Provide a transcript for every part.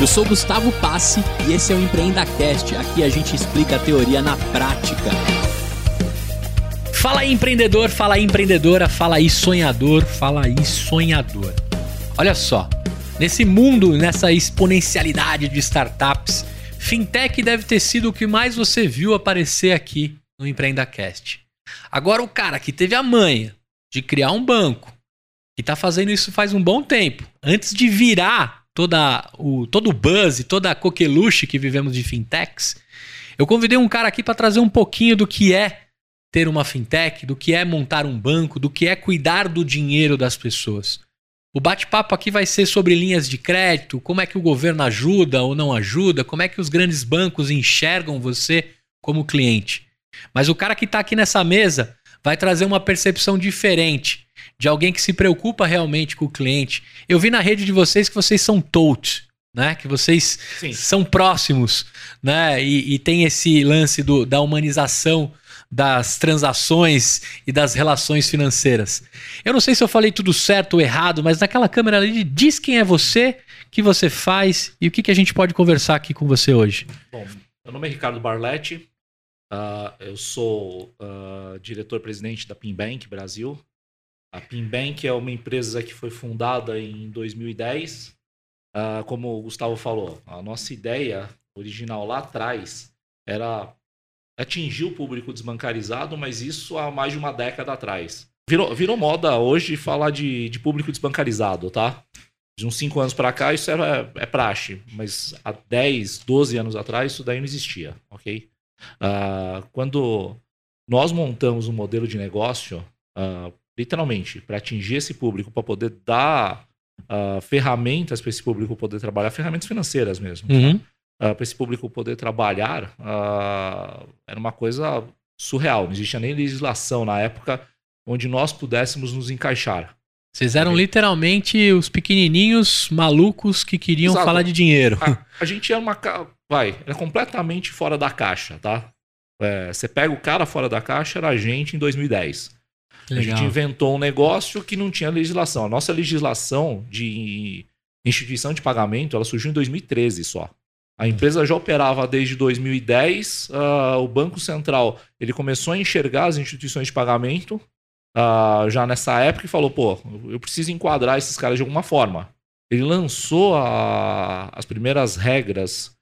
Eu sou Gustavo Passi e esse é o EmpreendaCast. Aqui a gente explica a teoria na prática. Fala aí, empreendedor, fala aí, empreendedora, fala aí, sonhador, fala aí, sonhador. Olha só, nesse mundo, nessa exponencialidade de startups, fintech deve ter sido o que mais você viu aparecer aqui no EmpreendaCast. Agora, o cara que teve a manha de criar um banco, que está fazendo isso faz um bom tempo, antes de virar todo o buzz e toda a coqueluche que vivemos de fintechs, eu convidei um cara aqui para trazer um pouquinho do que é ter uma fintech, do que é montar um banco, do que é cuidar do dinheiro das pessoas. O bate-papo aqui vai ser sobre linhas de crédito, como é que o governo ajuda ou não ajuda, como é que os grandes bancos enxergam você como cliente. Mas o cara que está aqui nessa mesa vai trazer uma percepção diferente, de alguém que se preocupa realmente com o cliente. Eu vi na rede de vocês que vocês são touch, né? Que vocês são próximos, né? E tem esse lance da humanização das transações e das relações financeiras. Eu não sei se eu falei tudo certo ou errado, mas naquela câmera ali diz quem é você, o que você faz e o que a gente pode conversar aqui com você hoje. Bom, meu nome é Ricardo Barletti, eu sou diretor-presidente da PinBank Brasil. A PinBank é uma empresa que foi fundada em 2010. Como o Gustavo falou, a nossa ideia original lá atrás era atingir o público desbancarizado, mas isso há mais de uma década atrás. Virou moda hoje falar de público desbancarizado, tá? De uns 5 anos para cá isso é praxe, mas há 10, 12 anos atrás isso daí não existia, ok? Quando nós montamos um modelo de negócio, literalmente, para atingir esse público, para poder dar ferramentas para esse público poder trabalhar, ferramentas financeiras mesmo, para esse público poder trabalhar, era uma coisa surreal. Não existia nem legislação na época onde nós pudéssemos nos encaixar. Vocês eram literalmente os pequenininhos malucos que queriam falar de dinheiro. A gente era era completamente fora da caixa, tá? Você pega o cara fora da caixa, era a gente em 2010. Legal. A gente inventou um negócio que não tinha legislação. A nossa legislação de instituição de pagamento, ela surgiu em 2013 só. A empresa já operava desde 2010. O Banco Central ele começou a enxergar as instituições de pagamento já nessa época e falou, pô, eu preciso enquadrar esses caras de alguma forma. Ele lançou as primeiras regras,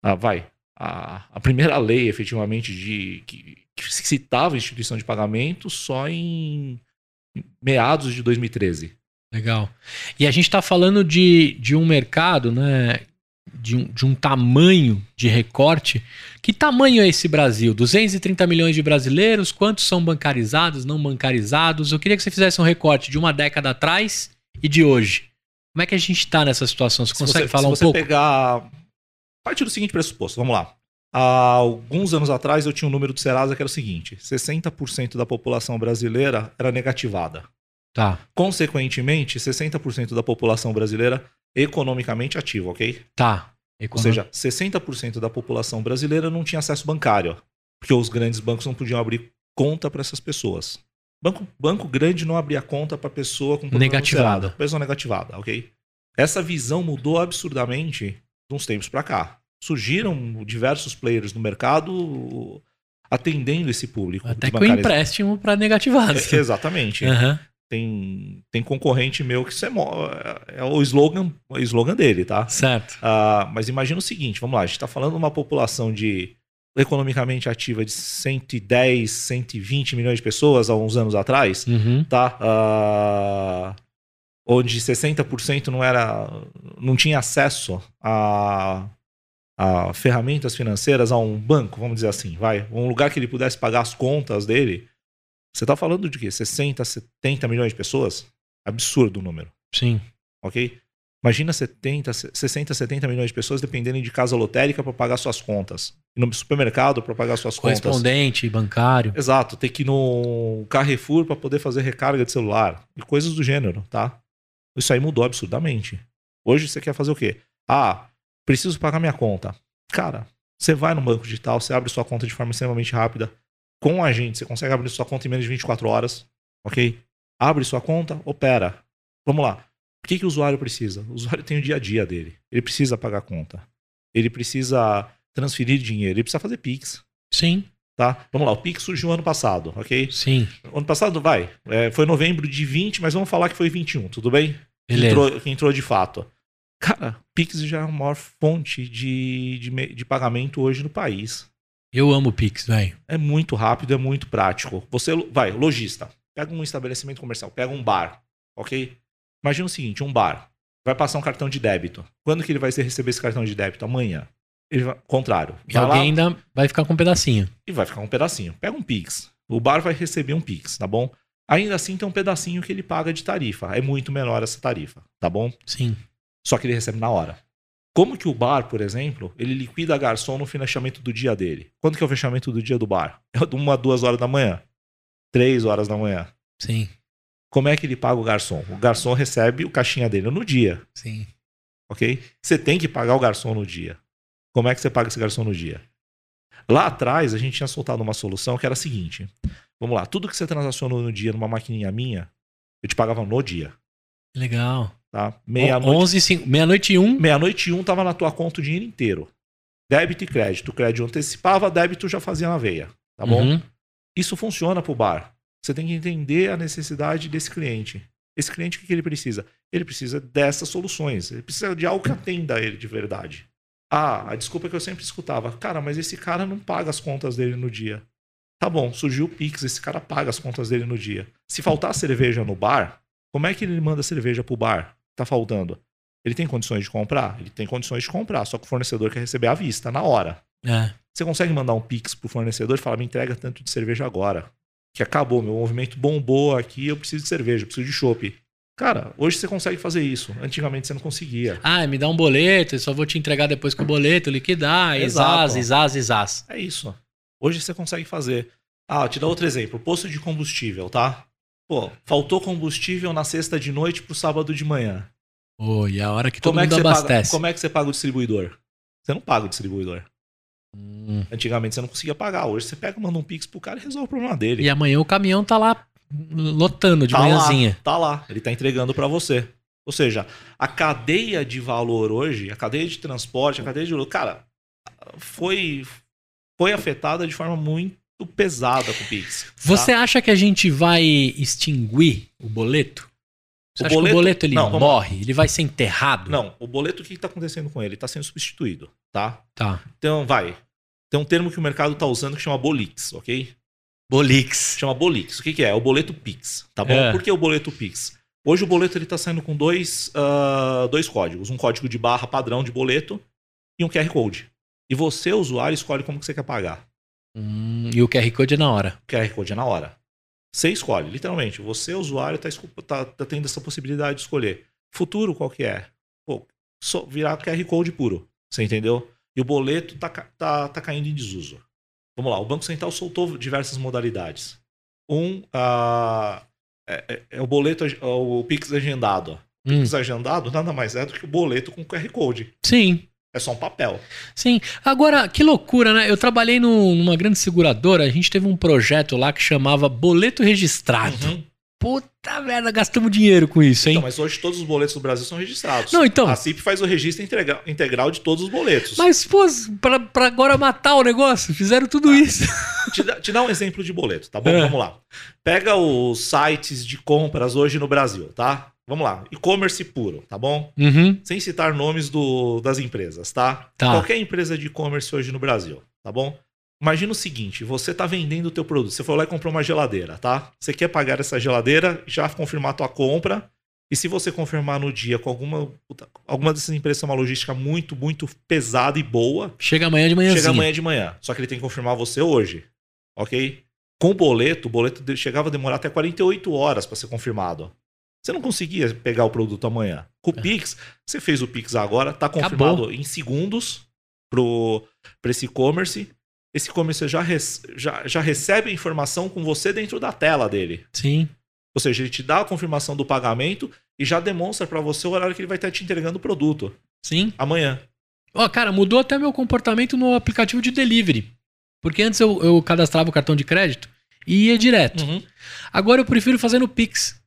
a primeira lei, efetivamente, que citava a instituição de pagamento só em meados de 2013. Legal. E a gente está falando de um mercado, né, de um tamanho de recorte. Que tamanho é esse Brasil? 230 milhões de brasileiros? Quantos são bancarizados, não bancarizados? Eu queria que você fizesse um recorte de uma década atrás e de hoje. Como é que a gente está nessa situação? Você consegue falar um pouco? Se você pegar... Parte do seguinte pressuposto, vamos lá. Há alguns anos atrás eu tinha um número do Serasa que era o seguinte: 60% da população brasileira era negativada. Tá. Consequentemente, 60% da população brasileira economicamente ativa, ok? Tá. Ou seja, 60% da população brasileira não tinha acesso bancário, porque os grandes bancos não podiam abrir conta para essas pessoas. Banco grande não abria conta para pessoa com problema negativada. Pessoa negativada, ok? Essa visão mudou absurdamente de uns tempos para cá. Surgiram diversos players no mercado atendendo esse público. Até com empréstimo para negativados. Exatamente. Uhum. Tem concorrente meu que isso é o slogan dele, tá? Certo. Mas imagina o seguinte, vamos lá, a gente está falando de uma população economicamente ativa de 110, 120 milhões de pessoas há uns anos atrás, tá? Onde 60% não tinha acesso a ferramentas financeiras, a um banco, vamos dizer assim, um lugar que ele pudesse pagar as contas dele. Você está falando de quê? 60, 70 milhões de pessoas? Absurdo o número. Sim. Ok? Imagina 60, 70 milhões de pessoas dependendo de casa lotérica para pagar suas contas. Ir no supermercado para pagar suas contas. Correspondente, bancário. Exato. Ter que ir no Carrefour para poder fazer recarga de celular. E coisas do gênero, tá? Isso aí mudou absurdamente. Hoje você quer fazer o quê? Preciso pagar minha conta. Cara, você vai no banco digital, você abre sua conta de forma extremamente rápida. Com a gente, você consegue abrir sua conta em menos de 24 horas, ok? Abre sua conta, opera. Vamos lá. O que o usuário precisa? O usuário tem o dia a dia dele. Ele precisa pagar conta. Ele precisa transferir dinheiro. Ele precisa fazer Pix. Sim. Tá? Vamos lá, o Pix surgiu ano passado, ok? Sim. Ano passado, foi novembro de 20, mas vamos falar que foi 21, tudo bem? Que entrou de fato. Cara, Pix já é a maior fonte de pagamento hoje no país. Eu amo o Pix, velho. É muito rápido, é muito prático. Você, lojista, pega um estabelecimento comercial, pega um bar, ok? Imagina o seguinte, um bar vai passar um cartão de débito. Quando que ele vai receber esse cartão de débito? Amanhã. Contrário. E alguém ainda vai ficar com um pedacinho. E vai ficar com um pedacinho. Pega um Pix. O bar vai receber um Pix, tá bom? Ainda assim tem um pedacinho que ele paga de tarifa. É muito menor essa tarifa, tá bom? Sim. Só que ele recebe na hora. Como que o bar, por exemplo, ele liquida garçom no fechamento do dia dele? Quando que é o fechamento do dia do bar? É 1 a 2 horas da manhã. 3 horas da manhã. Sim. Como é que ele paga o garçom? O garçom recebe o caixinha dele no dia. Sim. Ok? Você tem que pagar o garçom no dia. Como é que você paga esse garçom no dia? Lá atrás, a gente tinha soltado uma solução que era a seguinte. Vamos lá, tudo que você transacionou no dia numa maquininha minha, eu te pagava no dia. Legal. Tá? Meia-noite e 1. Meia-noite e 1 tava na tua conta o dinheiro inteiro. Débito e crédito. O crédito antecipava, débito já fazia na veia. Tá bom? Uhum. Isso funciona pro bar. Você tem que entender a necessidade desse cliente. Esse cliente, o que ele precisa? Ele precisa dessas soluções. Ele precisa de algo que atenda ele de verdade. A desculpa que eu sempre escutava. Cara, mas esse cara não paga as contas dele no dia. Tá bom, surgiu o Pix, esse cara paga as contas dele no dia. Se faltar cerveja no bar, como é que ele manda cerveja pro bar? Tá faltando. Ele tem condições de comprar? Ele tem condições de comprar, só que o fornecedor quer receber à vista, na hora. É. Você consegue mandar um Pix pro fornecedor e falar, me entrega tanto de cerveja agora. Que acabou, meu movimento bombou aqui, eu preciso de cerveja, eu preciso de chopp. Cara, hoje você consegue fazer isso. Antigamente você não conseguia. Me dá um boleto, eu só vou te entregar depois que o boleto liquidar. Exato. É isso. Hoje você consegue fazer. Vou te dar outro exemplo. Posto de combustível, tá? Pô, faltou combustível na sexta de noite pro sábado de manhã. E a hora que todo mundo abastece. Como é que você paga o distribuidor? Você não paga o distribuidor. Antigamente você não conseguia pagar. Hoje você pega, manda um Pix pro cara e resolve o problema dele. E amanhã o caminhão tá lá lotando de manhãzinha. Tá lá. Ele tá entregando pra você. Ou seja, a cadeia de valor hoje, a cadeia de transporte, a cadeia de valor, cara, foi afetada de forma muito pesada com o Pix. Você acha que a gente vai extinguir o boleto? Você acha que o boleto ele morre? Ele vai ser enterrado? Não, o boleto, o que tá acontecendo com ele? Ele tá sendo substituído, tá? Tá. Então, tem um termo que o mercado tá usando que chama Bolix, ok? Bolix. Chama Bolix. O que é? É o boleto Pix, tá bom? Por que o boleto Pix? Hoje o boleto ele tá saindo com dois códigos. Um código de barra padrão de boleto e um QR Code. E você, usuário, escolhe como que você quer pagar. E o QR Code é na hora. O QR Code é na hora. Você escolhe, literalmente. Você, usuário, tá tendo essa possibilidade de escolher. Futuro, qual que é? Pô, só virar QR Code puro. Você entendeu? E o boleto tá caindo em desuso. Vamos lá, o Banco Central soltou diversas modalidades. É o boleto, o Pix agendado. O Pix agendado nada mais é do que o boleto com QR Code. Sim. É só um papel. Sim. Agora, que loucura, né? Eu trabalhei numa grande seguradora, a gente teve um projeto lá que chamava Boleto Registrado. Uhum. Puta merda, gastamos dinheiro com isso, hein? Então, mas hoje todos os boletos do Brasil são registrados. Não, então... A CIP faz o registro integral de todos os boletos. Mas, pô, pra agora matar o negócio, fizeram tudo isso. Te dá um exemplo de boleto, tá bom? Vamos lá. Pega os sites de compras hoje no Brasil, tá? Vamos lá. E-commerce puro, tá bom? Uhum. Sem citar nomes das empresas, tá? Qualquer empresa de e-commerce hoje no Brasil, tá bom? Imagina o seguinte, você tá vendendo o teu produto, você foi lá e comprou uma geladeira, tá? Você quer pagar essa geladeira, já confirmar a tua compra, e se você confirmar no dia com alguma dessas empresas tem uma logística muito, muito pesada e boa... Chega amanhã de manhãzinha. Chega amanhã de manhã, só que ele tem que confirmar você hoje, ok? Com o boleto chegava a demorar até 48 horas para ser confirmado. Você não conseguia pegar o produto amanhã. Com o Pix, você fez o Pix agora, tá confirmado em segundos para esse e-commerce. Esse e-commerce já recebe a informação com você dentro da tela dele. Sim. Ou seja, ele te dá a confirmação do pagamento e já demonstra para você o horário que ele vai estar te entregando o produto. Sim. Amanhã. Cara, mudou até meu comportamento no aplicativo de delivery. Porque antes eu cadastrava o cartão de crédito e ia direto. Uhum. Agora eu prefiro fazer no Pix.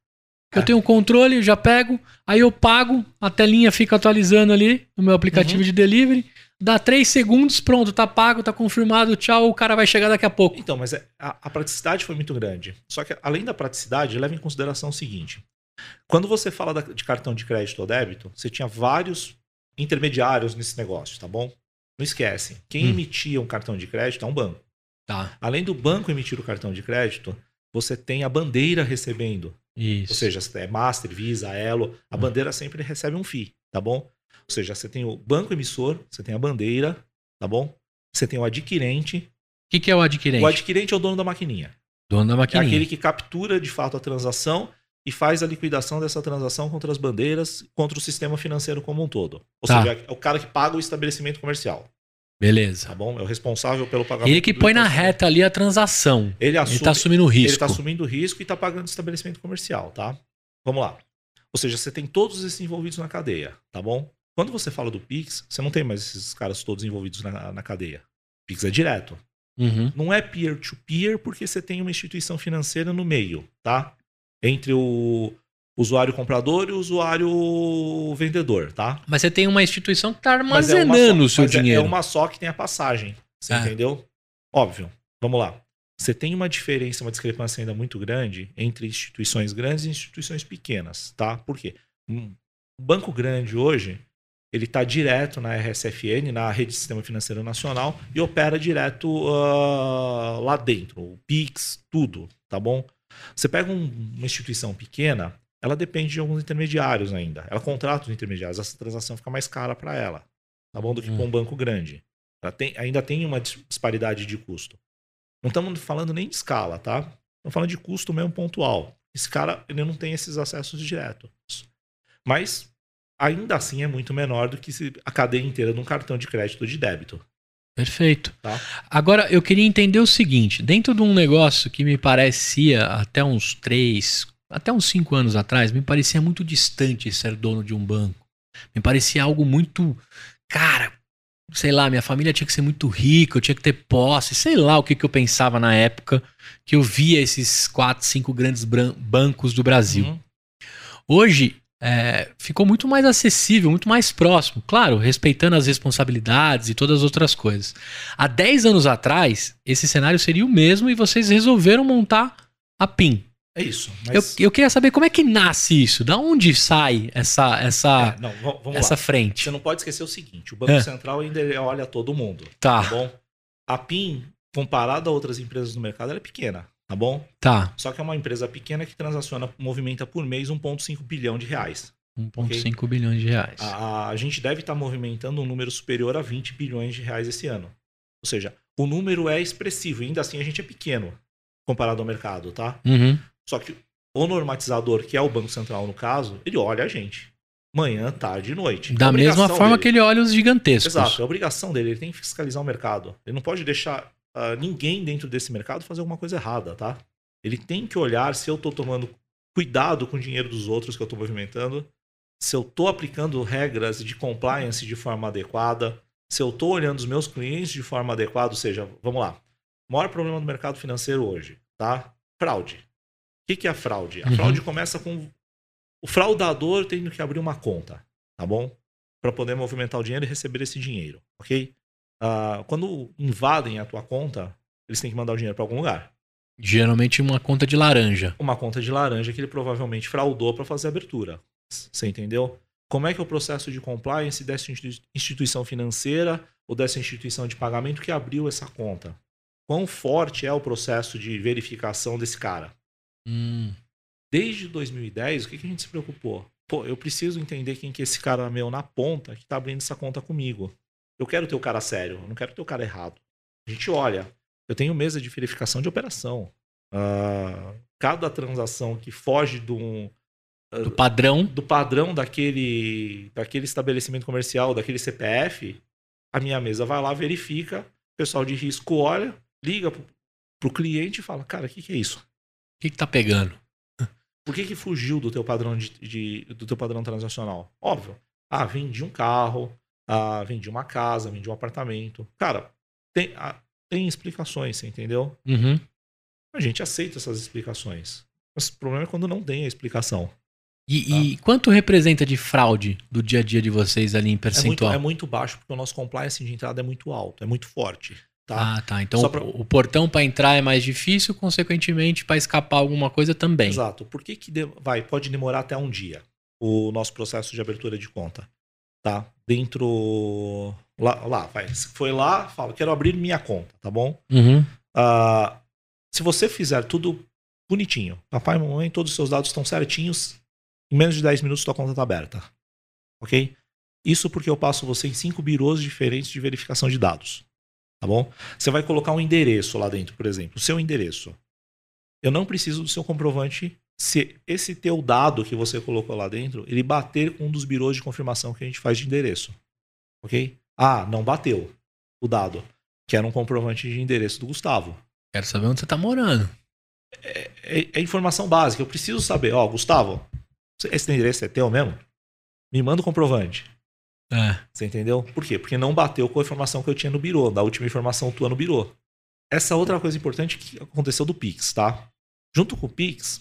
Eu tenho um controle, já pego, aí eu pago, a telinha fica atualizando ali no meu aplicativo de delivery, dá 3 segundos, pronto, tá pago, tá confirmado, tchau, o cara vai chegar daqui a pouco. Então, mas a praticidade foi muito grande. Só que além da praticidade, leva em consideração o seguinte. Quando você fala de cartão de crédito ou débito, você tinha vários intermediários nesse negócio, tá bom? Não esquece, quem emitia um cartão de crédito é um banco. Tá. Além do banco emitir o cartão de crédito, você tem a bandeira recebendo. Isso. Ou seja, é Master, Visa, Elo, a bandeira sempre recebe um FII, tá bom? Ou seja, você tem o banco emissor, você tem a bandeira, tá bom? Você tem o adquirente. O que é o adquirente? O adquirente é o dono da maquininha. Dono da maquininha. É aquele que captura de fato a transação e faz a liquidação dessa transação contra as bandeiras, contra o sistema financeiro como um todo. Ou seja, é o cara que paga o estabelecimento comercial. Beleza. Tá bom? É o responsável pelo pagamento. Ele que põe na reta ali a transação. Ele tá assumindo o risco. Ele tá assumindo o risco e tá pagando o estabelecimento comercial, tá? Vamos lá. Ou seja, você tem todos esses envolvidos na cadeia, tá bom? Quando você fala do Pix, você não tem mais esses caras todos envolvidos na cadeia. Pix é direto. Não é peer-to-peer porque você tem uma instituição financeira no meio, tá? Entre o usuário comprador e o usuário vendedor, tá? Mas você tem uma instituição que tá armazenando o seu dinheiro. É uma só que tem a passagem, você entendeu? Óbvio. Vamos lá. Você tem uma diferença, uma discrepância ainda muito grande entre instituições grandes e instituições pequenas, tá? Por quê? Um banco grande hoje, ele está direto na RSFN, na Rede de Sistema Financeiro Nacional, e opera direto lá dentro. O Pix, tudo, tá bom? Você pega uma instituição pequena, ela depende de alguns intermediários ainda. Ela contrata os intermediários, essa transação fica mais cara para ela, tá bom? Do que com um banco grande. Ela ainda tem uma disparidade de custo. Não estamos falando nem de escala, tá? Estamos falando de custo mesmo pontual. Esse cara ele não tem esses acessos diretos. Mas ainda assim é muito menor do que a cadeia inteira de um cartão de crédito ou de débito. Perfeito. Tá? Agora, eu queria entender o seguinte. Dentro de um negócio que me parecia até uns 5 anos atrás, me parecia muito distante ser dono de um banco. Me parecia algo muito... Cara, sei lá, minha família tinha que ser muito rica, eu tinha que ter posse, sei lá o que eu pensava na época que eu via esses 4, 5 grandes bancos do Brasil. Hoje, ficou muito mais acessível, muito mais próximo. Claro, respeitando as responsabilidades e todas as outras coisas. Há 10 anos atrás, esse cenário seria o mesmo e vocês resolveram montar a PIN. É isso. Mas... Eu queria saber como é que nasce isso. Da onde sai essa frente? Você não pode esquecer o seguinte. O Banco Central ainda olha todo mundo. Tá bom? A PIN, comparada a outras empresas do mercado, ela é pequena. Tá bom? Tá. Só que é uma empresa pequena que movimenta por mês 1,5 bilhão de reais. 1,5 bilhões de reais. A gente deve estar movimentando um número superior a 20 bilhões de reais esse ano. Ou seja, o número é expressivo. Ainda assim, a gente é pequeno comparado ao mercado, tá? Só que o normatizador, que é o Banco Central no caso, ele olha a gente. Manhã, tarde e noite. Da mesma forma que ele olha os gigantescos. Exato. É a obrigação dele. Ele tem que fiscalizar o mercado. Ele não pode deixar ninguém dentro desse mercado fazer alguma coisa errada, tá? Ele tem que olhar se eu estou tomando cuidado com o dinheiro dos outros que eu estou movimentando, se eu estou aplicando regras de compliance de forma adequada, se eu estou olhando os meus clientes de forma adequada, ou seja, vamos lá. O maior problema do mercado financeiro hoje, tá? Fraude. O que é a fraude? A fraude começa com o fraudador tendo que abrir uma conta, tá bom? Para poder movimentar o dinheiro e receber esse dinheiro, ok? Quando invadem a tua conta, eles têm que mandar o dinheiro para algum lugar. Geralmente uma conta de laranja. Uma conta de laranja que ele provavelmente fraudou para fazer a abertura. Você entendeu? Como é que é o processo de compliance dessa instituição financeira ou dessa instituição de pagamento que abriu essa conta? Quão forte é o processo de verificação desse cara? Desde 2010, o que a gente se preocupou? Pô, eu preciso entender quem que é esse cara meu na ponta que está abrindo essa conta comigo. Eu quero ter o cara sério, eu não quero ter o cara errado. A gente olha, eu tenho mesa de verificação de operação. Cada transação que foge do padrão daquele estabelecimento comercial, daquele CPF, a minha mesa vai lá, verifica, o pessoal de risco olha, liga pro cliente e fala, cara, o que é isso? O que tá pegando? Por que fugiu do teu padrão do teu padrão transacional? Óbvio. Vendi um carro, vendi uma casa, vendi um apartamento. Cara, tem explicações, você entendeu? A gente aceita essas explicações. Mas o problema é quando não tem a explicação. E quanto representa de fraude do dia a dia de vocês ali em percentual? É muito baixo, porque o nosso compliance de entrada é muito alto, é muito forte. Tá? Tá. Então o portão para entrar é mais difícil, consequentemente, para escapar alguma coisa também. Exato. Por que pode demorar até um dia o nosso processo de abertura de conta? Tá? Dentro... Foi lá, fala, quero abrir minha conta, tá bom? Uhum. Se você fizer tudo bonitinho, papai e mamãe, todos os seus dados estão certinhos, em menos de 10 minutos sua conta está aberta. Ok? Isso porque eu passo você em 5 birôs diferentes de verificação de dados. Tá bom? Você vai colocar um endereço lá dentro, por exemplo. O seu endereço. Eu não preciso do seu comprovante se esse teu dado que você colocou lá dentro, ele bater com um dos birôs de confirmação que a gente faz de endereço. Ok? Não bateu o dado. Que era um comprovante de endereço do Gustavo. Quero saber onde você está morando. É informação básica. Eu preciso saber. Gustavo, esse endereço é teu mesmo? Me manda o comprovante. Você entendeu? Por quê? Porque não bateu com a informação que eu tinha no birô, da última informação tua no birô. Essa outra coisa importante que aconteceu do Pix, tá? Junto com o Pix,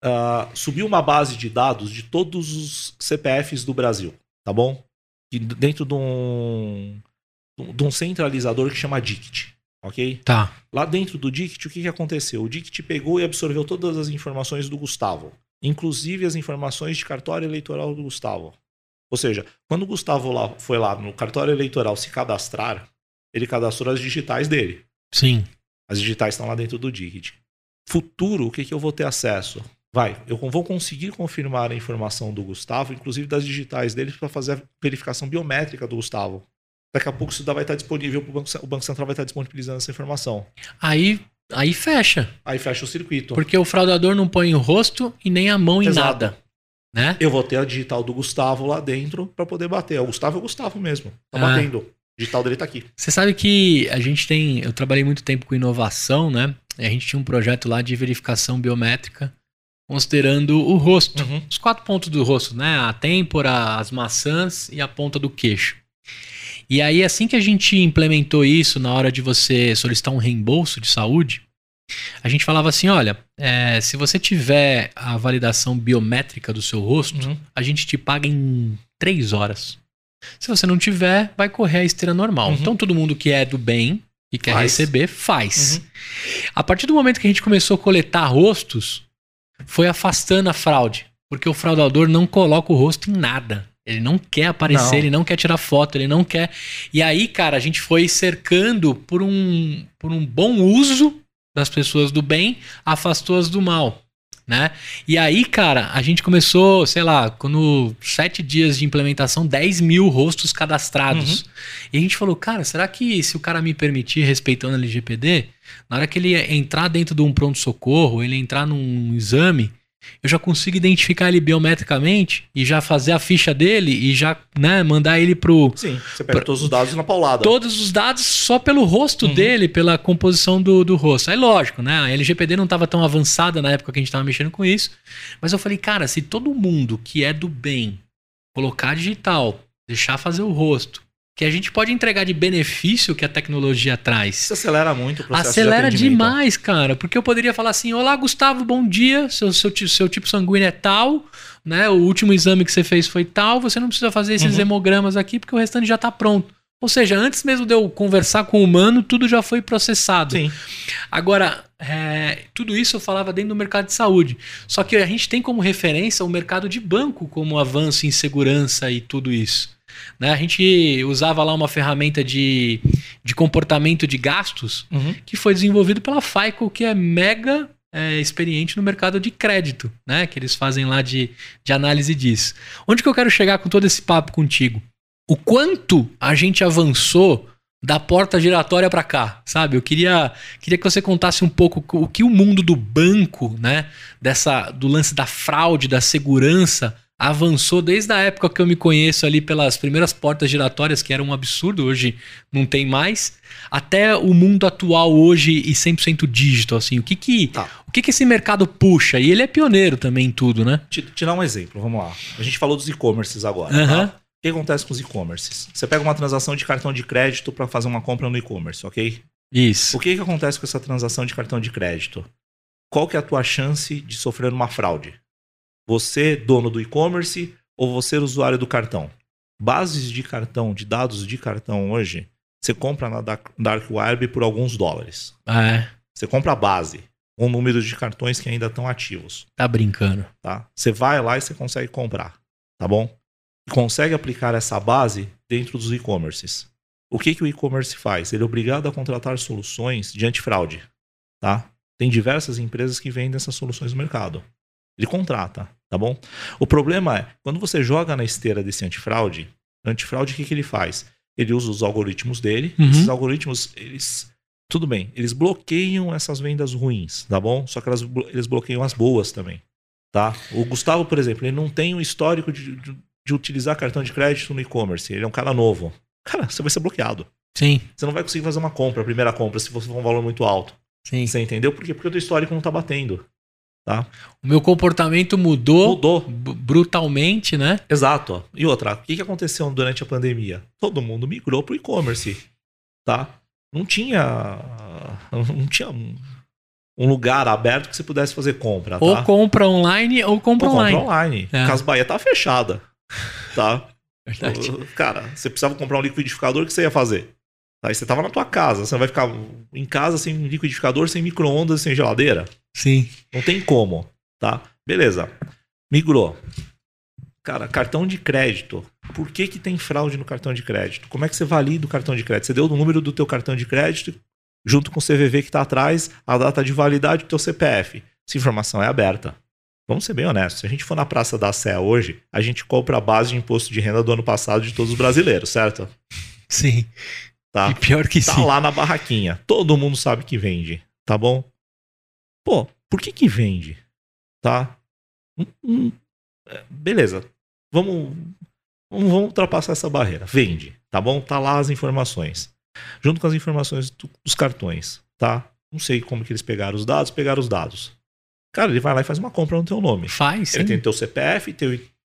subiu uma base de dados de todos os CPFs do Brasil, tá bom? E dentro de um centralizador que chama DICT, ok? Tá. Lá dentro do DICT, o que aconteceu? O DICT pegou e absorveu todas as informações do Gustavo, inclusive as informações de cartório eleitoral do Gustavo. Ou seja, quando o Gustavo foi lá no cartório eleitoral se cadastrar, ele cadastrou as digitais dele. Sim. As digitais estão lá dentro do DICT. Futuro, o que eu vou ter acesso? Eu vou conseguir confirmar a informação do Gustavo, inclusive das digitais dele, para fazer a verificação biométrica do Gustavo. Daqui a pouco isso vai estar disponível, o Banco Central vai estar disponibilizando essa informação. Aí fecha. Aí fecha o circuito. Porque o fraudador não põe o rosto e nem a mão em nada. Né? Eu vou ter a digital do Gustavo lá dentro para poder bater. O Gustavo é o Gustavo mesmo. Tá batendo. O digital dele tá aqui. Você sabe que eu trabalhei muito tempo com inovação, né? E a gente tinha um projeto lá de verificação biométrica, considerando o rosto. Uhum. Os 4 pontos do rosto, né? A têmpora, as maçãs e a ponta do queixo. E aí, assim que a gente implementou isso, na hora de você solicitar um reembolso de saúde, a gente falava assim, olha, se você tiver a validação biométrica do seu rosto, a gente te paga em 3 horas. Se você não tiver, vai correr a esteira normal. Então todo mundo que é do bem e quer receber, faz. A partir do momento que a gente começou a coletar rostos, foi afastando a fraude. Porque o fraudador não coloca o rosto em nada. Ele não quer aparecer, ele não quer tirar foto, ele não quer... E aí, cara, a gente foi cercando por um bom uso das pessoas do bem, afastou as do mal, né? E aí, cara, a gente começou, sei lá, quando 7 dias de implementação, 10 mil rostos cadastrados. E a gente falou, cara, será que se o cara me permitir, respeitando a LGPD, na hora que ele entrar dentro de um pronto-socorro, ele entrar num exame, eu já consigo identificar ele biometricamente e já fazer a ficha dele e já, né, mandar ele pro... Sim, você pega todos os dados na paulada. Todos os dados só pelo rosto dele, pela composição do rosto. Aí lógico, né, a LGPD não estava tão avançada na época que a gente estava mexendo com isso, mas eu falei, cara, se todo mundo que é do bem colocar digital, deixar fazer o rosto, que a gente pode entregar de benefício que a tecnologia traz. Isso acelera muito o processo Acelera de atendimento. demais, cara. Porque eu poderia falar assim, olá, Gustavo, bom dia. Seu tipo sanguíneo é tal, né? O último exame que você fez foi tal. Você não precisa fazer esses hemogramas aqui, porque o restante já está pronto. Ou seja, antes mesmo de eu conversar com o humano, tudo já foi processado. Sim. Agora, tudo isso eu falava dentro do mercado de saúde. Só que a gente tem como referência o mercado de banco como avanço em segurança e tudo isso. Né? A gente usava lá uma ferramenta de comportamento de gastos que foi desenvolvido pela FICO, que é mega experiente no mercado de crédito, né? Que eles fazem lá de análise disso. Onde que eu quero chegar com todo esse papo contigo? O quanto a gente avançou da porta giratória para cá, sabe? Eu queria que você contasse um pouco o que o mundo do banco, né? Do lance da fraude, da segurança, avançou desde a época que eu me conheço ali pelas primeiras portas giratórias, que era um absurdo, hoje não tem mais, até o mundo atual hoje e 100% digital, assim, o que esse mercado puxa? E ele é pioneiro também em tudo, né? Te dar um exemplo, vamos lá. A gente falou dos e-commerces agora, tá? O que acontece com os e-commerces? Você pega uma transação de cartão de crédito para fazer uma compra no e-commerce, ok? Isso. O que acontece com essa transação de cartão de crédito? qual que é a tua chance de sofrer uma fraude? Você, dono do e-commerce, ou você, usuário do cartão? Bases de cartão, de dados de cartão hoje, você compra na Dark Web por alguns dólares. Você compra a base, com números de cartões que ainda estão ativos. Tá brincando. Tá? Você vai lá e você consegue comprar, tá bom? Consegue aplicar essa base dentro dos e-commerces. O que o e-commerce faz? Ele é obrigado a contratar soluções de antifraude, tá? Tem diversas empresas que vendem essas soluções no mercado. Ele contrata, tá bom? O problema é, quando você joga na esteira desse antifraude, o que ele faz? Ele usa os algoritmos dele. Esses algoritmos, tudo bem, eles bloqueiam essas vendas ruins, tá bom? Só que eles bloqueiam as boas também, tá? O Gustavo, por exemplo, ele não tem um histórico de utilizar cartão de crédito no e-commerce. Ele é um cara novo. Cara, você vai ser bloqueado. Sim. Você não vai conseguir fazer uma compra, a primeira compra, se for um valor muito alto. Sim. Você entendeu? Por quê? Porque o teu histórico não tá batendo. Tá? O meu comportamento mudou brutalmente, né? Exato. E outra, o que aconteceu durante a pandemia? Todo mundo migrou pro e-commerce, tá? Não tinha um lugar aberto que você pudesse fazer compra, tá? Ou compra online ou compra online. Compra online. Casa Bahia tá fechada, tá? Verdade. Cara, você precisava comprar um liquidificador, o que você ia fazer? Aí você tava na tua casa, você vai ficar em casa sem liquidificador, sem micro-ondas, sem geladeira? Sim. Não tem como, tá? Beleza. Migrou. Cara, cartão de crédito. Por que tem fraude no cartão de crédito? Como é que você valida o cartão de crédito? Você deu o número do teu cartão de crédito junto com o CVV que está atrás, a data de validade do teu CPF. Essa informação é aberta. Vamos ser bem honestos. Se a gente for na Praça da Sé hoje, a gente compra a base de imposto de renda do ano passado de todos os brasileiros, certo? Sim. Tá? E pior que sim. Tá lá na barraquinha. Todo mundo sabe que vende, tá bom? Pô, por que vende? Tá? Beleza. Vamos ultrapassar essa barreira. Vende, tá bom? Tá lá as informações. Junto com as informações dos cartões, tá? Não sei como que eles pegaram os dados. Cara, ele vai lá e faz uma compra no teu nome. Faz, sim. Ele tem teu CPF,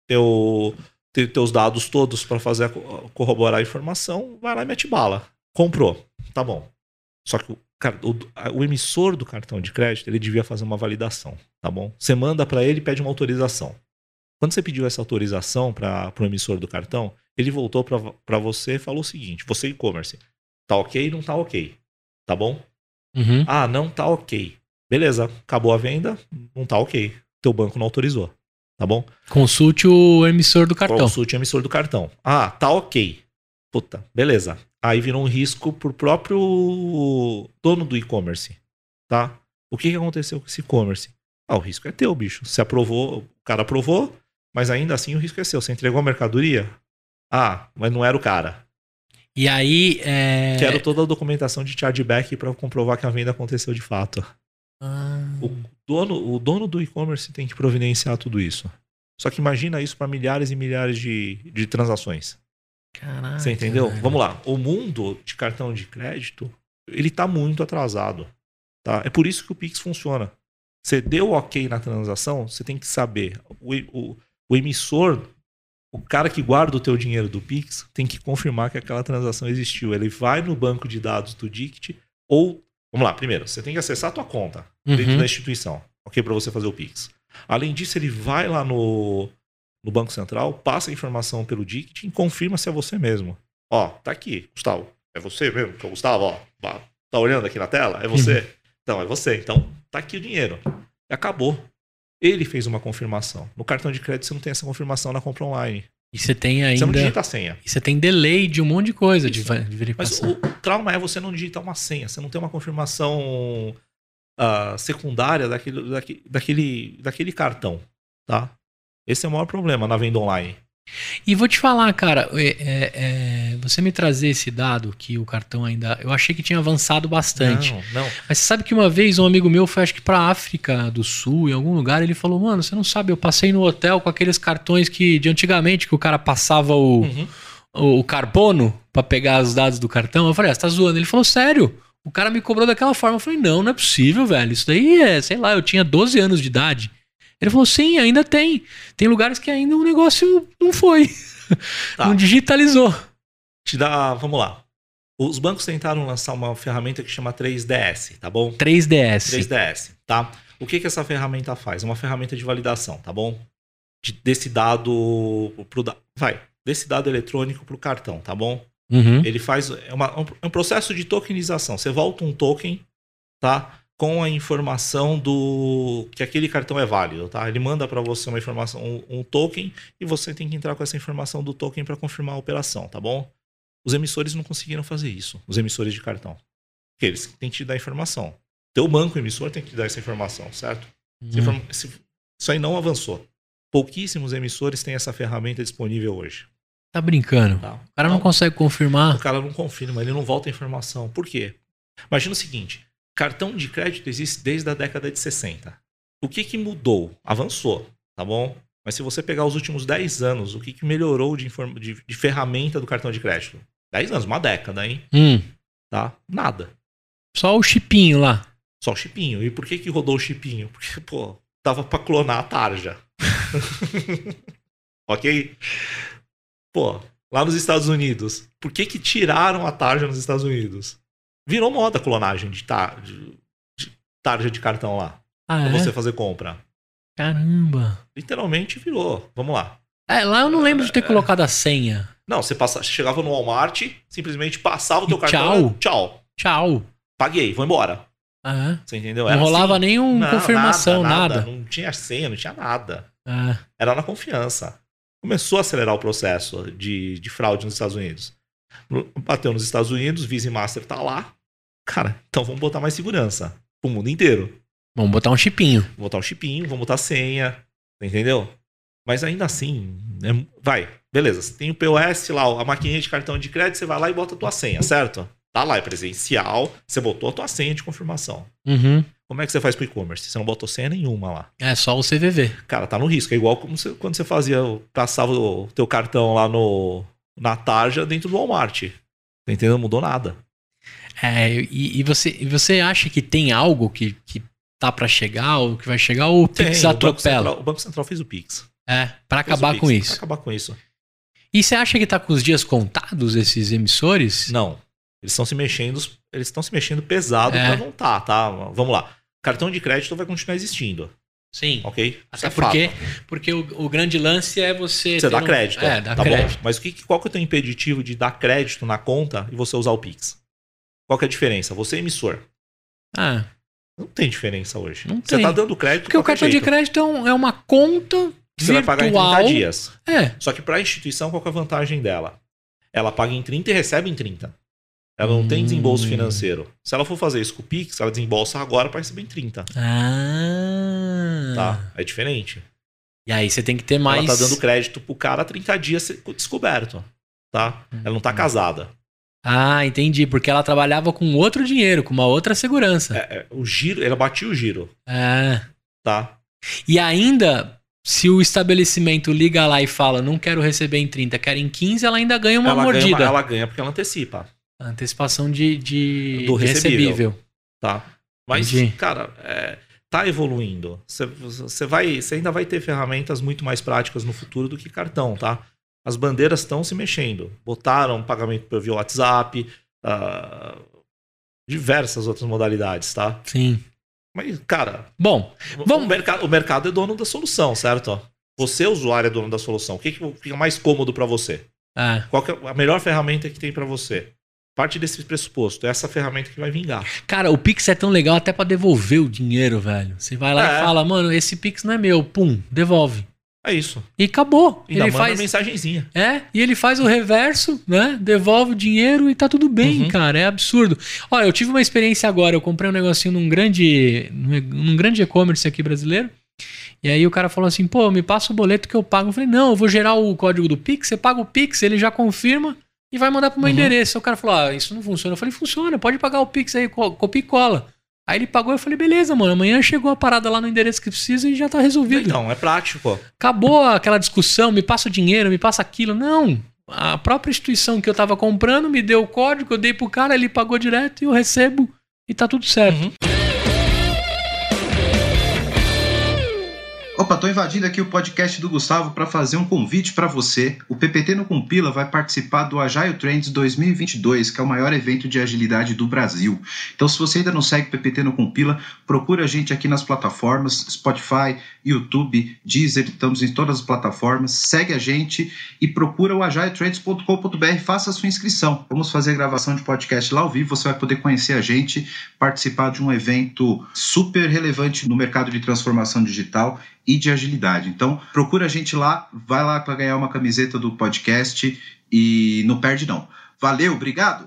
teus dados todos para fazer corroborar a informação, vai lá e mete bala. Comprou. Tá bom. Só que o emissor do cartão de crédito, ele devia fazer uma validação, tá bom? Você manda para ele e pede uma autorização. Quando você pediu essa autorização para o emissor do cartão, ele voltou para você e falou o seguinte: você e-commerce, tá ok? Não tá ok, tá bom? Uhum. Ah, não tá ok. Beleza, acabou a venda, não tá ok. Teu banco não autorizou, tá bom? Consulte o emissor do cartão. Consulte o emissor do cartão. Ah, tá ok. Puta, beleza. Aí virou um risco pro próprio dono do e-commerce, tá? O que aconteceu com esse e-commerce? Ah, o risco é teu, bicho. Você aprovou, o cara aprovou, mas ainda assim o risco é seu. Você entregou a mercadoria? Ah, mas não era o cara. E aí... Quero toda a documentação de chargeback para comprovar que a venda aconteceu de fato. O dono do e-commerce tem que providenciar tudo isso. Só que imagina isso para milhares e milhares de transações. Caraca, você entendeu? velho. Vamos lá. O mundo de cartão de crédito, ele tá muito atrasado. Tá? É por isso que o Pix funciona. Você deu ok na transação, você tem que saber. O emissor, o cara que guarda o teu dinheiro do Pix, tem que confirmar que aquela transação existiu. Ele vai no banco de dados do Dixit ou... Vamos lá, primeiro, você tem que acessar a tua conta dentro da instituição, ok? Para você fazer o Pix. Além disso, ele vai lá no Banco Central, passa a informação pelo Dixit e confirma se é você mesmo. Ó, tá aqui, Gustavo. É você mesmo? Que é o Gustavo, ó. Tá olhando aqui na tela? É você? Então, é você. Então, tá aqui o dinheiro. E acabou. Ele fez uma confirmação. No cartão de crédito, você não tem essa confirmação na compra online. E você tem ainda... Você não digita a senha. E você tem delay de um monte de coisa de verificação. Mas o trauma é você não digitar uma senha. Você não tem uma confirmação secundária daquele cartão, tá? Esse é o maior problema na venda online. E vou te falar, cara, você me trazer esse dado que o cartão ainda... Eu achei que tinha avançado bastante. Não. Mas você sabe que uma vez um amigo meu foi, acho que pra África do Sul, em algum lugar, ele falou, mano, você não sabe, eu passei no hotel com aqueles cartões de antigamente, que o cara passava o carbono pra pegar os dados do cartão. Eu falei, você tá zoando? Ele falou, sério? O cara me cobrou daquela forma. Eu falei, não é possível, velho. Isso daí sei lá, eu tinha 12 anos de idade. Ele falou, sim, ainda tem. Tem lugares que ainda o negócio não foi. Tá. Não digitalizou. Vamos lá. Os bancos tentaram lançar uma ferramenta que chama 3DS, tá bom? 3DS. 3DS, tá? O que essa ferramenta faz? É uma ferramenta de validação, tá bom? Desse dado desse dado eletrônico para o cartão, tá bom? Uhum. Ele faz um processo de tokenização. Você volta um token, tá? Com a informação que aquele cartão é válido, tá? Ele manda para você uma informação, um token, e você tem que entrar com essa informação do token para confirmar a operação, tá bom? Os emissores não conseguiram fazer isso, os emissores de cartão. Porque eles têm que te dar informação. Teu banco emissor tem que te dar essa informação, certo? Isso aí não avançou. Pouquíssimos emissores têm essa ferramenta disponível hoje. Tá brincando? Tá? O cara não consegue confirmar. O cara não confirma, ele não volta a informação. Por quê? Imagina o seguinte, cartão de crédito existe desde a década de 60. O que mudou? Avançou, tá bom? Mas se você pegar os últimos 10 anos, o que melhorou de ferramenta do cartão de crédito? 10 anos, uma década, hein? Tá? Nada. Só o chipinho lá. Só o chipinho. E por que rodou o chipinho? Porque, pô, dava pra clonar a tarja. Ok? Pô, lá nos Estados Unidos, por que tiraram a tarja nos Estados Unidos? Virou moda a clonagem de tarja de cartão lá. Pra você fazer compra. Caramba. Literalmente virou. Vamos lá. Lá eu não lembro de ter colocado a senha. Não, você chegava no Walmart, simplesmente passava o teu cartão. Tchau. Paguei, vou embora. Você entendeu? Não rolava assim, nenhuma confirmação, nada. Não tinha senha, não tinha nada. Era na confiança. Começou a acelerar o processo de fraude nos Estados Unidos. Bateu nos Estados Unidos, Visa e Master tá lá. Cara, então vamos botar mais segurança pro mundo inteiro. Vamos botar um chipinho. Vamos botar senha. Entendeu? Mas ainda assim, beleza. Você tem o POS lá, a maquininha de cartão de crédito, você vai lá e bota a tua senha, certo? Tá lá, é presencial, você botou a tua senha de confirmação. Uhum. Como é que você faz pro e-commerce? Você não botou senha nenhuma lá. É só o CVV. Cara, tá no risco. É igual quando você passava o teu cartão lá na tarja dentro do Walmart. Tá entendendo? Não mudou nada. E você acha que tem algo que tá pra chegar, ou que vai chegar, ou o Pix atropela? O Banco Central fez o Pix. Pra acabar com isso. Pra acabar com isso. E você acha que tá com os dias contados, esses emissores? Não. Eles estão se mexendo pesado pra não tá? Vamos lá. Cartão de crédito vai continuar existindo. Sim. Ok? Até porque o grande lance é você dá crédito. Dá crédito. Bom. Mas qual que é o teu impeditivo de dar crédito na conta e você usar o Pix? Qual que é a diferença? Você é emissor. Não tem diferença hoje. Não você tem. Tá dando crédito. Porque o cartão de crédito é uma conta você virtual. Vai pagar em 30 dias. É. Só que para a instituição, qual que é a vantagem dela? Ela paga em 30 e recebe em 30. Ela não tem desembolso financeiro. Se ela for fazer isso com o Pix, ela desembolsa agora para receber em 30. Ah. Tá? É diferente. E aí você tem que ter mais... Ela tá dando crédito pro cara 30 dias descoberto. Tá? Ela não tá casada. Ah, entendi. Porque ela trabalhava com outro dinheiro, com uma outra segurança. O giro, ela batia o giro. Tá? E ainda, se o estabelecimento liga lá e fala, não quero receber em 30, quero em 15, ela ainda ganha uma mordida. Ela ganha porque ela antecipa. A antecipação de recebível. Tá? Mas, entendi. Cara, tá evoluindo. Você ainda vai ter ferramentas muito mais práticas no futuro do que cartão, tá? As bandeiras estão se mexendo. Botaram pagamento via WhatsApp, diversas outras modalidades, tá? Sim. Mas, cara... Bom, o mercado é dono da solução, certo? Você, usuário, é dono da solução. O que fica mais cômodo para você? Qual que é a melhor ferramenta que tem para você? Parte desse pressuposto. É essa ferramenta que vai vingar. Cara, o Pix é tão legal até pra devolver o dinheiro, velho. Você vai lá e fala, mano, esse Pix não é meu. Pum, devolve. É isso. E acabou. Ele manda uma mensagenzinha. E ele faz o reverso, né? Devolve o dinheiro e tá tudo bem, cara. É absurdo. Olha, eu tive uma experiência agora. Eu comprei um negocinho num grande e-commerce aqui brasileiro. E aí o cara falou assim, pô, me passa o boleto que eu pago. Eu falei, não, eu vou gerar o código do Pix. Você paga o Pix, ele já confirma e vai mandar pro meu endereço. O cara falou, isso não funciona. Eu falei, funciona, pode pagar o Pix aí, copia e cola. Aí ele pagou, eu falei, beleza, mano, amanhã chegou a parada lá no endereço que precisa e já tá resolvido. Então, é prático. Acabou aquela discussão, me passa o dinheiro, me passa aquilo. Não, a própria instituição que eu tava comprando me deu o código, eu dei pro cara, ele pagou direto e eu recebo e tá tudo certo. Opa, tô invadindo aqui o podcast do Gustavo para fazer um convite para você. O PPT no Compila vai participar do Agile Trends 2022, que é o maior evento de agilidade do Brasil. Então, se você ainda não segue o PPT no Compila, procura a gente aqui nas plataformas Spotify, YouTube, Deezer, estamos em todas as plataformas. Segue a gente e procura o agiletrends.com.br, faça a sua inscrição. Vamos fazer a gravação de podcast lá ao vivo, você vai poder conhecer a gente, participar de um evento super relevante no mercado de transformação digital e de agilidade. Então, procura a gente lá, vai lá para ganhar uma camiseta do podcast e não perde não. Valeu, obrigado!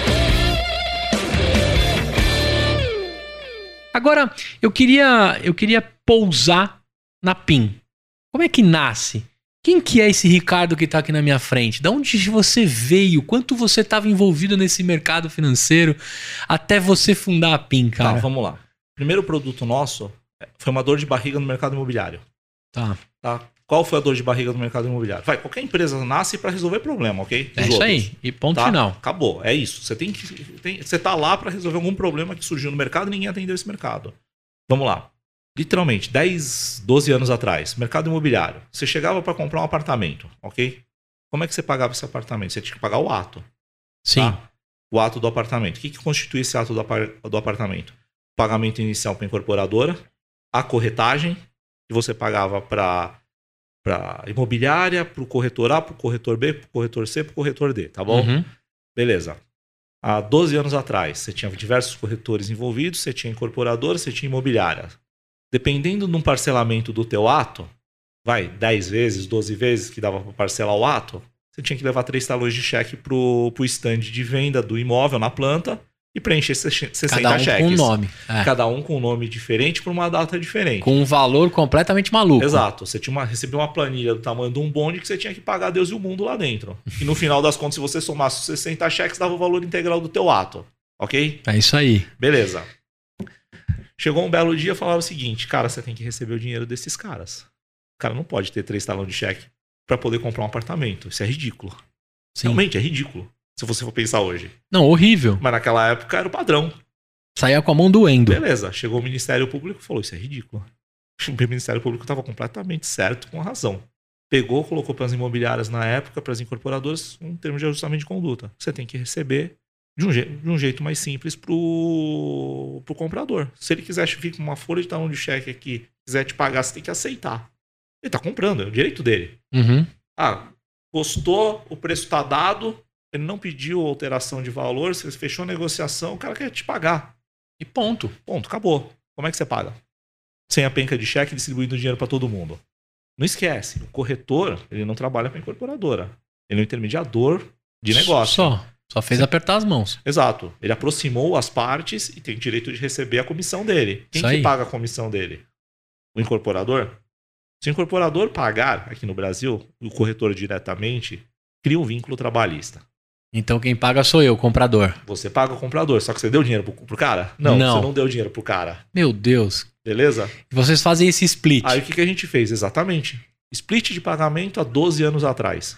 Agora, eu queria pousar na PIN. Como é que nasce? Quem que é esse Ricardo que está aqui na minha frente? De onde você veio? Quanto você estava envolvido nesse mercado financeiro até você fundar a PIN, cara? Tá, vamos lá. Primeiro produto nosso foi uma dor de barriga no mercado imobiliário. Tá. Qual foi a dor de barriga no mercado imobiliário? Qualquer empresa nasce para resolver problema, ok? É isso aí. E ponto final. Acabou. É isso. Você tá lá para resolver algum problema que surgiu no mercado e ninguém atendeu esse mercado. Vamos lá. Literalmente, 10, 12 anos atrás, mercado imobiliário. Você chegava para comprar um apartamento, ok? Como é que você pagava esse apartamento? Você tinha que pagar o ato. Sim. Tá? O ato do apartamento. O que constitui esse ato do apartamento? Pagamento inicial para a incorporadora, a corretagem, que você pagava para imobiliária, para o corretor A, para o corretor B, para o corretor C, para o corretor D, tá bom? Uhum. Beleza. Há 12 anos atrás, você tinha diversos corretores envolvidos, você tinha incorporadora, você tinha imobiliária. Dependendo de um parcelamento do teu ato, 10 vezes, 12 vezes que dava para parcelar o ato, você tinha que levar 3 talões de cheque pro stand de venda do imóvel na planta e preencher 60 Cada um cheques. com um nome. Cada um com um nome diferente por uma data diferente. Com um valor completamente maluco. Exato. Você recebeu uma planilha do tamanho de um bonde que você tinha que pagar Deus e o mundo lá dentro. E no final das contas, se você somasse os 60 cheques, dava o valor integral do teu ato. Ok? É isso aí. Beleza. Chegou um belo dia e falava o seguinte: cara, você tem que receber o dinheiro desses caras. O cara não pode ter 3 talões de cheque para poder comprar um apartamento. Isso é ridículo. Sim. Realmente é ridículo. Se você for pensar hoje. Não, horrível. Mas naquela época era o padrão. Saía com a mão doendo. Beleza. Chegou o Ministério Público e falou: isso é ridículo. O Ministério Público estava completamente certo, com razão. Pegou, colocou para as imobiliárias na época, para as incorporadoras, um termo de ajustamento de conduta. Você tem que receber de um jeito mais simples pro comprador. Se ele quiser vir com uma folha de talão de cheque aqui, quiser te pagar, você tem que aceitar. Ele está comprando, é o direito dele. Uhum. Gostou, o preço está dado, ele não pediu alteração de valor, você fechou a negociação, o cara quer te pagar. E ponto. Ponto, acabou. Como é que você paga? Sem a penca de cheque, distribuindo dinheiro para todo mundo. Não esquece, o corretor, ele não trabalha para a incorporadora. Ele é um intermediador de negócio. Só fez apertar as mãos. Exato. Ele aproximou as partes e tem direito de receber a comissão dele. Quem que paga a comissão dele? O incorporador? Se o incorporador pagar, aqui no Brasil, o corretor diretamente, cria um vínculo trabalhista. Então quem paga sou eu, comprador. Você paga o comprador, só que você deu dinheiro pro cara? Não, você não deu dinheiro pro cara. Meu Deus. Beleza? E vocês fazem esse split. Aí o que a gente fez? Exatamente. Split de pagamento há 12 anos atrás.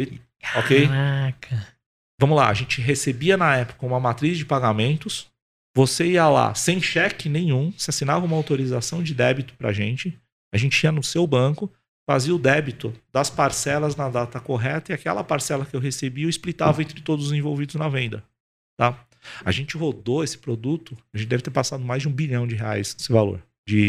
Ok? Caraca. Vamos lá, a gente recebia na época uma matriz de pagamentos, você ia lá sem cheque nenhum, você assinava uma autorização de débito pra gente, a gente ia no seu banco, fazia o débito das parcelas na data correta e aquela parcela que eu recebia eu splitava entre todos os envolvidos na venda. Tá? A gente rodou esse produto, a gente deve ter passado mais de R$1 bilhão nesse valor.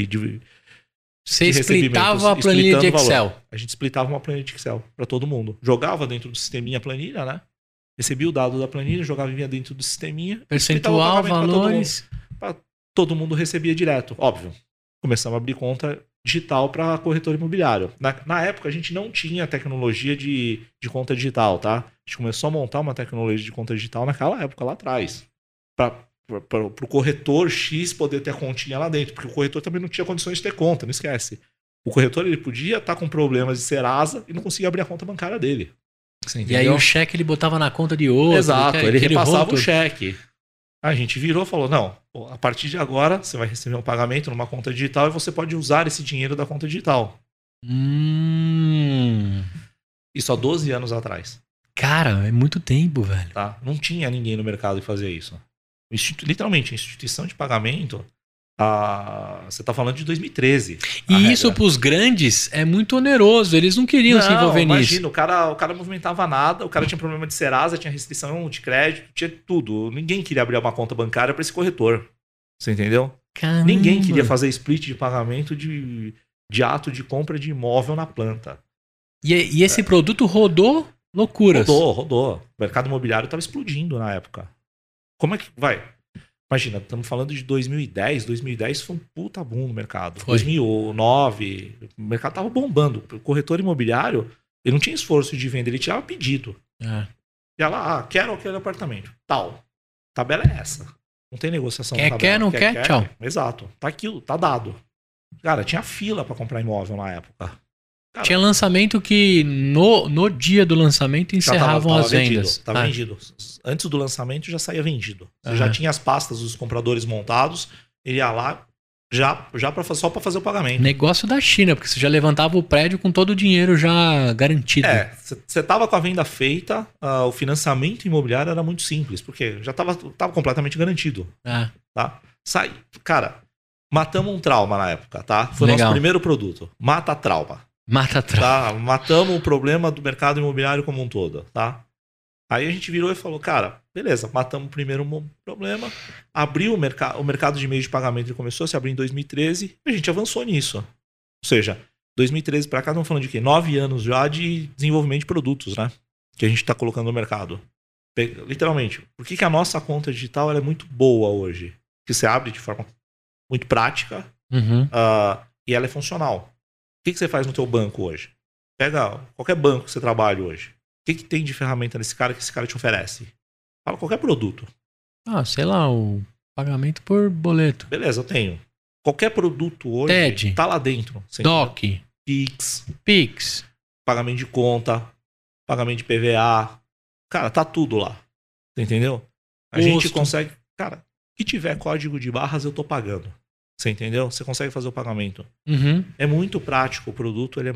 Você splitava a planilha de Excel. Valor. A gente splitava uma planilha de Excel para todo mundo. Jogava dentro do sisteminha a planilha, né? Recebia o dado da planilha, jogava vinha dentro do sisteminha. Percentual, valores. Todo mundo recebia direto. Óbvio. Começamos a abrir conta digital para corretor imobiliário. Na época, a gente não tinha tecnologia de conta digital, tá? A gente começou a montar uma tecnologia de conta digital naquela época, lá atrás. Para o corretor X poder ter a continha lá dentro. Porque o corretor também não tinha condições de ter conta, não esquece. O corretor ele podia estar com problemas de Serasa e não conseguia abrir a conta bancária dele. E aí o cheque ele botava na conta de outro. Exato, ele repassava o cheque. A gente virou e falou, não, a partir de agora você vai receber um pagamento numa conta digital e você pode usar esse dinheiro da conta digital. Isso há 12 anos atrás. Cara, é muito tempo, velho. Tá? Não tinha ninguém no mercado que fazia isso. Literalmente, a instituição de pagamento Você tá falando de 2013. E isso pros grandes é muito oneroso. Eles não queriam se envolver nisso. Imagina, o cara movimentava nada, o cara tinha problema de Serasa, tinha restrição de crédito, tinha tudo. Ninguém queria abrir uma conta bancária para esse corretor. Você entendeu? Caramba. Ninguém queria fazer split de pagamento de ato de compra de imóvel na planta. E esse produto rodou loucuras. Rodou. O mercado imobiliário estava explodindo na época. Como é que vai? Imagina, estamos falando de 2010. 2010 foi um puta boom no mercado. Foi. 2009, o mercado tava bombando. O corretor imobiliário, ele não tinha esforço de venda, ele tirava pedido. Ia lá, quero aquele apartamento. Tal. Tabela é essa. Não tem negociação. Quer, não quer, tchau. Exato. Tá aquilo, tá dado. Cara, tinha fila para comprar imóvel na época. Cara, tinha lançamento que no dia do lançamento encerravam as vendas. Tava vendido. Antes do lançamento já saía vendido. Você já tinha as pastas dos compradores montados, ele ia lá só para fazer o pagamento. Negócio da China, porque você já levantava o prédio com todo o dinheiro já garantido. Você tava com a venda feita, o financiamento imobiliário era muito simples, porque já tava completamente garantido. Tá? Cara, matamos um trauma na época, tá? Foi o nosso primeiro produto. Mata trauma. Tá? Matamos o problema do mercado imobiliário como um todo, tá? Aí a gente virou e falou, cara, beleza, matamos o primeiro problema, abriu o mercado de meios de pagamento, ele começou a se abrir em 2013, e a gente avançou nisso. Ou seja, 2013 para cá, estamos falando de quê? 9 anos já de desenvolvimento de produtos, né? Que a gente está colocando no mercado. Literalmente, por que a nossa conta digital ela é muito boa hoje? Porque você abre de forma muito prática e ela é funcional. O que você faz no teu banco hoje? Pega qualquer banco que você trabalha hoje. O que tem de ferramenta nesse cara que esse cara te oferece? Fala qualquer produto. Sei lá, o pagamento por boleto. Beleza, eu tenho. Qualquer produto hoje TED, tá lá dentro. DOC, Pix, pagamento de conta, pagamento de PVA. Cara, tá tudo lá. Você entendeu? A gente consegue... Cara, o que tiver código de barras eu tô pagando. Você entendeu? Você consegue fazer o pagamento. É muito prático o produto. Ele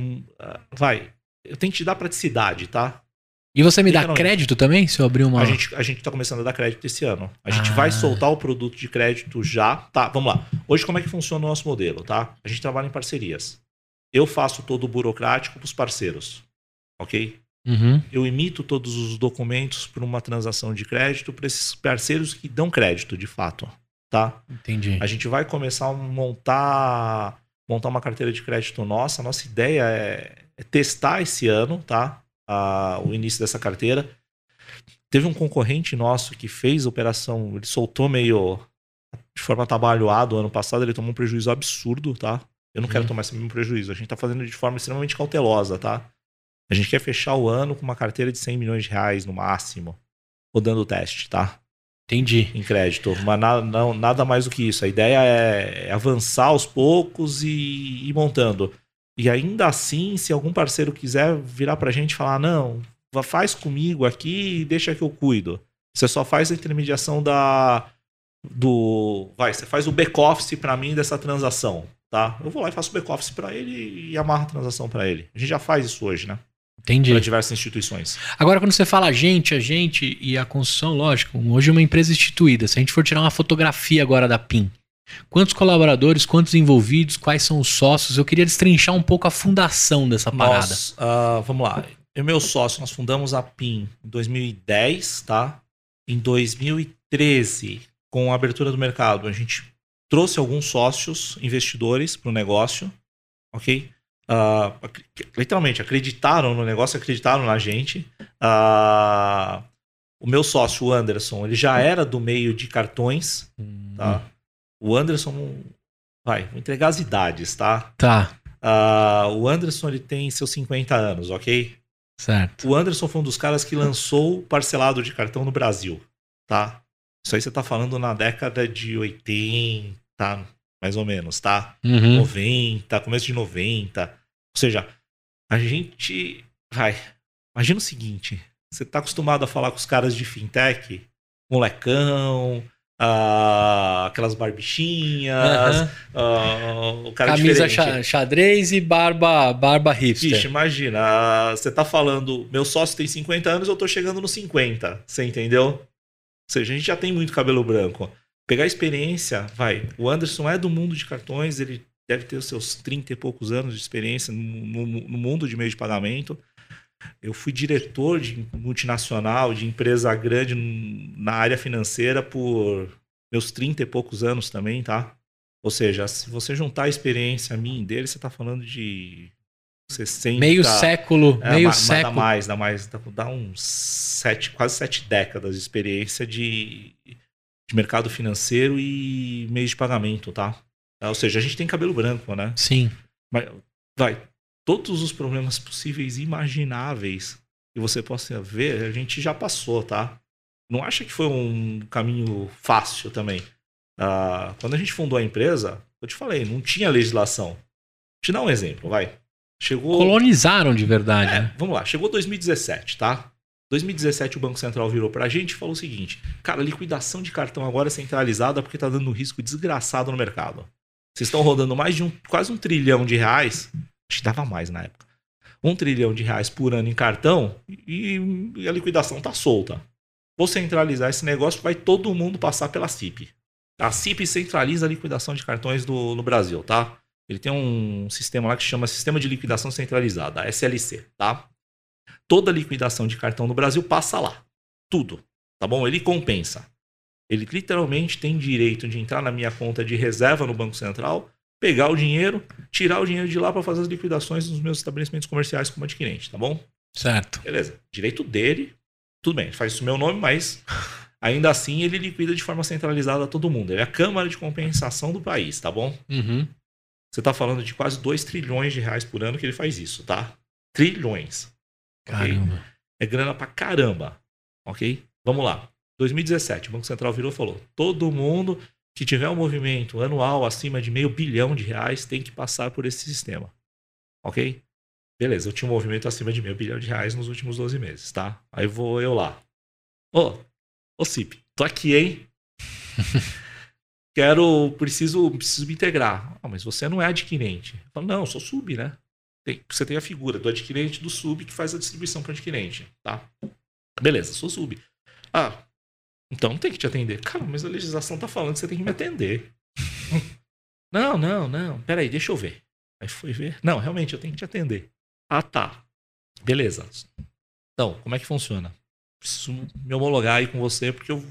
eu tenho que te dar praticidade, tá? E você me dá crédito também, se eu abrir uma... A gente tá começando a dar crédito esse ano. A gente vai soltar o produto de crédito já. Tá, vamos lá. Hoje, como é que funciona o nosso modelo, tá? A gente trabalha em parcerias. Eu faço todo o burocrático pros parceiros. Ok? Eu emito todos os documentos para uma transação de crédito para esses parceiros que dão crédito, de fato. Tá? Entendi. A gente vai começar a montar uma carteira de crédito nossa. A nossa ideia é testar esse ano, tá? O início dessa carteira. Teve um concorrente nosso que fez a operação, ele soltou meio de forma atabalhoada ano passado, ele tomou um prejuízo absurdo, tá? Eu não quero tomar esse mesmo prejuízo. A gente tá fazendo de forma extremamente cautelosa, tá? A gente quer fechar o ano com uma carteira de 100 milhões de reais no máximo, rodando o teste, tá? Entendi. Em crédito, mas nada mais do que isso. A ideia é avançar aos poucos e ir montando. E ainda assim, se algum parceiro quiser virar pra gente e falar, não, faz comigo aqui e deixa que eu cuido. Você só faz a intermediação você faz o back-office pra mim dessa transação, tá? Eu vou lá e faço o back-office pra ele e amarro a transação pra ele. A gente já faz isso hoje, né? Entendi. Para diversas instituições. Agora, quando você fala a gente e a construção, lógico, hoje é uma empresa instituída. Se a gente for tirar uma fotografia agora da PIN, quantos colaboradores, quantos envolvidos, quais são os sócios? Eu queria destrinchar um pouco a fundação dessa parada. Vamos lá. Eu e meu sócio, nós fundamos a PIN em 2010, tá? Em 2013, com a abertura do mercado, a gente trouxe alguns sócios, investidores para o negócio, ok? Literalmente acreditaram no negócio, acreditaram na gente. O meu sócio, o Anderson, ele já era do meio de cartões, tá? O Anderson, vou entregar as idades, tá? Tá. O Anderson, ele tem seus 50 anos, ok? Certo. O Anderson foi um dos caras que lançou o parcelado de cartão no Brasil, tá? Isso aí você tá falando na década de 80, mais ou menos, tá? 90, começo de 90. Ou seja, a gente... Imagina o seguinte, você tá acostumado a falar com os caras de fintech, molecão, aquelas barbichinhas, o cara camisa diferente. xadrez e barba hipster. Vixe, imagina, você tá falando, meu sócio tem 50 anos, eu tô chegando nos 50, você entendeu? Ou seja, a gente já tem muito cabelo branco. pegar a experiência, o Anderson é do mundo de cartões, ele deve ter os seus 30 e poucos anos de experiência no mundo de meio de pagamento. Eu fui diretor de multinacional, de empresa grande na área financeira por meus 30 e poucos anos também, tá? Ou seja, se você juntar a experiência minha e dele, você tá falando de 60... Meio século. Dá uns quase 7 décadas de experiência de mercado financeiro e meio de pagamento, tá? Ou seja, a gente tem cabelo branco, né? Sim. Mas, todos os problemas possíveis e imagináveis que você possa ver, a gente já passou, tá? Não acha que foi um caminho fácil também. Quando a gente fundou a empresa, eu te falei, não tinha legislação. Vou te dar um exemplo, Chegou... Colonizaram de verdade, né? Vamos lá, chegou 2017, tá? 2017 o Banco Central virou pra gente e falou o seguinte: cara, liquidação de cartão agora é centralizada porque tá dando um risco desgraçado no mercado. Vocês estão rodando mais de quase R$1 trilhão, acho que dava mais na época, R$1 trilhão por ano em cartão e a liquidação tá solta. Vou centralizar esse negócio, vai todo mundo passar pela CIP. A CIP centraliza a liquidação de cartões no Brasil, tá? Ele tem um sistema lá que se chama Sistema de Liquidação Centralizada, a SLC, tá? Toda liquidação de cartão no Brasil passa lá. Tudo, tá bom? Ele compensa. Ele literalmente tem direito de entrar na minha conta de reserva no Banco Central, pegar o dinheiro, tirar o dinheiro de lá para fazer as liquidações nos meus estabelecimentos comerciais como adquirente, tá bom? Certo. Beleza. Direito dele, tudo bem, ele faz isso no meu nome, mas ainda assim ele liquida de forma centralizada a todo mundo. Ele é a Câmara de Compensação do país, tá bom? Uhum. Você tá falando de quase R$2 trilhões por ano que ele faz isso, tá? Trilhões. Caramba. Okay? É grana pra caramba, ok? Vamos lá. 2017, o Banco Central virou e falou: todo mundo que tiver um movimento anual acima de R$500 bilhão tem que passar por esse sistema, ok? Beleza, eu tinha um movimento acima de R$500 bilhão nos últimos 12 meses, tá? Aí vou eu lá. Ô CIP, tô aqui, hein? Preciso me integrar. Mas você não é adquirente. Eu falo, não, eu sou sub, né? Você tem a figura do adquirente do sub que faz a distribuição para o adquirente, tá? Beleza, sou sub. Então não tem que te atender. Cara, mas a legislação tá falando que você tem que me atender. Não. Peraí, deixa eu ver. Aí foi ver. Não, realmente eu tenho que te atender. Tá. Beleza. Então, como é que funciona? Preciso me homologar aí com você porque eu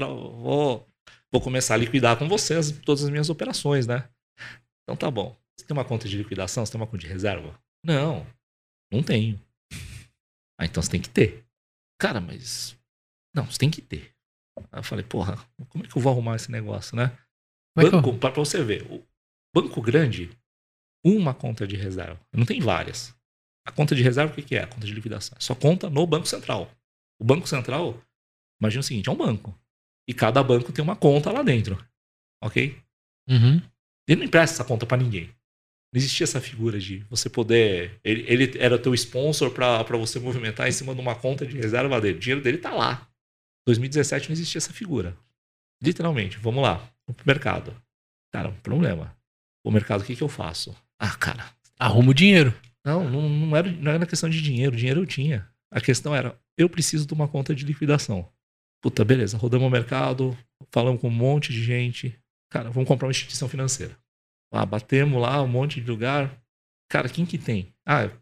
vou começar a liquidar com você todas as minhas operações, né? Então tá bom. Você tem uma conta de liquidação? Você tem uma conta de reserva? Não tenho. Então você tem que ter. Cara, mas... Não, você tem que ter. Aí eu falei, porra, como é que eu vou arrumar esse negócio, né? Banco, pra você ver, o banco grande, uma conta de reserva. Não tem várias. A conta de reserva, o que é? A conta de liquidação. Só conta no Banco Central. O Banco Central, imagina o seguinte, é um banco. E cada banco tem uma conta lá dentro. Ok? Uhum. Ele não empresta essa conta pra ninguém. Não existia essa figura de você poder... Ele era teu sponsor pra você movimentar em cima de uma conta de reserva dele. O dinheiro dele tá lá. Em 2017 não existia essa figura. Literalmente. Vamos lá. Vamos pro mercado. Cara, um problema. O mercado, o que eu faço? Cara... Arruma o dinheiro. Não era questão de dinheiro. O dinheiro eu tinha. A questão era, eu preciso de uma conta de liquidação. Puta, beleza. Rodamos o mercado. Falamos com um monte de gente. Cara, vamos comprar uma instituição financeira. Batemos lá um monte de lugar. Cara, quem que tem?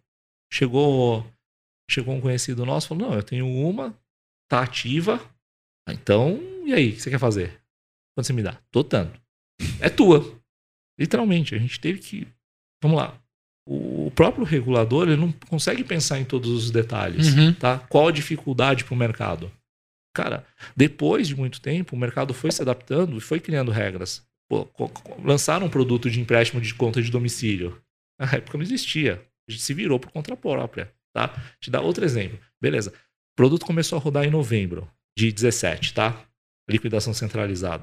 Chegou um conhecido nosso, falou, não, eu tenho uma, tá ativa. Então, e aí, o que você quer fazer? Quanto você me dá? Tô dando. É tua. Literalmente, a gente teve que... Vamos lá. O próprio regulador, ele não consegue pensar em todos os detalhes, tá? Qual a dificuldade pro mercado? Cara, depois de muito tempo, o mercado foi se adaptando e foi criando regras. Lançaram um produto de empréstimo de conta de domicílio. Na época não existia. A gente se virou por conta própria, tá? Te dar outro exemplo. Beleza. O produto começou a rodar em novembro de 17, tá? Liquidação centralizada.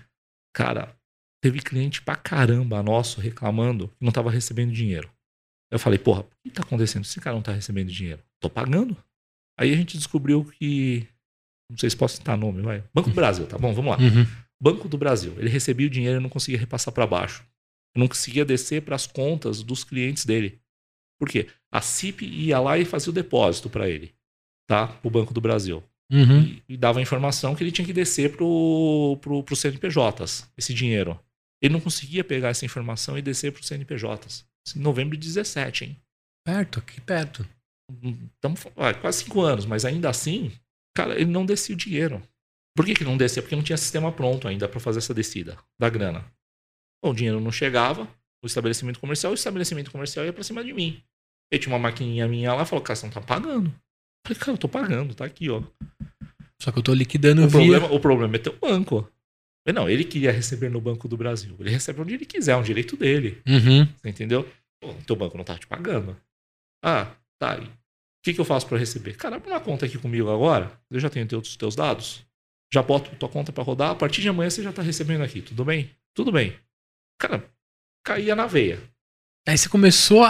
Cara, teve cliente pra caramba nosso reclamando que não tava recebendo dinheiro. Eu falei, porra, o que tá acontecendo? Esse cara não tá recebendo dinheiro. Tô pagando. Aí a gente descobriu que... Não sei se posso citar nome, vai. Banco do Brasil, tá bom? Vamos lá. Banco do Brasil. Ele recebia o dinheiro e não conseguia repassar para baixo. Não conseguia descer para as contas dos clientes dele. Por quê? A CIP ia lá e fazia o depósito para ele, tá? O Banco do Brasil. e dava a informação que ele tinha que descer pro CNPJs, esse dinheiro. Ele não conseguia pegar essa informação e descer pro CNPJs. Em novembro de 17, hein? Perto, aqui perto. Estamos quase 5 anos, mas ainda assim, cara, ele não descia o dinheiro. Por que ele não descia? Porque não tinha sistema pronto ainda para fazer essa descida da grana. Bom, o dinheiro não chegava, o estabelecimento comercial ia pra cima de mim. Ele tinha uma maquininha minha lá e falou, cara, você não tá pagando. Eu falei, cara, eu tô pagando, tá aqui, ó. Só que eu tô liquidando o problema é teu banco. Não, ele queria receber no Banco do Brasil. Ele recebe onde ele quiser, é um direito dele. Você entendeu? Pô, teu banco não tá te pagando. Ah, tá aí. O que eu faço pra receber? Cara, abre uma conta aqui comigo agora. Eu já tenho teus dados. Já boto tua conta pra rodar. A partir de amanhã você já tá recebendo aqui. Tudo bem? Tudo bem. Cara, caía na veia. Aí você começou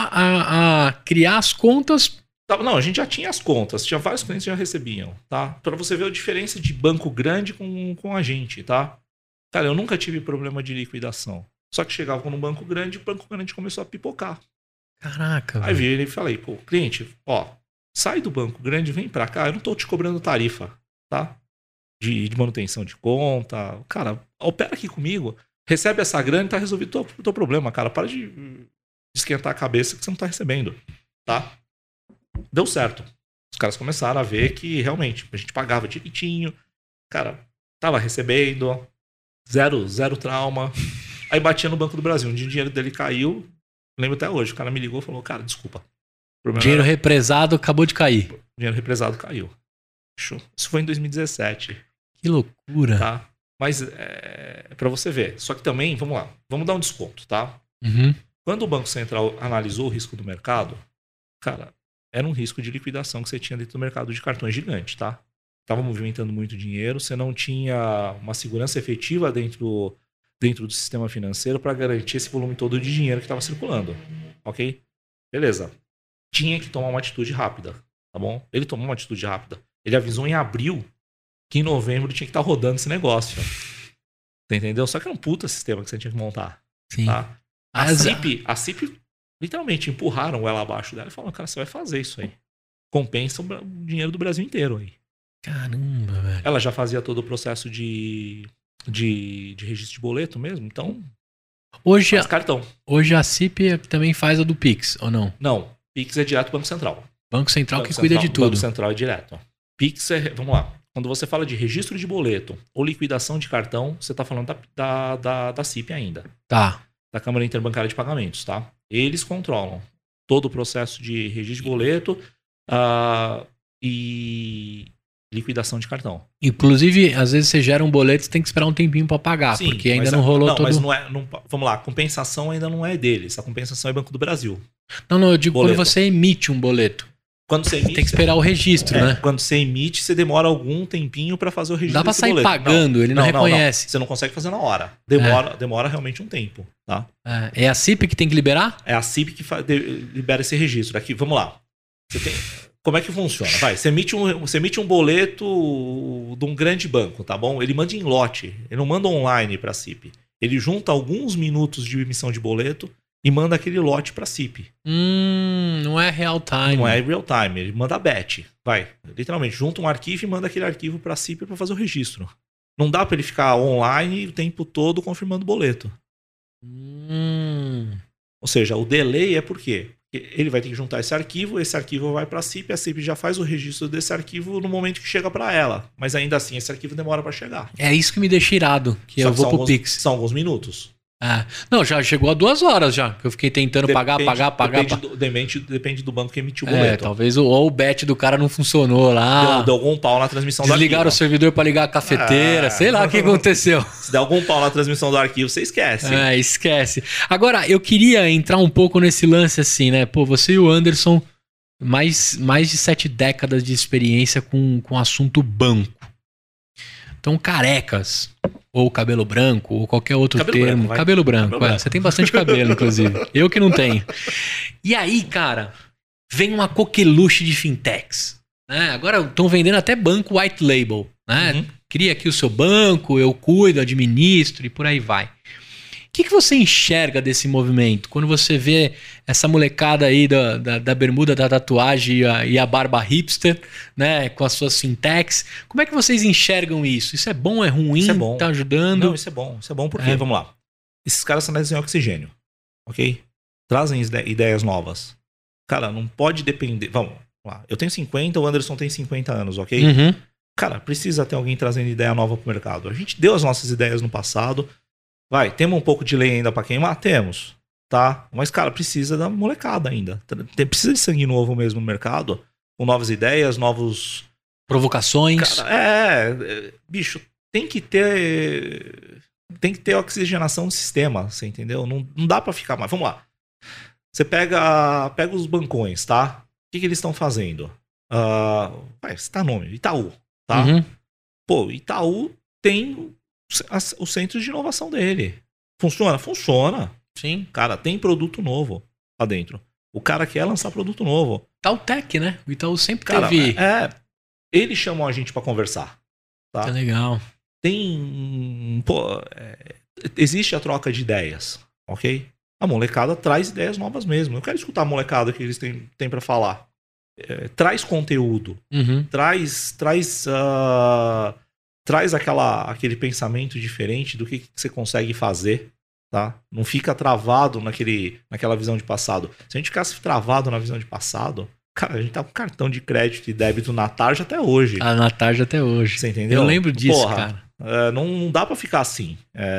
a criar as contas. Não, a gente já tinha as contas. Tinha vários clientes que já recebiam, tá? Pra você ver a diferença de banco grande com a gente, tá? Cara, eu nunca tive problema de liquidação. Só que chegava num banco grande e o banco grande começou a pipocar. Caraca, Aí vi ele e falei, pô, cliente, ó, sai do banco grande, vem pra cá, eu não tô te cobrando tarifa, tá? De manutenção de conta. Cara, opera aqui comigo, recebe essa grana e tá resolvido o teu problema, cara. Para de esquentar a cabeça que você não tá recebendo, tá? Deu certo. Os caras começaram a ver que realmente a gente pagava direitinho, cara, tava recebendo, zero trauma. Aí batia no Banco do Brasil, um dia o dinheiro dele caiu, lembro até hoje, o cara me ligou e falou, cara, desculpa. Dinheiro represado acabou de cair. Dinheiro represado caiu. Isso foi em 2017. Que loucura. Tá? Mas pra você ver. Só que também, vamos lá, vamos dar um desconto, tá? Quando o Banco Central analisou o risco do mercado, cara, era um risco de liquidação que você tinha dentro do mercado de cartões gigante, tá? Tava movimentando muito dinheiro, você não tinha uma segurança efetiva dentro do sistema financeiro para garantir esse volume todo de dinheiro que estava circulando, ok? Beleza. Tinha que tomar uma atitude rápida, tá bom? Ele tomou uma atitude rápida. Ele avisou em abril que em novembro tinha que estar rodando esse negócio. Você entendeu? Só que era um puta sistema que você tinha que montar. Sim. Tá? A CIP, literalmente, empurraram ela abaixo dela e falaram, cara, você vai fazer isso aí. Compensa o dinheiro do Brasil inteiro aí. Caramba, velho. Ela já fazia todo o processo de registro de boleto mesmo, então hoje faz cartão. Hoje a CIP também faz a do Pix, ou não? Não, Pix é direto do Banco Central. Banco Central que cuida de tudo. Banco Central é direto. Pix é, vamos lá, quando você fala de registro de boleto ou liquidação de cartão, você está falando da CIP ainda. Tá. Da Câmara Interbancária de Pagamentos, tá? Eles controlam todo o processo de registro de boleto e liquidação de cartão. Inclusive, às vezes você gera um boleto e você tem que esperar um tempinho para pagar, sim, porque ainda não rolou todo... Mas não é, vamos lá, a compensação ainda não é deles. A compensação é Banco do Brasil. Não, eu digo boleto. Quando você emite um boleto. Quando você emite, tem que esperar o registro, né? Quando você emite, você demora algum tempinho para fazer o registro. Dá para sair boleto. Pagando, ele não reconhece. Você não consegue fazer na hora. Demora realmente um tempo, tá? É a CIP que tem que liberar? É a CIP que libera esse registro. Aqui, vamos lá. Como é que funciona? Vai, você emite um boleto de um grande banco, tá bom? Ele manda em lote, ele não manda online para a CIP. Ele junta alguns minutos de emissão de boleto e manda aquele lote para a CIP. Não é real time. Não é real time, ele manda batch. Vai, literalmente, junta um arquivo e manda aquele arquivo para a CIP para fazer o registro. Não dá para ele ficar online o tempo todo confirmando o boleto. Ou seja, o delay é por quê? Ele vai ter que juntar esse arquivo vai para a CIP já faz o registro desse arquivo no momento que chega para ela. Mas ainda assim, esse arquivo demora para chegar. É isso que me deixa irado, que eu vou pro Pix. São alguns minutos. Não, já chegou a 2 horas já, que eu fiquei tentando pagar. Depende do banco que emitiu o boleto. Talvez o bet do cara não funcionou lá. Deu algum pau na transmissão do arquivo. Desligaram o servidor para ligar a cafeteira, sei lá o que aconteceu. Se der algum pau na transmissão do arquivo, você esquece. Esquece. Agora, eu queria entrar um pouco nesse lance assim, né? Pô, você e o Anderson, mais de 7 décadas de experiência com o assunto banco. Então, carecas, ou cabelo branco, ou qualquer outro termo. Cabelo branco. Você tem bastante cabelo, inclusive. Eu que não tenho. E aí, cara, vem uma coqueluche de fintechs. Né? Agora estão vendendo até banco white label. Né? Cria aqui o seu banco, eu cuido, administro e por aí vai. que você enxerga desse movimento? Quando você vê essa molecada aí da bermuda, da tatuagem e a barba hipster, né? Com as suas fintechs. Como é que vocês enxergam isso? Isso é bom, é ruim? Isso é bom. Tá ajudando? Não, isso é bom. Isso é bom porque, vamos lá. Esses caras trazem oxigênio, ok? Trazem ideias novas. Cara, não pode depender... Vamos lá. Eu tenho 50, o Anderson tem 50 anos, ok? Uhum. Cara, precisa ter alguém trazendo ideia nova pro mercado. A gente deu as nossas ideias no passado. Temos um pouco de lei ainda pra queimar? Temos, tá? Mas, cara, precisa da molecada ainda. Precisa de sangue novo mesmo no mercado, com novas ideias, novos... Provocações. Cara, bicho, tem que ter oxigenação do sistema, você entendeu? Não dá pra ficar mais. Vamos lá. Você pega os bancões, tá? O que eles estão fazendo? Citar nome, Itaú, tá? Uhum. Pô, Itaú tem os centros de inovação dele. Funciona? Funciona. Sim. Cara, tem produto novo lá dentro. O cara quer lançar produto novo. Itautec, né? O Itaú sempre Cara, teve... eles chamam a gente pra conversar. Tá? É legal. Existe a troca de ideias, ok? A molecada traz ideias novas mesmo. Eu quero escutar a molecada que eles têm pra falar. Traz conteúdo. Uhum. Traz aquele pensamento diferente do que você consegue fazer, tá? Não fica travado naquela visão de passado. Se a gente ficasse travado na visão de passado, cara, a gente tá com cartão de crédito e débito na tarja até hoje. Na tarja até hoje. Você entendeu? Eu lembro disso, cara. Não dá pra ficar assim.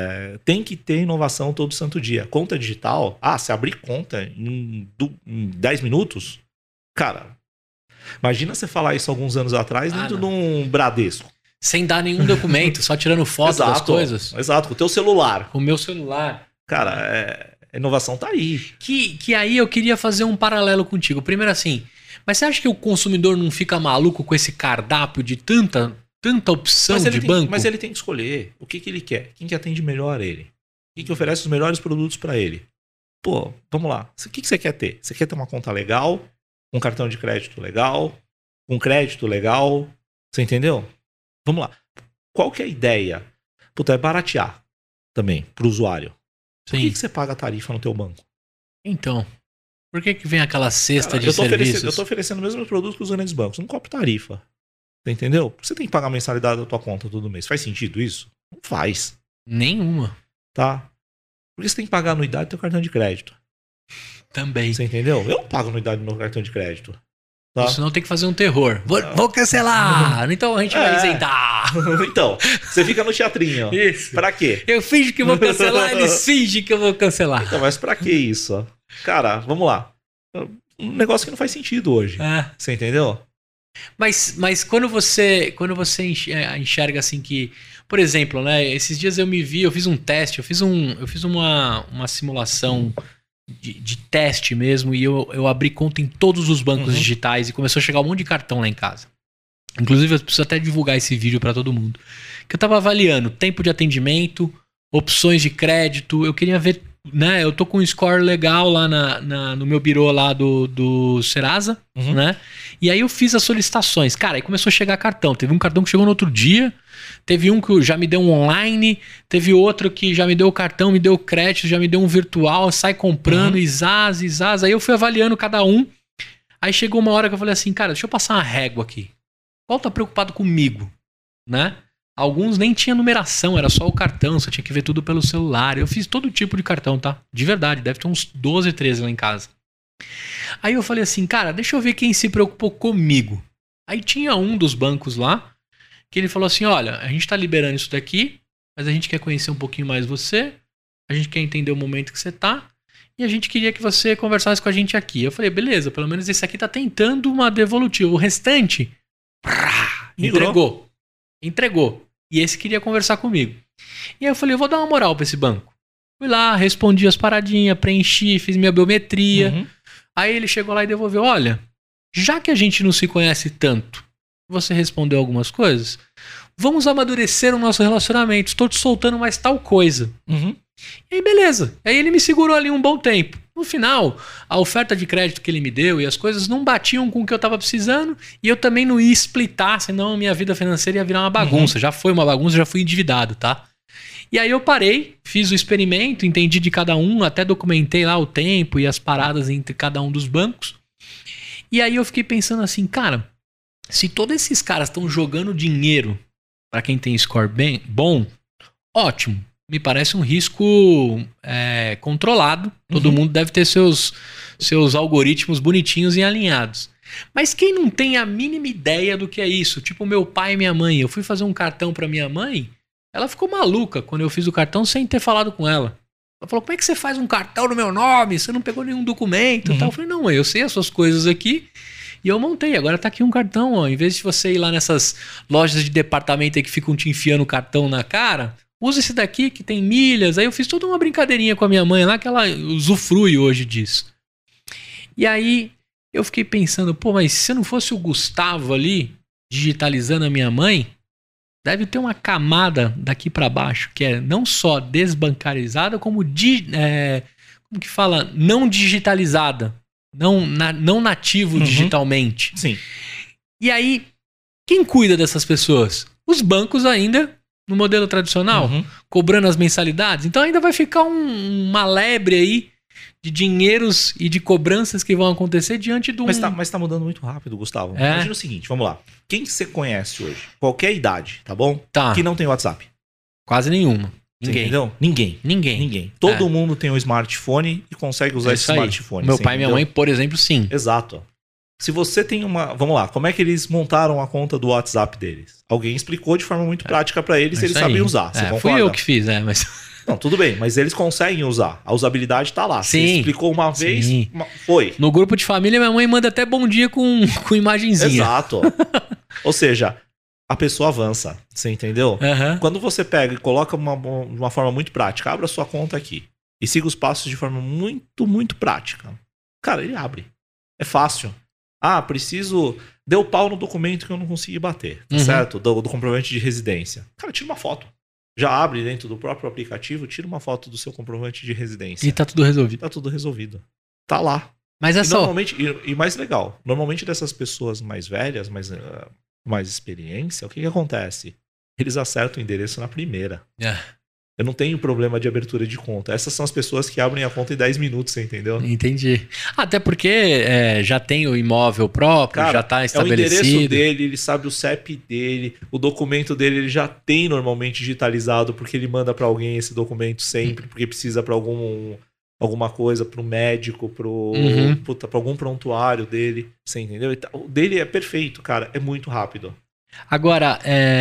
Tem que ter inovação todo santo dia. Conta digital, se abrir conta em 10 minutos, cara, imagina você falar isso alguns anos atrás dentro de um Bradesco. Sem dar nenhum documento, só tirando foto das coisas. Exato, com o teu celular. Com o meu celular. Cara, a inovação tá aí. Que aí eu queria fazer um paralelo contigo. Primeiro assim, mas você acha que o consumidor não fica maluco com esse cardápio de tanta opção de banco? Mas ele tem que escolher o que ele quer. Quem que atende melhor a ele. Quem que oferece os melhores produtos para ele. Pô, vamos lá. O que você quer ter? Você quer ter uma conta legal? Um cartão de crédito legal? Um crédito legal? Você entendeu? Vamos lá. Qual que é a ideia? Puta, é baratear também pro usuário. Por que você paga a tarifa no teu banco? Então, por que vem aquela cesta de serviços? Eu tô oferecendo o mesmo produto que os grandes bancos. Não cobro tarifa. Você entendeu? Por que você tem que pagar a mensalidade da tua conta todo mês? Faz sentido isso? Não faz. Nenhuma. Tá? Por que você tem que pagar a anuidade do teu cartão de crédito? Também. Você entendeu? Eu não pago anuidade do meu cartão de crédito. Tá? Senão tem que fazer um terror. Vou cancelar! Então a gente vai isentar. Então, você fica no teatrinho. Isso. Pra quê? Eu finjo que vou cancelar, eles fingem que eu vou cancelar. Então, mas pra que isso? Cara, vamos lá. Um negócio que não faz sentido hoje. Você entendeu? Mas quando você enxerga assim que... Por exemplo, né? Esses dias eu fiz um teste, eu fiz uma simulação de teste mesmo, e eu abri conta em todos os bancos digitais e começou a chegar um monte de cartão lá em casa. Inclusive, eu preciso até divulgar esse vídeo para todo mundo. Que eu tava avaliando tempo de atendimento, opções de crédito, eu queria ver, né? Eu tô com um score legal lá no meu birô lá do Serasa, né? E aí eu fiz as solicitações. Cara, aí começou a chegar cartão. Teve um cartão que chegou no outro dia, teve um que já me deu um online, teve outro que já me deu o cartão, me deu crédito, já me deu um virtual, sai comprando, Aí eu fui avaliando cada um. Aí chegou uma hora que eu falei assim, cara, deixa eu passar uma régua aqui. Qual tá preocupado comigo, né? Alguns nem tinha numeração, era só o cartão, você tinha que ver tudo pelo celular. Eu fiz todo tipo de cartão, tá? De verdade, deve ter uns 12, 13 lá em casa. Aí eu falei assim, cara, deixa eu ver quem se preocupou comigo. Aí tinha um dos bancos lá, que ele falou assim, olha, a gente tá liberando isso daqui, mas a gente quer conhecer um pouquinho mais você, a gente quer entender o momento que você tá, e a gente queria que você conversasse com a gente aqui. Eu falei, beleza, pelo menos esse aqui tá tentando uma devolutiva. O restante, entregou. E esse queria conversar comigo. E aí eu falei, eu vou dar uma moral pra esse banco. Fui lá, respondi as paradinhas, preenchi, fiz minha biometria. Aí ele chegou lá e devolveu, olha, já que a gente não se conhece tanto, você respondeu algumas coisas, vamos amadurecer o nosso relacionamento, estou te soltando mais tal coisa. E aí beleza, aí ele me segurou ali um bom tempo. No final, a oferta de crédito que ele me deu e as coisas não batiam com o que eu estava precisando, e eu também não ia splitar, senão a minha vida financeira ia virar uma bagunça. Já foi uma bagunça, já fui endividado, tá? E aí eu parei, fiz o experimento, entendi de cada um, até documentei lá o tempo e as paradas entre cada um dos bancos. E aí eu fiquei pensando assim, cara, se todos esses caras estão jogando dinheiro para quem tem score bom, ótimo. Me parece um risco controlado. Todo mundo deve ter seus algoritmos bonitinhos e alinhados. Mas quem não tem a mínima ideia do que é isso? Tipo meu pai e minha mãe. Eu fui fazer um cartão para minha mãe, ela ficou maluca quando eu fiz o cartão sem ter falado com ela. Ela falou, como é que você faz um cartão no meu nome? Você não pegou nenhum documento e tal. Eu falei, não, mãe, eu sei as suas coisas aqui. E eu montei, agora tá aqui um cartão, ó. Em vez de você ir lá nessas lojas de departamento aí que ficam te enfiando o cartão na cara, usa esse daqui que tem milhas. Aí eu fiz toda uma brincadeirinha com a minha mãe lá, que ela usufrui hoje disso. E aí eu fiquei pensando, pô, mas se não fosse o Gustavo ali, digitalizando a minha mãe, deve ter uma camada daqui pra baixo, que é não só desbancarizada, como como que fala? Não digitalizada. Não nativo digitalmente. Sim. E aí, quem cuida dessas pessoas? Os bancos ainda, no modelo tradicional, cobrando as mensalidades. Então ainda vai ficar uma lebre aí de dinheiros e de cobranças que vão acontecer diante do... Mas tá mudando muito rápido, Gustavo. Imagina o seguinte, vamos lá. Quem você conhece hoje? Qualquer idade, tá bom? Tá. Que não tem WhatsApp. Quase nenhuma. Ninguém. Entendeu? Ninguém. Todo mundo tem um smartphone e consegue usar esse smartphone. Meu pai e minha mãe, por exemplo, sim. Exato. Se você tem uma... Vamos lá, como é que eles montaram a conta do WhatsApp deles? Alguém explicou de forma muito prática pra eles e eles sabem usar. Você concorda? Fui eu que fiz, mas... Não, tudo bem, mas eles conseguem usar. A usabilidade tá lá. Sim. Você explicou uma vez, foi. No grupo de família, minha mãe manda até bom dia com imagenzinha. Exato. Ou seja... A pessoa avança, você entendeu? Quando você pega e coloca de uma forma muito prática, abra sua conta aqui e siga os passos de forma muito, muito prática. Cara, ele abre. É fácil. Preciso... Deu pau no documento que eu não consegui bater, tá certo? Do comprovante de residência. Cara, tira uma foto. Já abre dentro do próprio aplicativo, tira uma foto do seu comprovante de residência. E tá tudo resolvido. Tá tudo resolvido. Tá lá. Mas é só... Normalmente, e mais legal, normalmente dessas pessoas mais velhas, mais experiência, o que acontece? Eles acertam o endereço na primeira. Eu não tenho problema de abertura de conta. Essas são as pessoas que abrem a conta em 10 minutos, você entendeu? Entendi. Até porque já tem o imóvel próprio, cara, já tá estabelecido. É o endereço dele, ele sabe o CEP dele, o documento dele ele já tem normalmente digitalizado, porque ele manda para alguém esse documento sempre, porque precisa para alguma coisa, pro médico, pra algum prontuário dele, você entendeu? O dele é perfeito, cara, é muito rápido. Agora,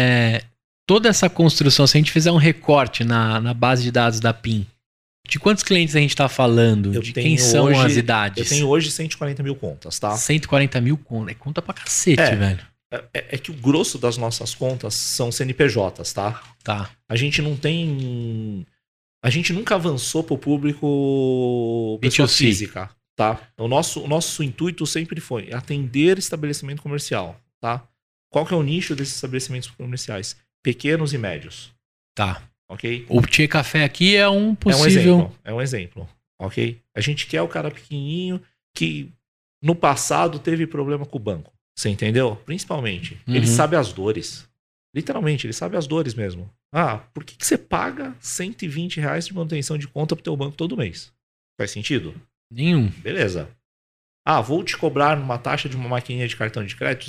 toda essa construção, se a gente fizer um recorte na base de dados da PIN, de quantos clientes a gente tá falando? De quem são as idades? Eu tenho hoje 140 mil contas, tá? 140 mil contas, é conta pra cacete, velho. É que o grosso das nossas contas são CNPJs, tá? Tá. A gente não tem... A gente nunca avançou para o público pessoa física, tá? O nosso intuito sempre foi atender estabelecimento comercial, tá? Qual que é o nicho desses estabelecimentos comerciais? Pequenos e médios. Tá. Ok? O Tia Café aqui é um possível... É um exemplo, ok? A gente quer o cara pequenininho que no passado teve problema com o banco, você entendeu? Principalmente. Ele sabe as dores. Literalmente, ele sabe as dores mesmo. Por que você paga R$120 de manutenção de conta pro teu banco todo mês? Faz sentido? Nenhum. Beleza. Vou te cobrar uma taxa de uma maquininha de cartão de crédito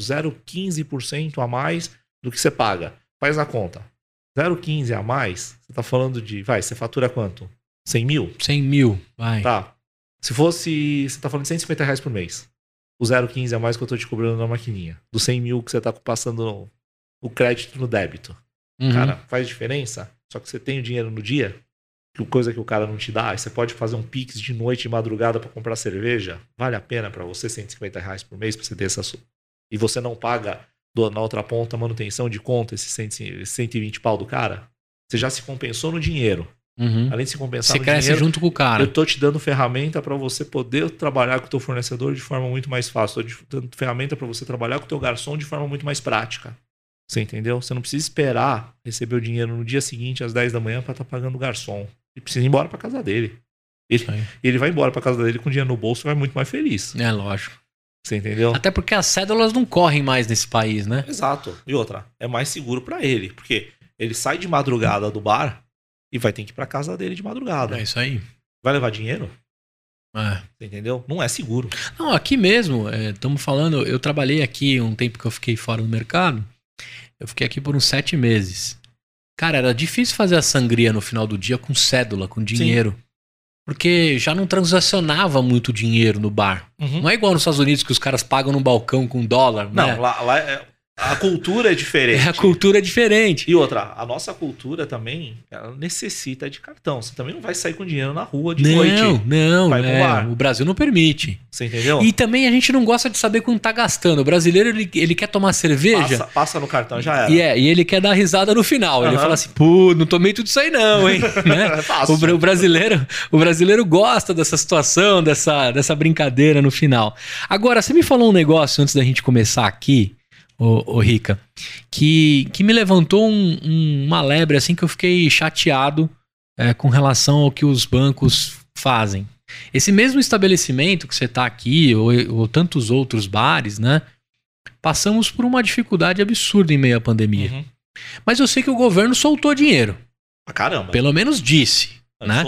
0,15% a mais do que você paga. Faz a conta. 0,15 a mais, você tá falando de... você fatura quanto? 100 mil? 100 mil, vai. Tá. Se fosse... Você tá falando de R$150 por mês. O 0,15 a mais que eu tô te cobrando na maquininha. Dos 100 mil que você tá passando o crédito no débito. Cara, faz diferença? Só que você tem o dinheiro no dia, coisa que o cara não te dá, você pode fazer um Pix de noite e madrugada para comprar cerveja, vale a pena para você R$150 por mês para você ter essa... E você não paga na outra ponta a manutenção de conta, esses 120 pau do cara? Você já se compensou no dinheiro. Além de se compensar no dinheiro, você cresce junto com o cara. Eu tô te dando ferramenta para você poder trabalhar com o teu fornecedor de forma muito mais fácil. Tô te dando ferramenta para você trabalhar com o teu garçom de forma muito mais prática. Você entendeu? Você não precisa esperar receber o dinheiro no dia seguinte, às 10 da manhã, para estar pagando o garçom. Ele precisa ir embora para casa dele. Ele vai embora para casa dele com dinheiro no bolso e vai muito mais feliz. É, lógico. Você entendeu? Até porque as cédulas não correm mais nesse país, né? Exato. E outra, é mais seguro para ele. Porque ele sai de madrugada do bar, e vai ter que ir pra casa dele de madrugada. É isso aí. Vai levar dinheiro? É. Você entendeu? Não é seguro. Não, aqui mesmo, estamos falando, eu trabalhei aqui um tempo que eu fiquei fora do mercado, eu fiquei aqui por uns 7 meses. Cara, era difícil fazer a sangria no final do dia com cédula, com dinheiro. Sim. Porque já não transacionava muito dinheiro no bar. Não é igual nos Estados Unidos que os caras pagam no balcão com dólar, não, né? Lá a cultura é diferente. A cultura é diferente. E outra, a nossa cultura também, ela necessita de cartão. Você também não vai sair com dinheiro na rua de noite. Não, o Brasil não permite. Você entendeu? E também a gente não gosta de saber quanto tá gastando. O brasileiro, ele quer tomar cerveja. Passa no cartão, já era. E ele quer dar risada no final. Ele fala assim, pô, não tomei tudo isso aí não, hein? Né? O brasileiro gosta dessa situação, dessa brincadeira no final. Agora, você me falou um negócio antes da gente começar aqui, ô Rica, que me levantou uma lebre assim que eu fiquei chateado com relação ao que os bancos fazem. Esse mesmo estabelecimento que você está aqui, ou tantos outros bares, né? Passamos por uma dificuldade absurda em meio à pandemia. Mas eu sei que o governo soltou dinheiro. Pra caramba. Pelo menos disse. Né?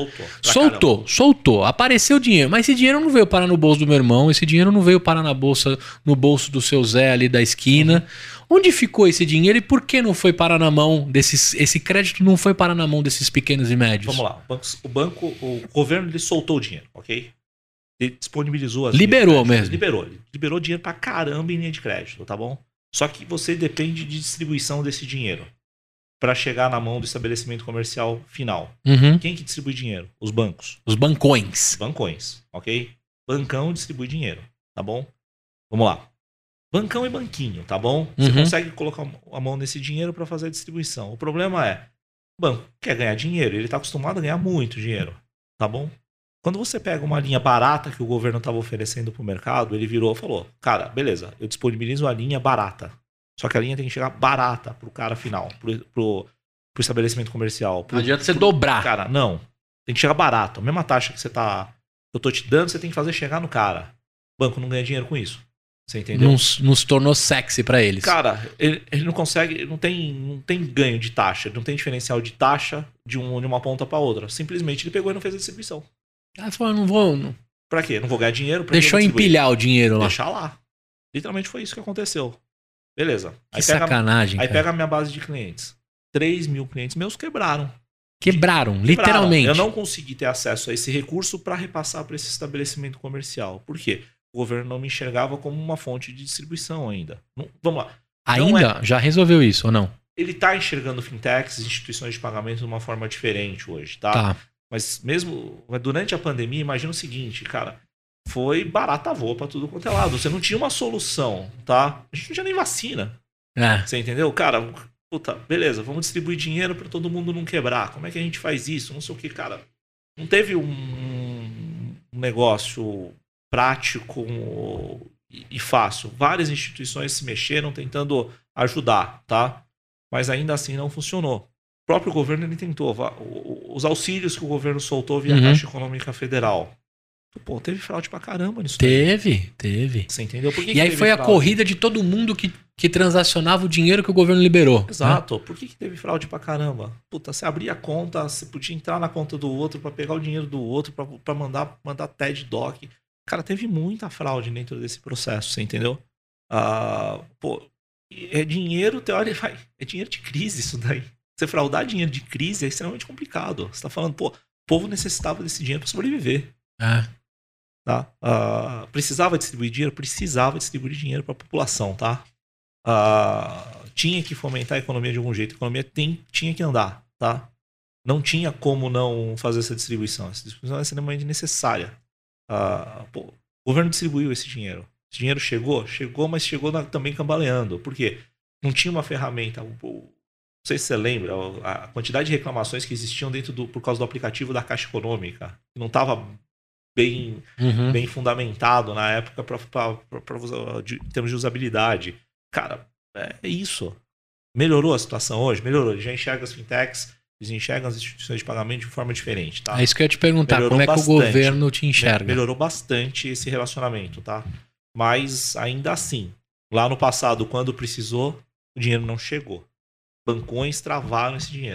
Soltou. Apareceu dinheiro. Mas esse dinheiro não veio parar no bolso do meu irmão. Esse dinheiro não veio parar no bolso do seu Zé ali da esquina. Onde ficou esse dinheiro e por que não foi parar na mão desses... Esse crédito não foi parar na mão desses pequenos e médios? Vamos lá. O governo ele soltou o dinheiro, ok? Ele disponibilizou as Liberou mesmo. Liberou dinheiro pra caramba em linha de crédito, tá bom? Só que você depende de distribuição desse dinheiro para chegar na mão do estabelecimento comercial final. Quem que distribui dinheiro? Os bancos. Os bancões. Bancões, ok? Bancão distribui dinheiro, tá bom? Vamos lá. Bancão e banquinho, tá bom? Você consegue colocar a mão nesse dinheiro para fazer a distribuição. O problema é, o banco quer ganhar dinheiro, ele tá acostumado a ganhar muito dinheiro, tá bom? Quando você pega uma linha barata que o governo estava oferecendo pro mercado, ele virou e falou, cara, beleza, eu disponibilizo a linha barata. Só que a linha tem que chegar barata pro cara final, pro estabelecimento comercial. Não adianta você dobrar. Cara, não. Tem que chegar barato. A mesma taxa que eu tô te dando, você tem que fazer chegar no cara. O banco não ganha dinheiro com isso. Você entendeu? Não se tornou sexy pra eles. Cara, ele não consegue, não tem ganho de taxa, não tem diferencial de taxa de uma ponta pra outra. Simplesmente ele pegou e não fez a distribuição. Ele falou, não vou... Pra quê? Não vou ganhar dinheiro? Deixou empilhar o dinheiro lá. Deixar lá. Literalmente foi isso que aconteceu. Beleza. Que sacanagem, Aí pega a minha base de clientes. 3 mil clientes meus quebraram. Literalmente. Eu não consegui ter acesso a esse recurso para repassar para esse estabelecimento comercial. Por quê? O governo não me enxergava como uma fonte de distribuição ainda. Vamos lá. Ainda? Já resolveu isso ou não? Ele está enxergando fintechs, instituições de pagamento de uma forma diferente hoje, tá? Mas durante a pandemia, imagina o seguinte, cara. Foi barata voa pra tudo quanto é lado. Você não tinha uma solução, tá? A gente não tinha nem vacina. Você entendeu? Cara, puta, beleza, vamos distribuir dinheiro pra todo mundo não quebrar. Como é que a gente faz isso? Não sei o que, cara. Não teve um negócio prático e fácil. Várias instituições se mexeram tentando ajudar, tá? Mas ainda assim não funcionou. O próprio governo ele tentou. Os auxílios que o governo soltou via Caixa Econômica Federal. Pô, teve fraude pra caramba nisso. Teve. Você entendeu? Por que e aí foi fraude? A corrida de todo mundo que transacionava o dinheiro que o governo liberou. Exato. Né? Por que teve fraude pra caramba? Puta, você abria a conta, você podia entrar na conta do outro pra pegar o dinheiro do outro, pra mandar TED Doc. Cara, teve muita fraude dentro desse processo, você entendeu? É dinheiro, é dinheiro de crise isso daí. Você fraudar dinheiro de crise é extremamente complicado. Você tá falando, o povo necessitava desse dinheiro pra sobreviver. Tá? Precisava distribuir dinheiro? Precisava distribuir dinheiro para a população, tá? Tinha que fomentar a economia de algum jeito. A economia tinha que andar, tá? Não tinha como não fazer essa distribuição. Essa distribuição é extremamente necessária. O governo distribuiu esse dinheiro. Esse dinheiro chegou, mas chegou também cambaleando. Por quê? Não tinha uma ferramenta. Não sei se você lembra, a quantidade de reclamações que existiam por causa do aplicativo da Caixa Econômica. Não estava bem fundamentado na época em termos de usabilidade. Cara, é isso. Melhorou a situação hoje? Melhorou. Ele já enxerga as fintechs, eles enxergam as instituições de pagamento de forma diferente, tá? É isso que eu ia te perguntar. Melhorou como é bastante, que o governo te enxerga? Melhorou bastante esse relacionamento, tá? Mas ainda assim, lá no passado, quando precisou, o dinheiro não chegou. Bancões travaram esse dinheiro.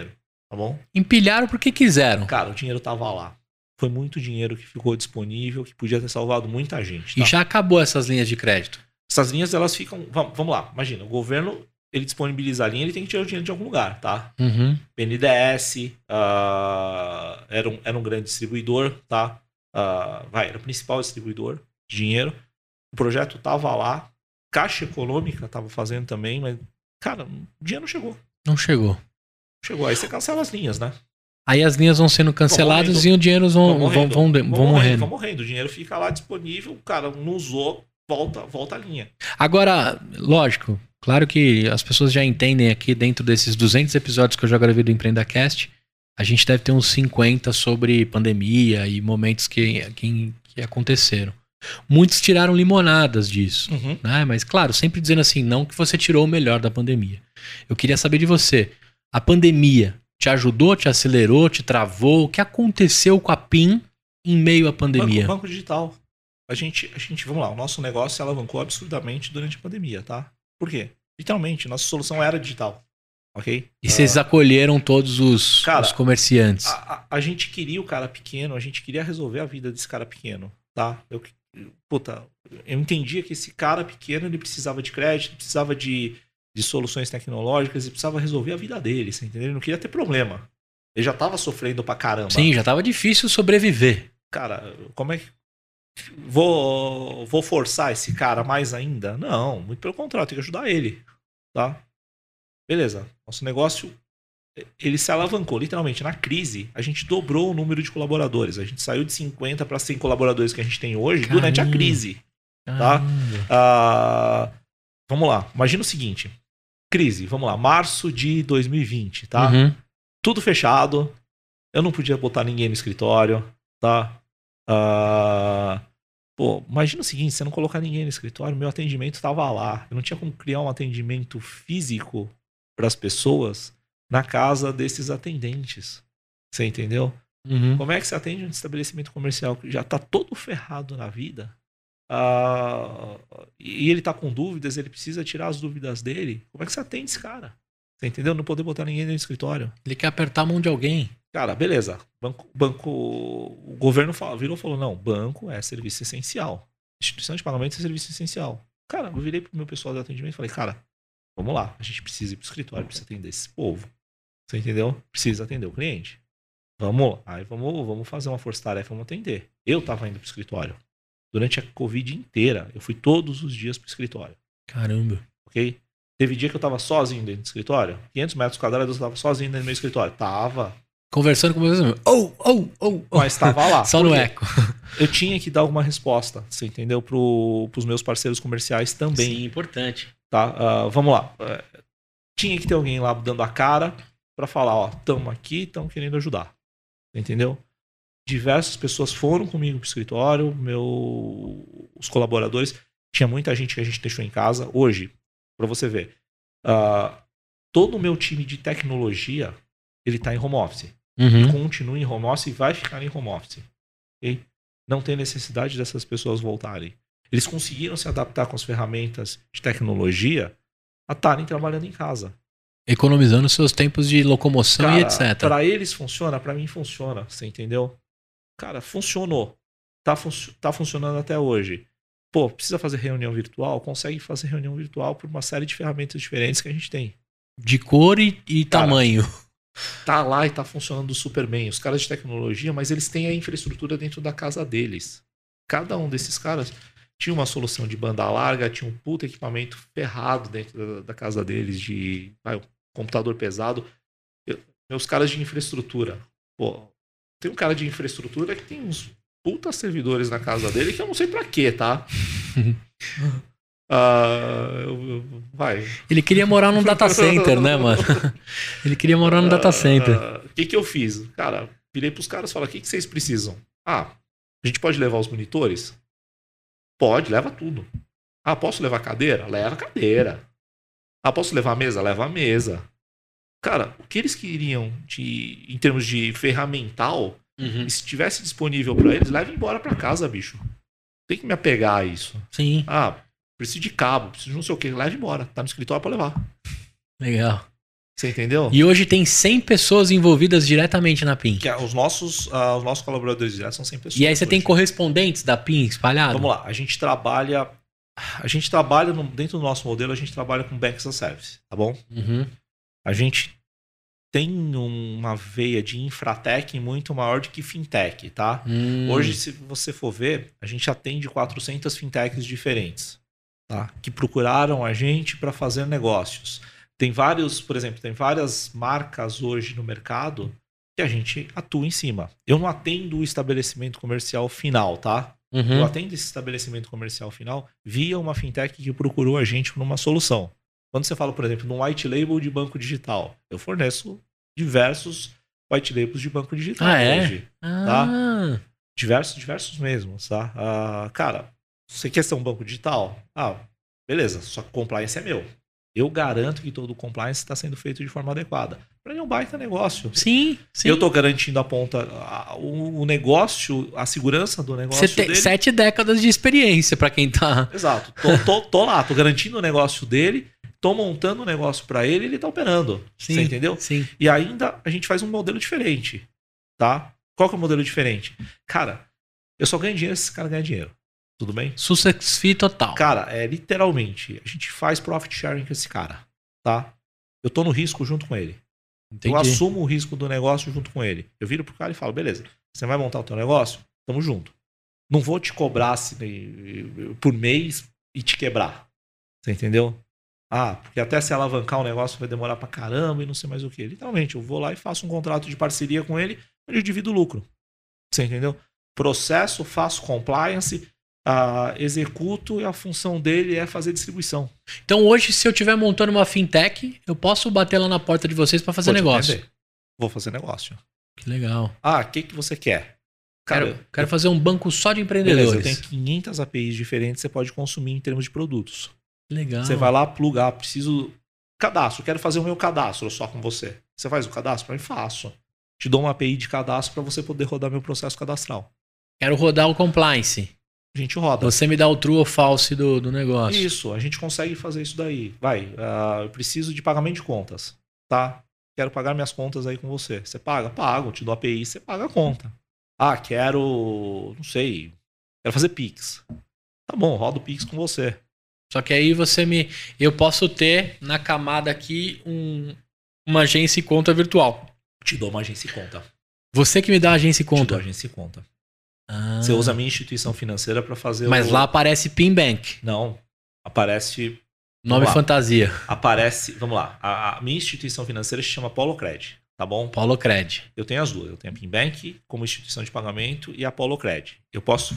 Tá bom? Empilharam porque quiseram. Cara, o dinheiro tava lá. Foi muito dinheiro que ficou disponível, que podia ter salvado muita gente. Tá? E já acabou essas linhas de crédito. Essas linhas, elas ficam... Vamos lá, imagina, o governo, ele disponibiliza a linha, ele tem que tirar o dinheiro de algum lugar, tá? Uhum. BNDES, era um grande distribuidor, tá? Era o principal distribuidor de dinheiro. O projeto tava lá, Caixa Econômica tava fazendo também, mas, cara, o dinheiro não chegou. Não chegou. Chegou, aí você cancela as linhas, né? Aí as linhas vão sendo canceladas e o dinheiro vão morrendo. Vão morrendo. O dinheiro fica lá disponível, o cara não usou, volta a linha. Agora, lógico, claro que as pessoas já entendem aqui dentro desses 200 episódios que eu já gravei do EmpreendaCast, a gente deve ter uns 50 sobre pandemia e momentos que aconteceram. Muitos tiraram limonadas disso, né? Mas claro, sempre dizendo assim, não que você tirou o melhor da pandemia. Eu queria saber de você, a pandemia te ajudou, te acelerou, te travou? O que aconteceu com a PIN em meio à pandemia? Banco digital. A gente, vamos lá, o nosso negócio se alavancou absurdamente durante a pandemia, tá? Por quê? Literalmente, nossa solução era digital, ok? E vocês acolheram todos os comerciantes? A gente queria o cara pequeno, a gente queria resolver a vida desse cara pequeno, tá? Eu entendia que esse cara pequeno, ele precisava de crédito, precisava de soluções tecnológicas e precisava resolver a vida dele, você entendeu? Ele não queria ter problema. Ele já tava sofrendo pra caramba. Sim, já tava difícil sobreviver. Cara, como é que... Vou forçar esse cara mais ainda? Não, muito pelo contrário, tem que ajudar ele, tá? Beleza, nosso negócio, ele se alavancou, literalmente, na crise, a gente dobrou o número de colaboradores. A gente saiu de 50 para 100 colaboradores que a gente tem hoje durante a crise, tá? Vamos lá, imagina o seguinte... Crise, vamos lá, março de 2020, tá? Tudo fechado, eu não podia botar ninguém no escritório, tá? Imagina o seguinte, você não colocar ninguém no escritório, meu atendimento estava lá. Eu não tinha como criar um atendimento físico para as pessoas na casa desses atendentes. Você entendeu? Como é que você atende um estabelecimento comercial que já está todo ferrado na vida? E ele tá com dúvidas, ele precisa tirar as dúvidas dele. Como é que você atende esse cara? Você entendeu? Não poder botar ninguém no escritório. Ele quer apertar a mão de alguém. Cara, beleza. O governo virou e falou, não, banco é serviço essencial. Instituição de pagamento é serviço essencial. Cara, eu virei pro meu pessoal de atendimento e falei, cara, vamos lá, a gente precisa ir pro escritório, precisa atender esse povo. Você entendeu? Precisa atender o cliente. Vamos fazer uma força-tarefa, vamos atender. Eu tava indo pro escritório. Durante a Covid inteira, eu fui todos os dias pro escritório. Caramba. Ok? Teve dia que eu tava sozinho dentro do escritório. 500 metros quadrados, eu tava sozinho dentro do meu escritório. Tava. Conversando com meus amigos. Mas tava lá. Só no eco. Eu tinha que dar alguma resposta, você entendeu? Pros meus parceiros comerciais também. Sim, importante. Tá? Vamos lá. Tinha que ter alguém lá dando a cara pra falar, ó, tamo aqui, tamo querendo ajudar. Entendeu? Diversas pessoas foram comigo pro escritório, os colaboradores. Tinha muita gente que a gente deixou em casa. Hoje, para você ver, todo o meu time de tecnologia, ele tá em home office. Continua em home office e vai ficar em home office. Okay? Não tem necessidade dessas pessoas voltarem. Eles conseguiram se adaptar com as ferramentas de tecnologia a estarem trabalhando em casa. Economizando seus tempos de locomoção, cara, e etc. Para eles funciona, para mim funciona. Você entendeu? Cara, funcionou. Tá funcionando até hoje. Pô, precisa fazer reunião virtual? Consegue fazer reunião virtual por uma série de ferramentas diferentes que a gente tem. De cor e cara, tamanho. Tá lá e tá funcionando super bem. Os caras de tecnologia, mas eles têm a infraestrutura dentro da casa deles. Cada um desses caras tinha uma solução de banda larga, tinha um puto equipamento ferrado dentro da casa deles, de computador pesado. Meus caras de infraestrutura. Pô, tem um cara de infraestrutura que tem uns puta servidores na casa dele que eu não sei pra quê, tá? Vai. Ele queria morar num data center, né, mano? Ele queria morar num data center. O que eu fiz? Cara, virei pros caras e falei, o que vocês precisam? A gente pode levar os monitores? Pode, leva tudo. Posso levar cadeira? Leva cadeira. Posso levar a mesa? Leva a mesa. Cara, o que eles queriam em termos de ferramental, e se tivesse disponível para eles, leva embora para casa, bicho. Tem que me apegar a isso. Sim. Preciso de cabo, preciso de não sei o que, leva embora. Tá no escritório para levar. Legal. Você entendeu? E hoje tem 100 pessoas envolvidas diretamente na PIN. Que os nossos colaboradores diretos são 100 pessoas. E aí você tem hoje. correspondentes da PIN espalhados? Vamos lá, a gente trabalha dentro do nosso modelo, a gente trabalha com Bank as a Service, tá bom? Uhum. A gente tem uma veia de infratech muito maior do que fintech, tá? Hoje, se você for ver, a gente atende 400 fintechs diferentes, tá? Que procuraram a gente para fazer negócios. Tem várias marcas hoje no mercado que a gente atua em cima. Eu não atendo o estabelecimento comercial final, tá? Eu atendo esse estabelecimento comercial final via uma fintech que procurou a gente por uma solução. Quando você fala, por exemplo, num white label de banco digital, eu forneço diversos white labels de banco digital hoje. Tá? Diversos mesmo, tá? Cara, você quer ser um banco digital? Beleza, só que compliance é meu. Eu garanto que todo o compliance está sendo feito de forma adequada. Para mim é um baita negócio. Sim. Eu estou garantindo a ponta, o negócio, a segurança do negócio Você tem dele. 7 décadas de experiência para quem tá... Exato. Tô lá, tô garantindo o negócio dele, tô montando o negócio para ele e ele tá operando. Sim, você entendeu? Sim. E ainda a gente faz um modelo diferente, tá? Qual que é o modelo diferente? Cara, eu só ganho dinheiro se esse cara ganhar dinheiro. Tudo bem? Success fee total. Cara, literalmente, a gente faz profit sharing com esse cara, tá? Eu tô no risco junto com ele. Entendi. Eu assumo o risco do negócio junto com ele. Eu viro pro cara e falo, beleza, você vai montar o teu negócio? Tamo junto. Não vou te cobrar por mês e te quebrar. Você entendeu? Porque até se alavancar o negócio vai demorar pra caramba e não sei mais o que. Literalmente, eu vou lá e faço um contrato de parceria com ele, onde eu divido o lucro. Você entendeu? Processo, faço compliance, executo e a função dele é fazer distribuição. Então hoje, se eu estiver montando uma fintech, eu posso bater lá na porta de vocês para fazer negócio. Entender. Vou fazer negócio. Que legal. O que você quer? Cara, quero fazer um banco só de empreendedores. Beleza, eu tenho 500 APIs diferentes que você pode consumir em termos de produtos. Legal. Você vai lá plugar, preciso... Cadastro, quero fazer o meu cadastro só com você. Você faz o cadastro? Para mim, faço. Te dou uma API de cadastro para você poder rodar meu processo cadastral. Quero rodar o compliance. A gente roda. Você me dá o true ou false do negócio. Isso, a gente consegue fazer isso daí. Eu preciso de pagamento de contas, tá? Quero pagar minhas contas aí com você. Você paga? Pago. Te dou a API, você paga a conta. Quero... Não sei. Quero fazer Pix. Tá bom, rodo o Pix com você. Só que aí eu posso ter na camada aqui uma agência e conta virtual. Te dou uma agência e conta. Você que me dá a agência e conta? Te dou a agência e conta. Você usa a minha instituição financeira para fazer Mas lá aparece PIN Bank. Não. Aparece... Nome fantasia. Aparece... Vamos lá. A minha instituição financeira se chama Polocred. Tá bom? Polocred. Eu tenho as duas. Eu tenho a PIN Bank como instituição de pagamento e a Polocred. Eu posso...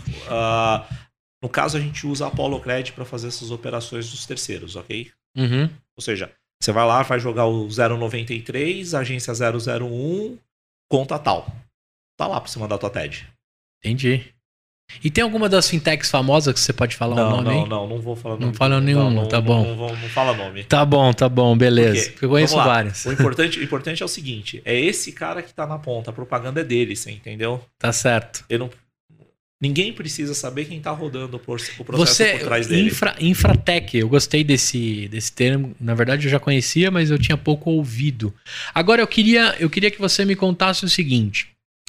no caso, a gente usa a Polocred para fazer essas operações dos terceiros, ok? Uhum. Ou seja, você vai lá, vai jogar o 093, agência 001, conta tal. Tá lá para você mandar a tua TED. Entendi. E tem alguma das fintechs famosas que você pode falar o nome aí? Não vou falar nome. Não fala nenhum, tá bom. Não fala nome. Tá bom, beleza. Porque eu conheço várias. O importante é o seguinte, é esse cara que tá na ponta, a propaganda é dele, você entendeu? Tá certo. Ninguém precisa saber quem tá rodando o processo por trás dele. Infratech, eu gostei desse termo. Na verdade, eu já conhecia, mas eu tinha pouco ouvido. Agora, eu queria que você me contasse o seguinte.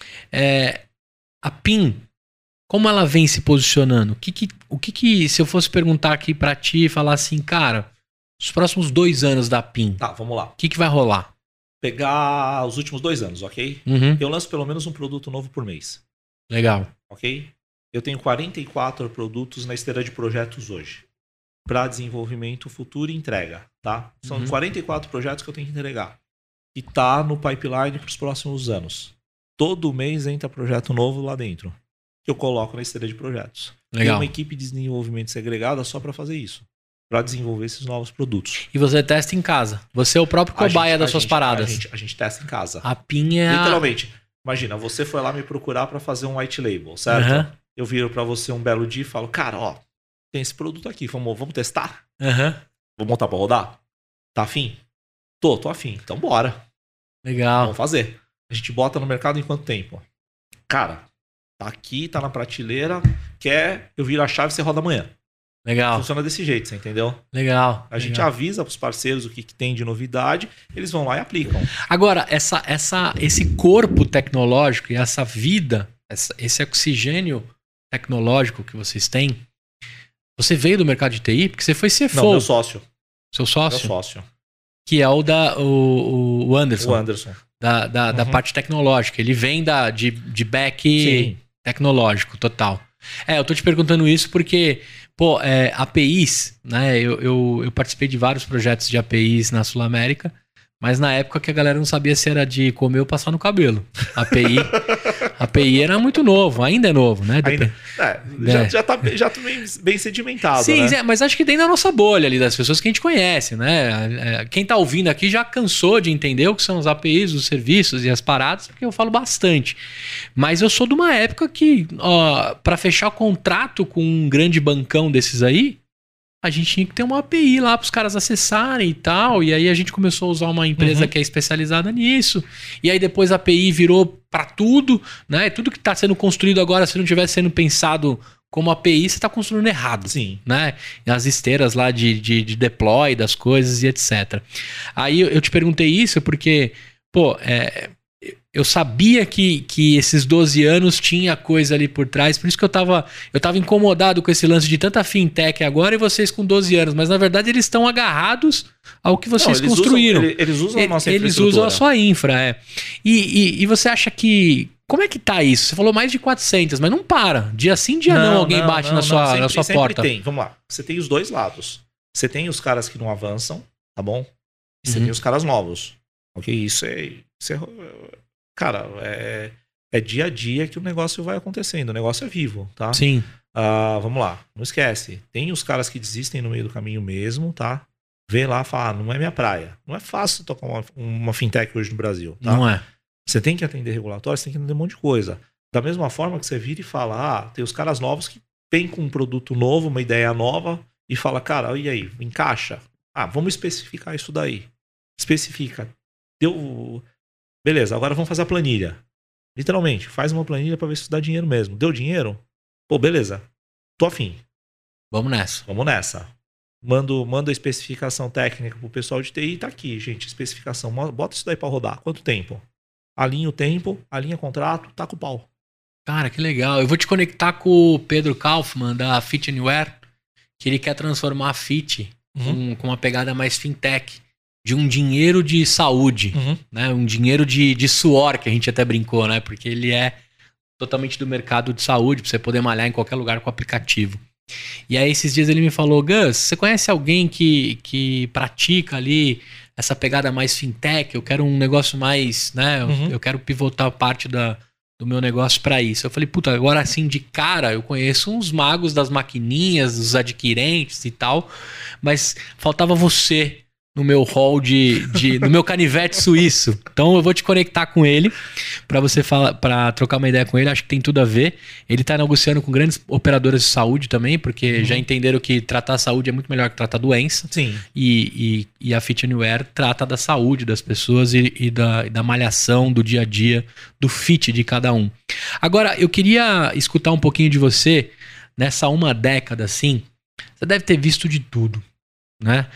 A PIN, como ela vem se posicionando? O que se eu fosse perguntar aqui pra ti e falar assim, cara, os próximos 2 anos da PIN. Tá, vamos lá. O que vai rolar? Pegar os últimos 2 anos, ok? Uhum. Eu lanço pelo menos um produto novo por mês. Legal. Ok? Eu tenho 44 produtos na esteira de projetos hoje. Para desenvolvimento futuro e entrega, tá? São 44 projetos que eu tenho que entregar. E tá no pipeline para os próximos anos. Todo mês entra projeto novo lá dentro. Que eu coloco na esteira de projetos. Legal. Tem uma equipe de desenvolvimento segregada só para fazer isso. Para desenvolver esses novos produtos. E você testa em casa. Você é o próprio cobaia das suas paradas. A gente testa em casa. A PIN é literalmente. Imagina, você foi lá me procurar para fazer um white label, certo? Uhum. Eu viro para você um belo dia e falo, cara, ó, tem esse produto aqui, vamos testar? Uhum. Vou montar para rodar? Tá afim? Tô afim. Então bora. Legal. Vamos fazer. A gente bota no mercado em quanto tempo? Cara, tá aqui, tá na prateleira, eu viro a chave e você roda amanhã. Legal. Funciona desse jeito, você entendeu? Legal. A gente avisa para os parceiros o que tem de novidade, eles vão lá e aplicam. Agora, esse corpo tecnológico e essa vida, esse oxigênio tecnológico que vocês têm, você veio do mercado de TI? Porque você foi CFO. Não, meu sócio. Seu sócio? Meu sócio. Que é o Anderson. O Anderson. Da parte tecnológica. Ele vem de back tecnológico, total. Eu tô te perguntando isso porque, APIs, né? Eu participei de vários projetos de APIs na Sul-América, mas na época que a galera não sabia se era de comer ou passar no cabelo. API era muito novo, ainda é novo, né? Já tá bem sedimentado, sim, né? Mas acho que dentro da nossa bolha ali, das pessoas que a gente conhece, né? Quem tá ouvindo aqui já cansou de entender o que são os APIs, os serviços e as paradas, porque eu falo bastante. Mas eu sou de uma época que, para fechar contrato com um grande bancão desses aí, a gente tinha que ter uma API lá para os caras acessarem e tal. E aí a gente começou a usar uma empresa que é especializada nisso. E aí depois a API virou para tudo, né? Tudo que está sendo construído agora, se não tivesse sendo pensado como API, você está construindo errado. Sim. Né? As esteiras lá de deploy das coisas e etc. Aí eu te perguntei isso porque, eu sabia que esses 12 anos tinha coisa ali por trás, por isso que eu tava incomodado com esse lance de tanta fintech agora e vocês com 12 anos, mas na verdade eles estão agarrados ao que vocês construíram. Eles usam a nossa infraestrutura. Eles usam a sua infra, E você acha que... Como é que tá isso? Você falou mais de 400, mas não para. Dia sim, dia não, alguém bate na sua porta. Tem. Vamos lá. Você tem os dois lados. Você tem os caras que não avançam, tá bom? E você tem os caras novos. Ok? Isso é cara, é dia a dia que o negócio vai acontecendo. O negócio é vivo, tá? Sim. Vamos lá. Não esquece. Tem os caras que desistem no meio do caminho mesmo, tá? Vê lá e fala, não é minha praia. Não é fácil tocar uma fintech hoje no Brasil, tá? Não é. Você tem que atender regulatório, você tem que atender um monte de coisa. Da mesma forma que você vira e fala, tem os caras novos que vêm com um produto novo, uma ideia nova, e fala, cara, e aí, encaixa? Vamos especificar isso daí. Especifica. Beleza, agora vamos fazer a planilha. Literalmente, faz uma planilha para ver se isso dá dinheiro mesmo. Deu dinheiro? Beleza. Tô afim. Vamos nessa. Mando a especificação técnica pro pessoal de TI, tá aqui, gente, especificação. Bota isso daí para rodar. Quanto tempo? Alinha o tempo, alinha contrato, tá com o pau. Cara, que legal. Eu vou te conectar com o Pedro Kaufmann, da Fit Anywhere, que ele quer transformar a Fit com uma pegada mais fintech, de um dinheiro de saúde, né? Um dinheiro de suor, que a gente até brincou, né? Porque ele é totalmente do mercado de saúde, pra você poder malhar em qualquer lugar com o aplicativo. E aí esses dias ele me falou, Gus, você conhece alguém que pratica ali essa pegada mais fintech? Eu quero um negócio mais, né? Eu quero pivotar parte do meu negócio para isso. Eu falei, agora assim de cara eu conheço uns magos das maquininhas, dos adquirentes e tal, mas faltava você no meu hall no meu canivete suíço. Então eu vou te conectar com ele para você para trocar uma ideia com ele. Acho que tem tudo a ver. Ele tá negociando com grandes operadoras de saúde também, porque já entenderam que tratar a saúde é muito melhor que tratar doença. Sim. E a Fit Anywhere trata da saúde das pessoas e da malhação do dia a dia, do fit de cada um. Agora, eu queria escutar um pouquinho de você nessa uma década assim. Você deve ter visto de tudo, né?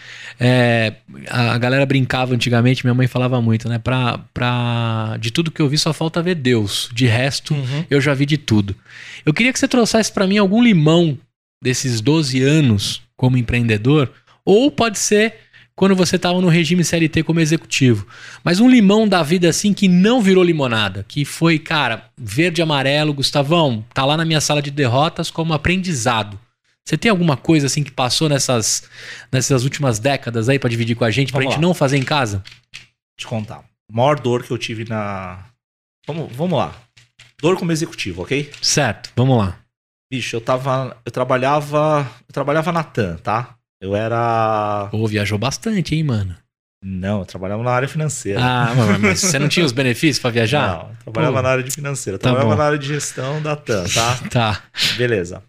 A galera brincava antigamente, minha mãe falava muito, né? De tudo que eu vi só falta ver Deus. De resto, eu já vi de tudo. Eu queria que você trouxesse para mim algum limão desses 12 anos como empreendedor, ou pode ser quando você estava no regime CLT como executivo. Mas um limão da vida assim que não virou limonada, que foi, cara, verde e amarelo. Gustavão, tá lá na minha sala de derrotas como aprendizado. Você tem alguma coisa assim que passou nessas últimas décadas aí pra dividir com a gente, pra gente não fazer em casa? Te contar. A maior dor que eu tive Vamos lá. Dor como executivo, ok? Certo, vamos lá. Bicho, eu trabalhava na TAM, tá? Eu era... Viajou bastante, hein, mano? Não, eu trabalhava na área financeira. Mas você não tinha os benefícios pra viajar? Não, eu trabalhava na área de financeira. Eu trabalhava na área de gestão da TAM, tá? Tá. Beleza.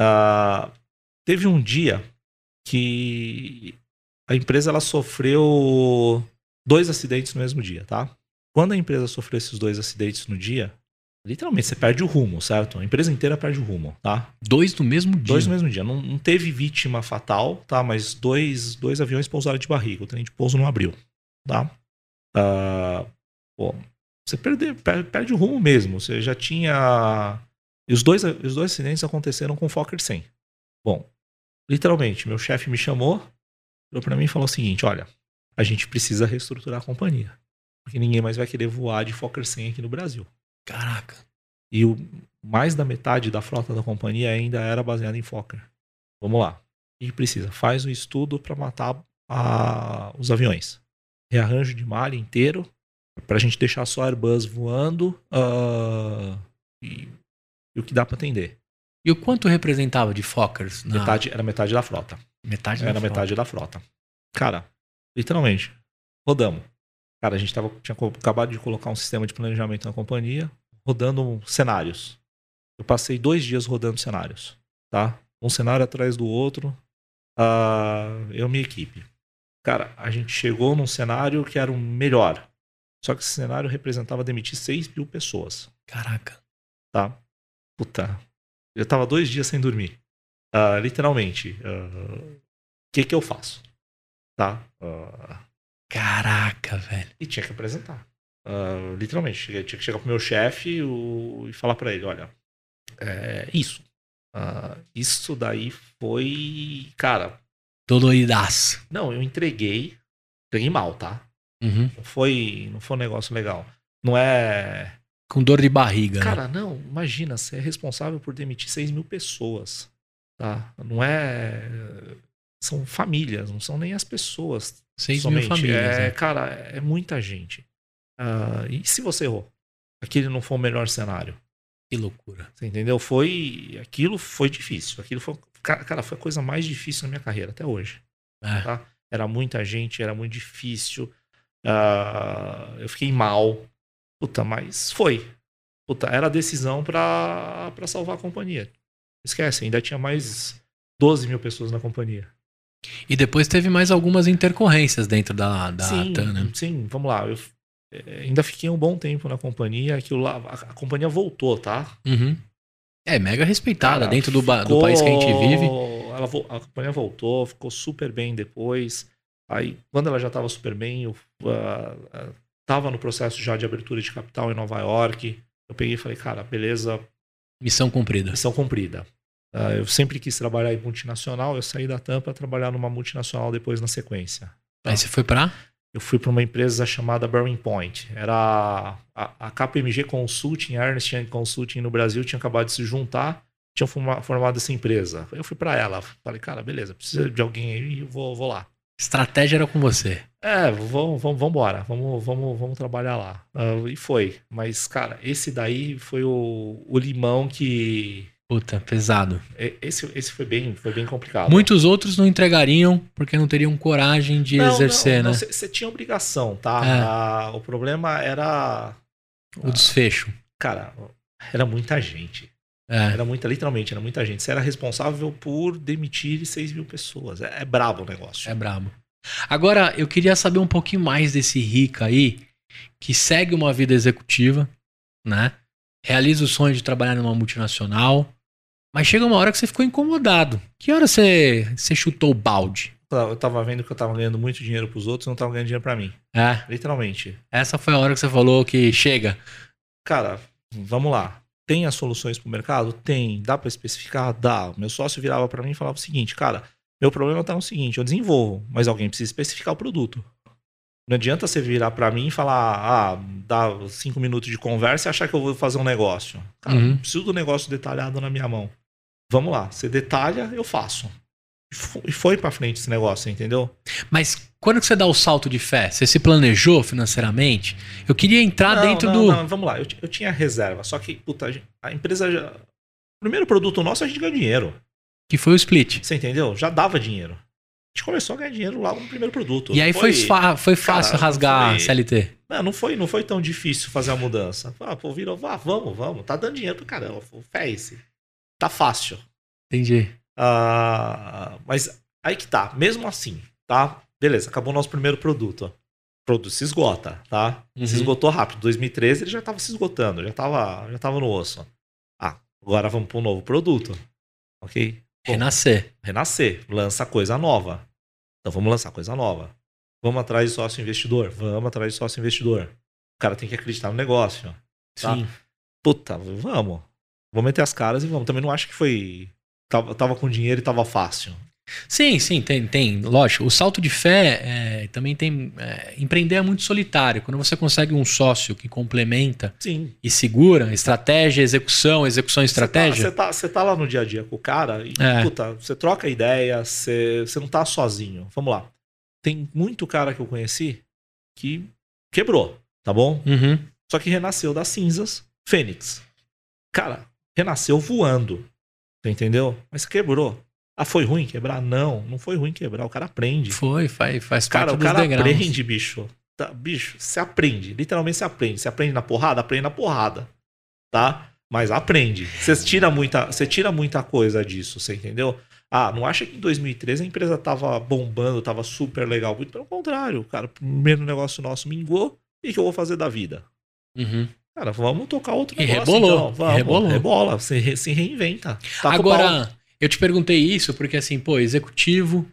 Teve um dia que a empresa ela sofreu 2 acidentes no mesmo dia, tá? Quando a empresa sofreu esses 2 acidentes no dia, Literalmente, você perde o rumo, certo? A empresa inteira perde o rumo, tá? 2 no mesmo dia. 2 no mesmo dia. Não teve vítima fatal, tá? Mas dois aviões pousaram de barriga. O trem de pouso não abriu, tá? Pô, você perde o rumo mesmo. Você já tinha... E os dois acidentes aconteceram com o Fokker 100. Bom, literalmente, meu chefe me chamou, olhou pra mim e falou o seguinte, olha, a gente precisa reestruturar a companhia. Porque ninguém mais vai querer voar de Fokker 100 aqui no Brasil. Caraca. E mais da metade da frota da companhia ainda era baseada em Fokker. Vamos lá. O que precisa? Faz um estudo para matar os aviões. Rearranjo de malha inteiro para a gente deixar só Airbus voando e o que dá para atender. E o quanto representava de Fokkers? Era metade da frota. Era metade da frota. Cara, literalmente, rodamos. Cara, a gente tinha acabado de colocar um sistema de planejamento na companhia, rodando cenários. Eu passei 2 dias rodando cenários, tá? Um cenário atrás do outro, eu e minha equipe. Cara, a gente chegou num cenário que era o melhor. Só que esse cenário representava demitir 6.000 pessoas. Caraca. Tá? Puta. Eu tava 2 dias sem dormir. Literalmente. O que eu faço? Tá? Caraca, velho. E tinha que apresentar. Literalmente. Tinha que chegar pro meu chefe e falar pra ele, olha, isso. Isso daí foi... Cara... Doloridaço. Não, eu entreguei mal, tá? Uhum. Não foi um negócio legal. Não é... Com dor de barriga. Cara, né? não, imagina, você é responsável por demitir 6.000 pessoas, tá? Não é... São famílias, não são nem as pessoas. 6.000 famílias. Cara, é muita gente. E se você errou? Aquele não foi o melhor cenário. Que loucura. Você entendeu? Aquilo foi difícil. Aquilo foi... Cara, foi a coisa mais difícil na minha carreira, até hoje. Tá? Era muita gente, era muito difícil. Eu fiquei mal. Puta, mas foi. Puta, era a decisão pra salvar a companhia. Esquece, ainda tinha mais 12.000 pessoas na companhia. E depois teve mais algumas intercorrências dentro da TAM, né? Sim, vamos lá. Eu ainda fiquei um bom tempo na companhia. Aquilo lá, a companhia voltou, tá? Uhum. É mega respeitada. Cara, dentro do país que a gente vive. A companhia voltou, ficou super bem depois. Aí, quando ela já estava super bem, eu estava no processo já de abertura de capital em Nova York. Eu peguei e falei, cara, beleza. Missão cumprida. Missão cumprida. Eu sempre quis trabalhar em multinacional. Eu saí da TAM para trabalhar numa multinacional depois na sequência. Tá? Aí você foi para? Eu fui para uma empresa chamada Bearing Point. Era a KPMG Consulting, a Ernst Young Consulting no Brasil tinha acabado de se juntar, tinha formado essa empresa. Eu fui para ela, falei, cara, beleza, precisa de alguém aí, eu vou lá. Estratégia era com você. Vamos embora, vamos trabalhar lá. E foi. Mas, cara, esse daí foi o limão que... Puta, pesado. Esse foi bem complicado. Muitos outros não entregariam porque não teriam coragem de exercer, né? Você tinha obrigação, tá? O problema era... O desfecho. Cara, era muita gente. Literalmente, era muita gente. Você era responsável por demitir 6.000 pessoas. É brabo o negócio. É brabo. Agora, eu queria saber um pouquinho mais desse Rica aí, que segue uma vida executiva, né? Realiza o sonho de trabalhar numa multinacional, mas chega uma hora que você ficou incomodado. Que hora você chutou o balde? Eu tava vendo que eu tava ganhando muito dinheiro pros outros e não tava ganhando dinheiro pra mim. Literalmente. Essa foi a hora que você falou que chega. Cara, vamos lá. Tem as soluções pro mercado? Tem. Dá pra especificar? Dá. Meu sócio virava pra mim e falava o seguinte, cara, meu problema tá no seguinte, eu desenvolvo, mas alguém precisa especificar o produto. Não adianta você virar pra mim e falar, dá 5 minutos de conversa e achar que eu vou fazer um negócio. Cara, preciso do negócio detalhado na minha mão. Vamos lá, você detalha, eu faço. E foi pra frente esse negócio, entendeu? Mas quando que você dá o salto de fé? Você se planejou financeiramente? Eu queria entrar dentro do... Não, vamos lá, eu tinha reserva, só que, puta, a empresa já... O primeiro produto nosso a gente ganhou dinheiro. Que foi o split. Você entendeu? Já dava dinheiro. A gente começou a ganhar dinheiro logo no primeiro produto. E aí foi fácil rasgar a CLT? Não foi tão difícil fazer a mudança. Vamos. Tá dando dinheiro pra caramba. Fez. Tá fácil. Entendi. Mas aí que tá. Mesmo assim, tá? Beleza, acabou o nosso primeiro produto. produto se esgota, tá? Se esgotou rápido. 2013 ele já estava se esgotando, já tava no osso. Agora vamos para um novo produto, ok? Renascer, lança coisa nova. Então vamos lançar coisa nova. Vamos atrás de sócio investidor. O cara tem que acreditar no negócio. Tá? Sim. Puta, vamos meter as caras e vamos. Também não acho que foi... Tava com dinheiro e tava fácil. Sim, tem. Lógico, o salto de fé também tem... empreender é muito solitário. Quando você consegue um sócio que complementa e segura, estratégia, execução, estratégia... Você tá lá no dia a dia com o cara e, puta, você troca ideia, você não tá sozinho. Vamos lá. Tem muito cara que eu conheci que quebrou, tá bom? Só que renasceu das cinzas, Fênix. Cara, renasceu voando. Você entendeu? Mas quebrou. Foi ruim quebrar? Não foi ruim quebrar. O cara aprende. Faz parte cara, dos degraus. Aprende, bicho. Bicho, você aprende. Literalmente você aprende. Você aprende na porrada? Aprende na porrada. Tá? Mas aprende. Você tira muita coisa disso, você entendeu? Não acha que em 2013 a empresa tava bombando, tava super legal. Muito pelo contrário. Cara, o primeiro negócio nosso mingou. E o que eu vou fazer da vida? Cara, vamos tocar outro negócio. Rebolou. Então. Vamos, rebola. Se reinventa. Agora, eu te perguntei isso porque, assim, executivo,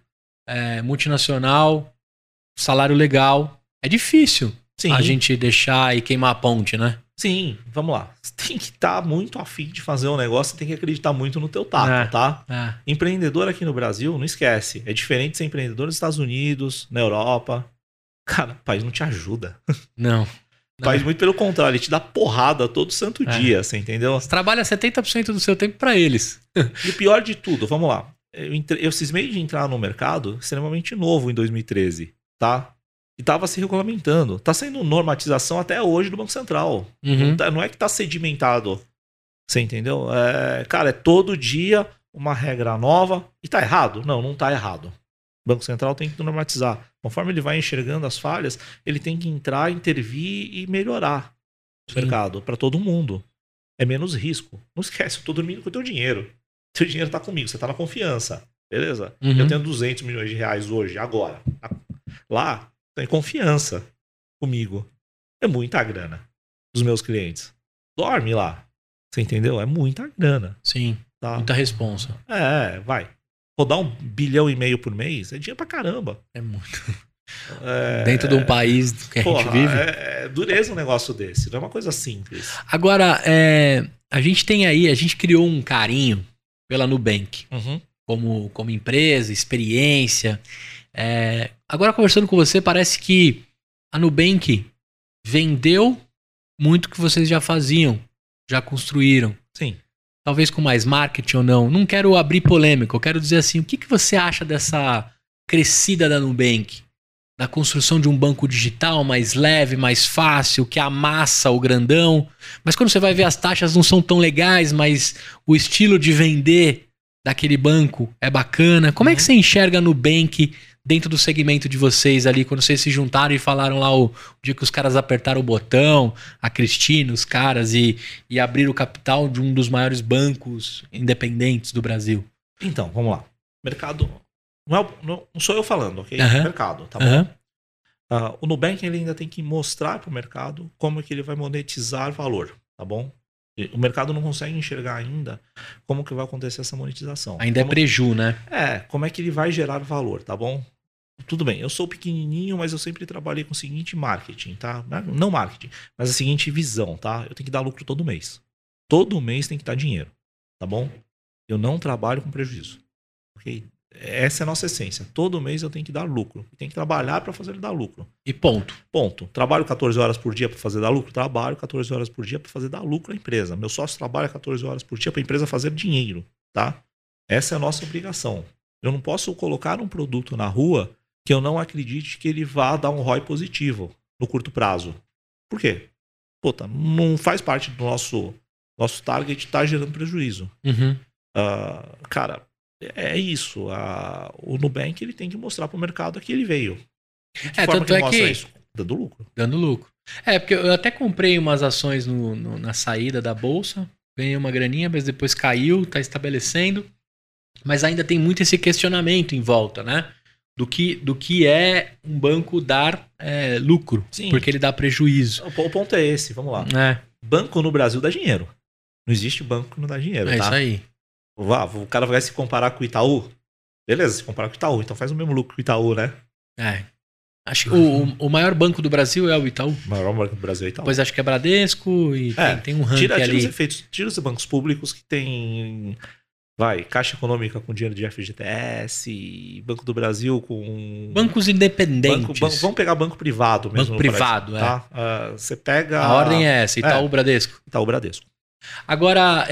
multinacional, salário legal. É difícil a gente deixar e queimar a ponte, né? Sim, vamos lá. Você tem que estar muito afim de fazer um negócio, você tem que acreditar muito no teu taco, tá? Empreendedor aqui no Brasil, não esquece. É diferente de ser empreendedor nos Estados Unidos, na Europa. Cara, o país não te ajuda. Não. O país, muito pelo contrário, ele te dá porrada todo santo dia, você entendeu? Você trabalha 70% do seu tempo para eles. E o pior de tudo, vamos lá. Eu cismei de entrar no mercado extremamente novo em 2013, tá? E tava se regulamentando. Tá sendo normatização até hoje do Banco Central. Não é que tá sedimentado. Você entendeu? Cara, é todo dia uma regra nova. E tá errado? Não tá errado. O Banco Central tem que normatizar. Conforme ele vai enxergando as falhas, ele tem que entrar, intervir e melhorar o mercado para todo mundo. É menos risco. Não esquece, eu tô dormindo com o teu dinheiro. Teu dinheiro tá comigo, você tá na confiança. Beleza? Eu tenho 200 milhões de reais hoje, agora. Lá, tem confiança comigo. É muita grana dos meus clientes. Dorme lá. Você entendeu? É muita grana. Sim. Tá? Muita responsa. Vai. Rodar 1,5 bilhão por mês é dinheiro pra caramba. É muito. Dentro de um país que a gente vive. É dureza um negócio desse. Não é uma coisa simples. Agora, a gente criou um carinho pela Nubank. Como empresa, experiência. Agora, conversando com você, parece que a Nubank vendeu muito que vocês já faziam, já construíram. Sim. Talvez com mais marketing ou não. Não quero abrir polêmica, eu quero dizer assim, o que você acha dessa crescida da Nubank? Da construção de um banco digital mais leve, mais fácil, que amassa o grandão. Mas quando você vai ver as taxas não são tão legais, mas o estilo de vender daquele banco é bacana. Como é que você enxerga a Nubank dentro do segmento de vocês ali, quando vocês se juntaram e falaram lá o dia que os caras apertaram o botão, a Cristina, os caras, e abriram o capital de um dos maiores bancos independentes do Brasil? Então, vamos lá. Mercado... Não sou eu falando, ok? Mercado, tá bom? O Nubank ele ainda tem que mostrar para o mercado como é que ele vai monetizar valor, tá bom? O mercado não consegue enxergar ainda como que vai acontecer essa monetização. Ainda é preju, né? Como é que ele vai gerar valor, tá bom? Tudo bem, eu sou pequenininho, mas eu sempre trabalhei com o seguinte marketing, tá? Não marketing, mas a seguinte visão, tá? Eu tenho que dar lucro todo mês. Todo mês tem que dar dinheiro, tá bom? Eu não trabalho com prejuízo, ok? Essa é a nossa essência. Todo mês eu tenho que dar lucro. Tem que trabalhar para fazer ele dar lucro. E ponto. Ponto. Trabalho 14 horas por dia para fazer dar lucro? Trabalho 14 horas por dia para fazer dar lucro à empresa. Meu sócio trabalha 14 horas por dia para a empresa fazer dinheiro, tá? Essa é a nossa obrigação. Eu não posso colocar um produto na rua que eu não acredite que ele vá dar um ROI positivo no curto prazo. Por quê? Puta, não faz parte do nosso target estar gerando prejuízo. Cara... É isso. O Nubank ele tem que mostrar para o mercado que ele veio. Tanto é que isso? Dando lucro. Dando lucro. Porque eu até comprei umas ações na saída da bolsa, ganhei uma graninha, mas depois caiu, está estabelecendo. Mas ainda tem muito esse questionamento em volta, né? do que é um banco dar lucro. Sim. Porque ele dá prejuízo. O ponto é esse, vamos lá. Banco no Brasil dá dinheiro. Não existe banco que não dá dinheiro, tá? É isso aí. O cara vai se comparar com o Itaú. Beleza, se comparar com o Itaú, então faz o mesmo lucro que o Itaú, né? Acho que o maior banco do Brasil é o Itaú. O maior banco do Brasil é o Itaú. Depois acho que é Bradesco e tem um ranking ali. Tira os efeitos, tira os bancos públicos que tem... Caixa Econômica com dinheiro de FGTS, Banco do Brasil com... Bancos independentes. Vamos pegar banco privado mesmo. Banco privado, tá? Você pega... A ordem é essa, Itaú, Bradesco. Itaú, Bradesco. Agora,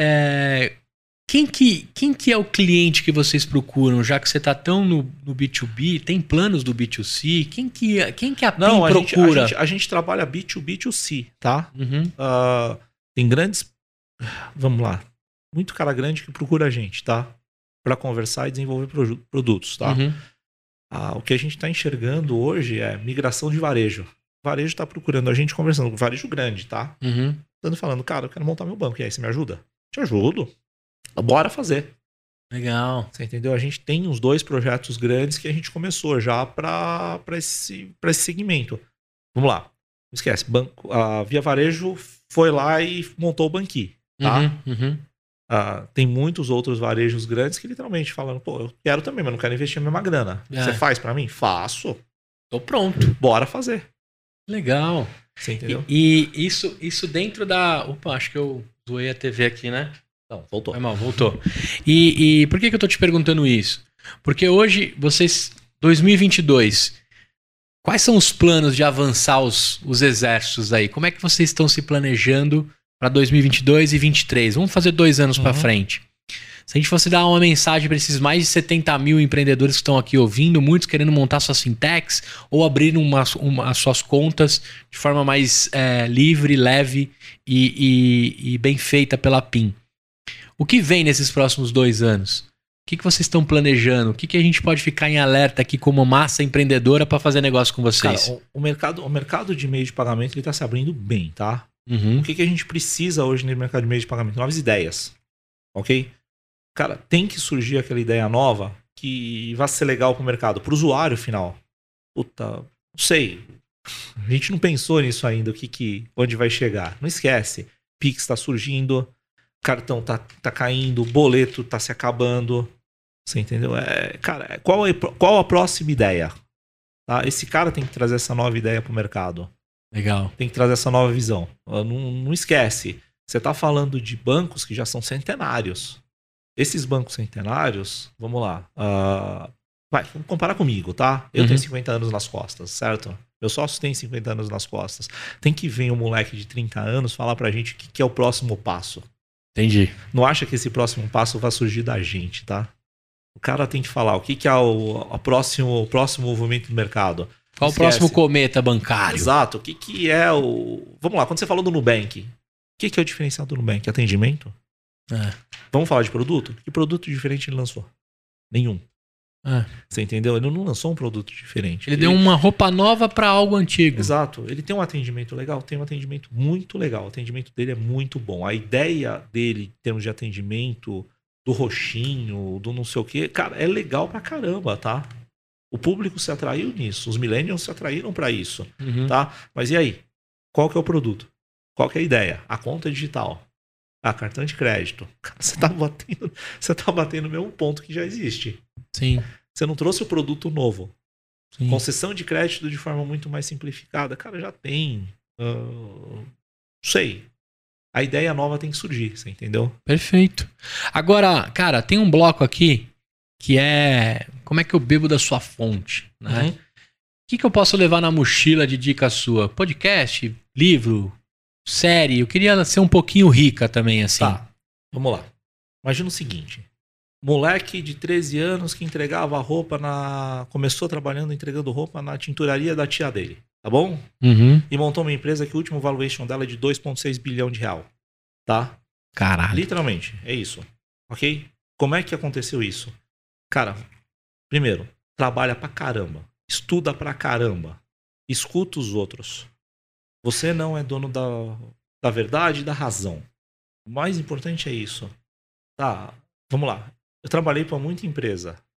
quem que é o cliente que vocês procuram? Já que você está tão no B2B, tem planos do B2C? Quem que a PIN procura? A gente trabalha B2B, B2C, tá? Uhum. Tem grandes... Vamos lá. Muito cara grande que procura a gente, tá? Para conversar e desenvolver produtos, tá? Uhum. O que a gente está enxergando hoje é migração de varejo. O varejo está procurando a gente conversando com varejo grande, tá? Uhum. Falando, cara, eu quero montar meu banco. E aí, você me ajuda? Te ajudo. Bora fazer. Legal. Você entendeu? A gente tem uns 2 projetos grandes que a gente começou já para esse segmento. Vamos lá. Não esquece. A Via Varejo foi lá e montou o Banqui, tá? Uhum. Tem muitos outros varejos grandes que literalmente falam, pô, eu quero também, mas não quero investir a mesma grana. Você faz para mim? Faço. Tô pronto. Bora fazer. Legal. Você entendeu? E isso dentro da... Opa, acho que eu zoei a TV aqui, né? Não, voltou. Foi mal, voltou. E por que eu tô te perguntando isso? Porque hoje, vocês... 2022... Quais são os planos de avançar os exércitos aí? Como é que vocês estão se planejando para 2022 e 2023? Vamos fazer 2 anos para frente. Se a gente fosse dar uma mensagem para esses mais de 70 mil empreendedores que estão aqui ouvindo, muitos querendo montar suas fintechs ou abrir as suas contas de forma mais livre, leve e bem feita pela PIN. O que vem nesses próximos 2 anos? O que vocês estão planejando? O que a gente pode ficar em alerta aqui como massa empreendedora para fazer negócio com vocês? Cara, o mercado de meio de pagamento está se abrindo bem, tá? Uhum. O que a gente precisa hoje no mercado de meio de pagamento? Novas ideias, ok? Cara, tem que surgir aquela ideia nova que vai ser legal pro mercado, pro usuário final. Puta, não sei. A gente não pensou nisso ainda, onde vai chegar. Não esquece. Pix está surgindo, cartão tá caindo, boleto tá se acabando. Você entendeu? Cara, qual a próxima ideia? Tá? Esse cara tem que trazer essa nova ideia pro mercado. Legal. Tem que trazer essa nova visão. Não esquece. Você tá falando de bancos que já são centenários. Esses bancos centenários, vamos lá. Vamos comparar comigo, tá? Eu tenho 50 anos nas costas, certo? Meu sócio tem 50 anos nas costas. Tem que vir um moleque de 30 anos falar pra gente o que é o próximo passo. Entendi. Não acha que esse próximo passo vai surgir da gente, tá? O cara tem que falar o que é o próximo movimento do mercado. Qual o próximo cometa bancário? Exato. O que é o... Vamos lá, quando você falou do Nubank, o que é o diferencial do Nubank? Atendimento? Vamos falar de produto? Que produto diferente ele lançou? Nenhum. Você entendeu? Ele não lançou um produto diferente. Ele deu uma roupa nova para algo antigo. Exato. Ele tem um atendimento legal, tem um atendimento muito legal. O atendimento dele é muito bom. A ideia dele, em termos de atendimento, do roxinho, do não sei o quê, cara, é legal pra caramba, tá? O público se atraiu nisso. Os millennials se atraíram para isso, tá? Mas e aí? Qual que é o produto? Qual que é a ideia? A conta digital. Cartão de crédito. Você tá batendo no mesmo ponto que já existe. Sim. Você não trouxe o produto novo. Sim. Concessão de crédito de forma muito mais simplificada. Cara, já tem. Não sei. A ideia nova tem que surgir, você entendeu? Perfeito. Agora, cara, tem um bloco aqui que é como é que eu bebo da sua fonte, né? O que eu posso levar na mochila de dica sua? Podcast, livro, série? Eu queria ser um pouquinho rica também, assim. Tá, vamos lá. Imagina o seguinte. Moleque de 13 anos que entregava roupa começou trabalhando entregando roupa na tinturaria da tia dele, tá bom? E montou uma empresa que o último valuation dela é de 2,6 bilhão de real, tá? Caralho. Literalmente, é isso, ok? Como é que aconteceu isso? Cara, primeiro, trabalha pra caramba, estuda pra caramba, escuta os outros. Você não é dono da verdade e da razão. O mais importante é isso. Tá, vamos lá. Eu trabalhei para muita empresa.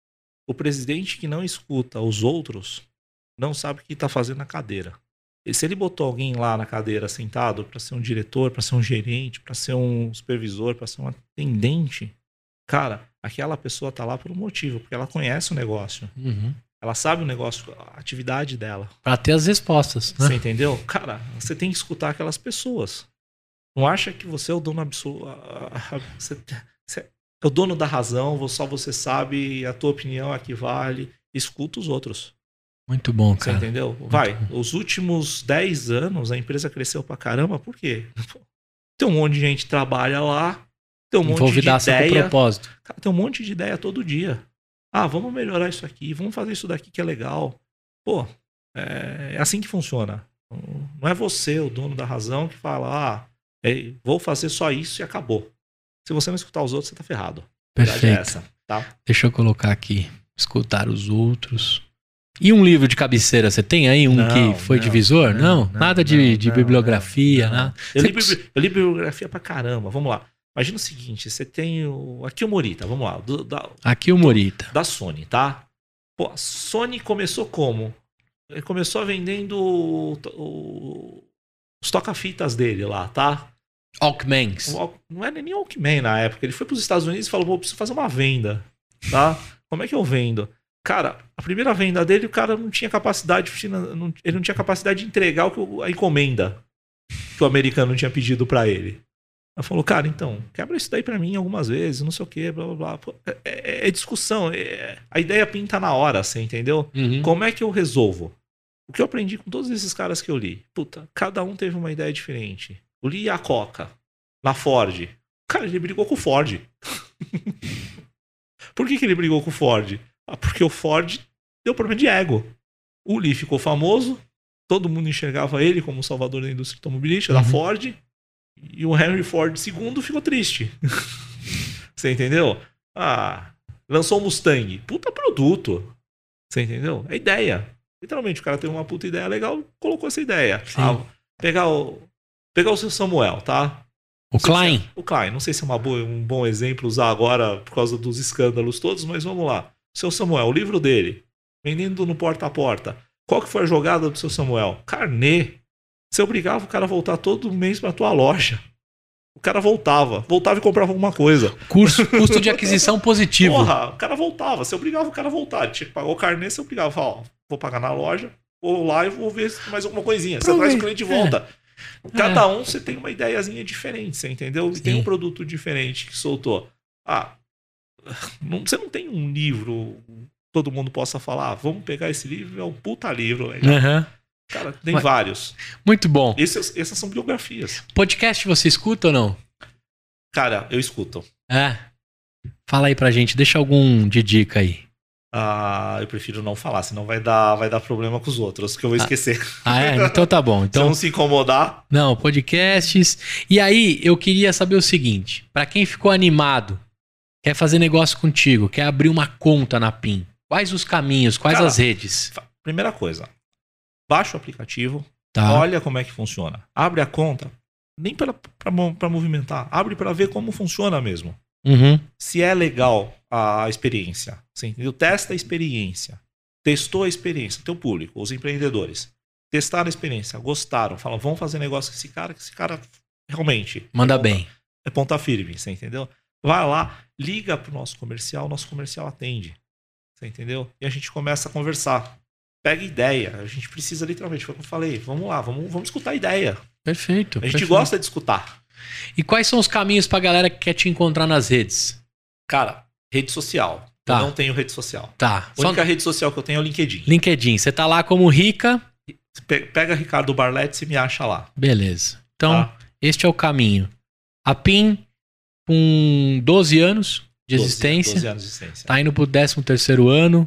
O presidente que não escuta os outros não sabe o que está fazendo na cadeira. E se ele botou alguém lá na cadeira sentado para ser um diretor, para ser um gerente, para ser um supervisor, para ser um atendente, cara, aquela pessoa tá lá por um motivo, porque ela conhece o negócio. Uhum. Ela sabe o negócio, a atividade dela. Pra ter as respostas, né? Você entendeu? Cara, você tem que escutar aquelas pessoas. Não acha que você é o dono absoluto. Você é o dono da razão, só você sabe, a tua opinião é que vale. Escuta os outros. Muito bom, Você cara. entendeu? Os últimos 10 anos a empresa cresceu pra caramba, por quê? Tem um monte de gente que trabalha lá, tem um monte de ideia. Com propósito. Cara, tem um monte de ideia todo dia. Ah, vamos melhorar isso aqui, vamos fazer isso daqui que é legal. Pô, é assim que funciona. Não é você, o dono da razão, que fala, vou fazer só isso e acabou. Se você não escutar os outros, você tá ferrado. Perfeito. É essa, tá? Deixa eu colocar aqui. Escutar os outros. E um livro de cabeceira, você tem aí que foi divisor? Não? Nada de bibliografia, nada. Eu li bibliografia pra caramba. Vamos lá. Imagina o seguinte, você tem o Akio Morita, vamos lá. Akio Morita. Da Sony, tá? Pô, a Sony começou como? Ele começou vendendo os toca-fitas dele lá, tá? Walkmans. Não era nem Walkman na época. Ele foi pros Estados Unidos e falou, pô, preciso fazer uma venda, tá? Como é que eu vendo? Cara, a primeira venda dele, o cara não tinha capacidade, ele não tinha capacidade de entregar a encomenda que o americano tinha pedido pra ele. Ela falou, cara, então, quebra isso daí pra mim algumas vezes, não sei o que, blá, blá, blá. Pô, é discussão, a ideia pinta na hora, você entendeu? Uhum. Como é que eu resolvo? O que eu aprendi com todos esses caras que eu li? Puta, cada um teve uma ideia diferente. Eu li a Coca, na Ford. Cara, ele brigou com o Ford. Por que ele brigou com o Ford? Porque o Ford deu problema de ego. O Lee ficou famoso, todo mundo enxergava ele como o salvador da indústria automobilística, da Ford, e o Henry Ford II ficou triste. Você entendeu? Lançou o Mustang. Puta produto. Você entendeu? É ideia. Literalmente, o cara teve uma puta ideia legal, colocou essa ideia. Pegar o seu Samuel, tá? O Klein. O Klein. Não sei se é um bom exemplo usar agora por causa dos escândalos todos, mas vamos lá. Seu Samuel, o livro dele, vendendo no porta a porta. Qual que foi a jogada do seu Samuel? Carnê. Você obrigava o cara a voltar todo mês pra tua loja. O cara voltava e comprava alguma coisa. Custo de aquisição positivo. Porra, o cara voltava. Você obrigava o cara a voltar. Tinha que pagar o carnê, você obrigava. Fala, vou pagar na loja, vou lá e vou ver mais alguma coisa. Você traz o cliente de volta. Cada um você tem uma ideiazinha diferente, você entendeu? E tem um produto diferente que soltou. Você não tem um livro todo mundo possa falar, vamos pegar esse livro, é um puta livro legal. Uhum. Cara, tem vários. Muito bom. Essas são biografias. Podcast você escuta ou não? Cara, eu escuto. Fala aí pra gente, deixa algum de dica aí. Eu prefiro não falar, senão vai dar problema com os outros, que eu vou esquecer. Então tá bom. Então, se não se incomodar. Não, podcasts. E aí, eu queria saber o seguinte, pra quem ficou animado, quer fazer negócio contigo, quer abrir uma conta na PIN, quais os caminhos, quais as redes? Primeira coisa, baixa o aplicativo, tá. Olha como é que funciona. Abre a conta, nem pra movimentar, abre pra ver como funciona mesmo. Uhum. Se é legal a experiência, você entendeu? Testa a experiência. Testou a experiência, teu público, os empreendedores. Testaram a experiência, gostaram, falam, vamos fazer negócio com esse cara realmente... Manda bem. É ponta firme, você entendeu? Vai lá, liga pro nosso comercial atende. Você entendeu? E a gente começa a conversar. Pega ideia. A gente precisa literalmente, foi o que eu falei. Vamos lá, vamos escutar a ideia. Perfeito. A gente gosta de escutar. E quais são os caminhos pra galera que quer te encontrar nas redes? Cara, rede social. Tá. Eu não tenho rede social. Tá. A única rede social que eu tenho é o LinkedIn. LinkedIn. Você tá lá como Rica. Pega Ricardo Barlett e me acha lá. Beleza. Então, Este é o caminho. A PIN, com 12 anos de existência. 12 anos de existência. Tá indo pro 13º ano.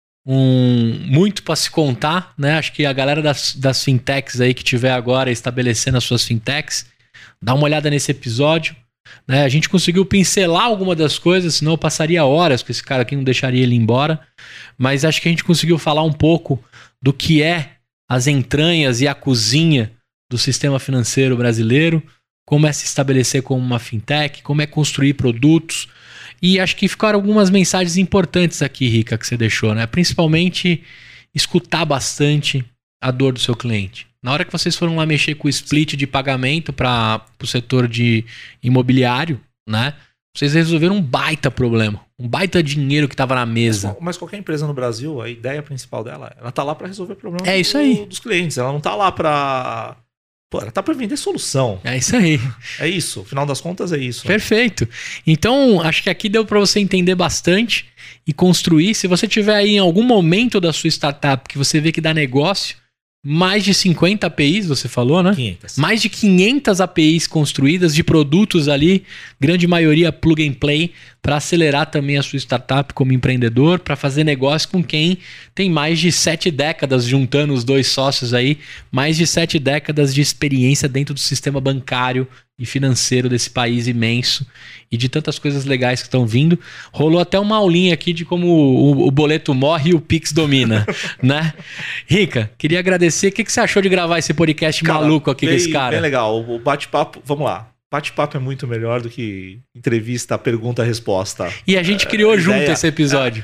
Muito para se contar, né? Acho que a galera das fintechs aí que tiver agora estabelecendo as suas fintechs, dá uma olhada nesse episódio, né? A gente conseguiu pincelar alguma das coisas, senão eu passaria horas com esse cara aqui, não deixaria ele embora, mas acho que a gente conseguiu falar um pouco do que é as entranhas e a cozinha do sistema financeiro brasileiro, como é se estabelecer como uma fintech, como é construir produtos E acho que ficaram algumas mensagens importantes aqui, Rica, que você deixou, né? Principalmente escutar bastante a dor do seu cliente. Na hora que vocês foram lá mexer com o split de pagamento para o setor de imobiliário, né? Vocês resolveram um baita problema, um baita dinheiro que estava na mesa. Mas qualquer empresa no Brasil, a ideia principal dela, ela tá lá para resolver problemas dos clientes. Ela não tá lá para... Pô, ela tá para vender solução. É isso aí. É isso, no final das contas é isso. Perfeito. Então, acho que aqui deu para você entender bastante e construir. Se você tiver aí em algum momento da sua startup que você vê que dá negócio, mais de 50 APIs, você falou, né? 500. Mais de 500 APIs construídas de produtos ali, grande maioria plug and play, para acelerar também a sua startup como empreendedor, para fazer negócio com quem tem mais de 7 décadas, juntando os dois sócios aí, mais de 7 décadas de experiência dentro do sistema bancário e financeiro desse país imenso e de tantas coisas legais que estão vindo. Rolou até uma aulinha aqui de como o boleto morre e o Pix domina, né? Rica, queria agradecer. O que você achou de gravar esse podcast maluco aqui com esse cara? Bem legal. O bate-papo, vamos lá. Bate-papo é muito melhor do que entrevista, pergunta, resposta. E a gente criou junto esse episódio.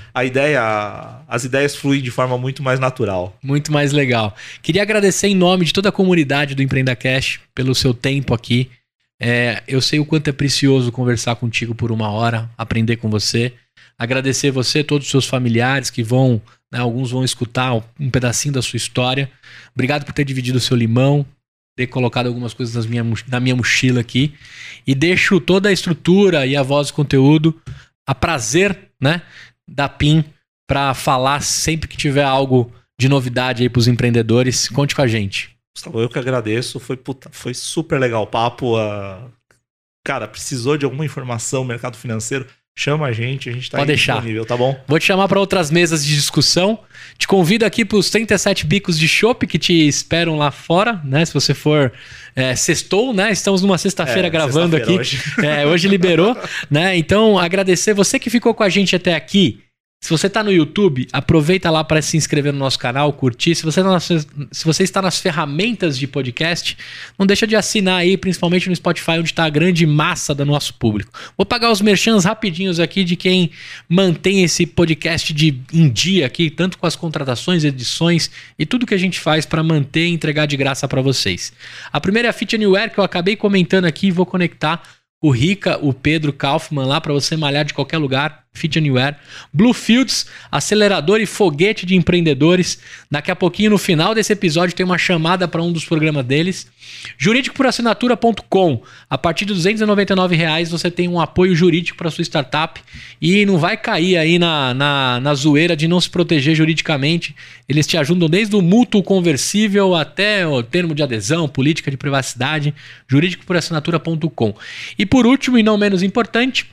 As ideias fluem de forma muito mais natural. Muito mais legal. Queria agradecer em nome de toda a comunidade do EmpreendaCast pelo seu tempo aqui. Eu sei o quanto é precioso conversar contigo por 1 hora, aprender com você. Agradecer você, todos os seus familiares que vão, né, alguns vão escutar um pedacinho da sua história. Obrigado por ter dividido o seu limão, ter colocado algumas coisas na minha mochila aqui. E deixo toda a estrutura e a voz do conteúdo a prazer, né, da PIN para falar sempre que tiver algo de novidade aí para os empreendedores. Conte com a gente. Gustavo, eu que agradeço, foi super legal o papo. Cara, precisou de alguma informação no mercado financeiro, chama a gente tá disponível, tá bom? Vou te chamar para outras mesas de discussão. Te convido aqui para os 37 bicos de chopp que te esperam lá fora, né? Se você for sextou, né? Estamos numa sexta-feira gravando aqui. Hoje liberou, né? Então, agradecer você que ficou com a gente até aqui. Se você está no YouTube, aproveita lá para se inscrever no nosso canal, curtir. Se você está nas ferramentas de podcast, não deixa de assinar aí, principalmente no Spotify, onde está a grande massa do nosso público. Vou pagar os merchans rapidinhos aqui de quem mantém esse podcast em dia aqui, tanto com as contratações, edições e tudo que a gente faz para manter e entregar de graça para vocês. A primeira é a Fit Anywhere, que eu acabei comentando aqui e vou conectar o Rica, o Pedro Kaufmann lá para você malhar de qualquer lugar. Fit Anywhere. Bluefields, acelerador e foguete de empreendedores. Daqui a pouquinho, no final desse episódio, tem uma chamada para um dos programas deles. Jurídicoporassinatura.com. A partir de R$299 você tem um apoio jurídico para sua startup e não vai cair aí na zoeira de não se proteger juridicamente. Eles te ajudam desde o mútuo conversível até o termo de adesão, política de privacidade. Jurídicoporassinatura.com. E por último, e não menos importante,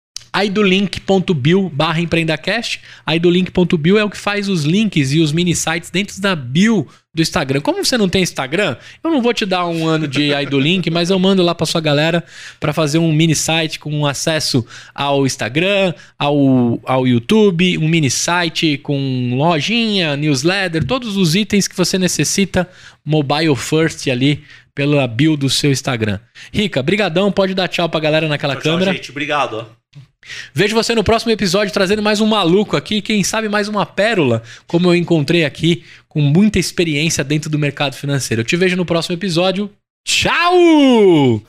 idolink.bio/empreendacast. idolink.bio é o que faz os links e os mini sites dentro da bio do Instagram. Como você não tem Instagram, eu não vou te dar 1 ano de idolink, mas eu mando lá para sua galera para fazer um mini site com acesso ao Instagram, ao YouTube, um mini site com lojinha, newsletter, todos os itens que você necessita mobile first ali pela bio do seu Instagram. Rica, brigadão, pode dar tchau pra galera naquela câmera. Tchau, gente, obrigado. Vejo você no próximo episódio trazendo mais um maluco aqui, quem sabe mais uma pérola, como eu encontrei aqui, com muita experiência dentro do mercado financeiro. Eu te vejo no próximo episódio. Tchau!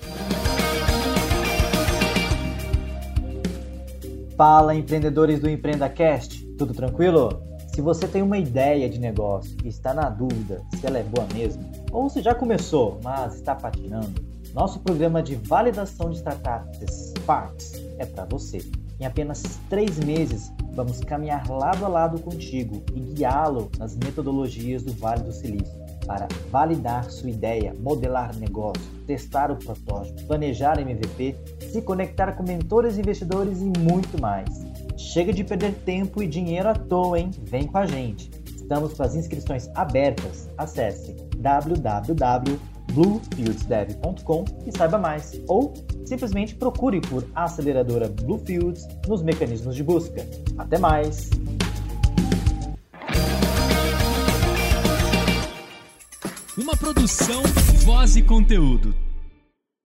Fala, empreendedores do EmpreendaCast, tudo tranquilo? Se você tem uma ideia de negócio e está na dúvida se ela é boa mesmo, ou se já começou, mas está patinando, nosso programa de validação de startups, Sparks, é para você. Em apenas 3 meses, vamos caminhar lado a lado contigo e guiá-lo nas metodologias do Vale do Silício para validar sua ideia, modelar negócio, testar o protótipo, planejar MVP, se conectar com mentores e investidores e muito mais. Chega de perder tempo e dinheiro à toa, hein? Vem com a gente. Estamos com as inscrições abertas. Acesse www.bluefieldsdev.com e saiba mais. Ou simplesmente procure por aceleradora Bluefields nos mecanismos de busca. Até mais! Uma produção, voz e conteúdo.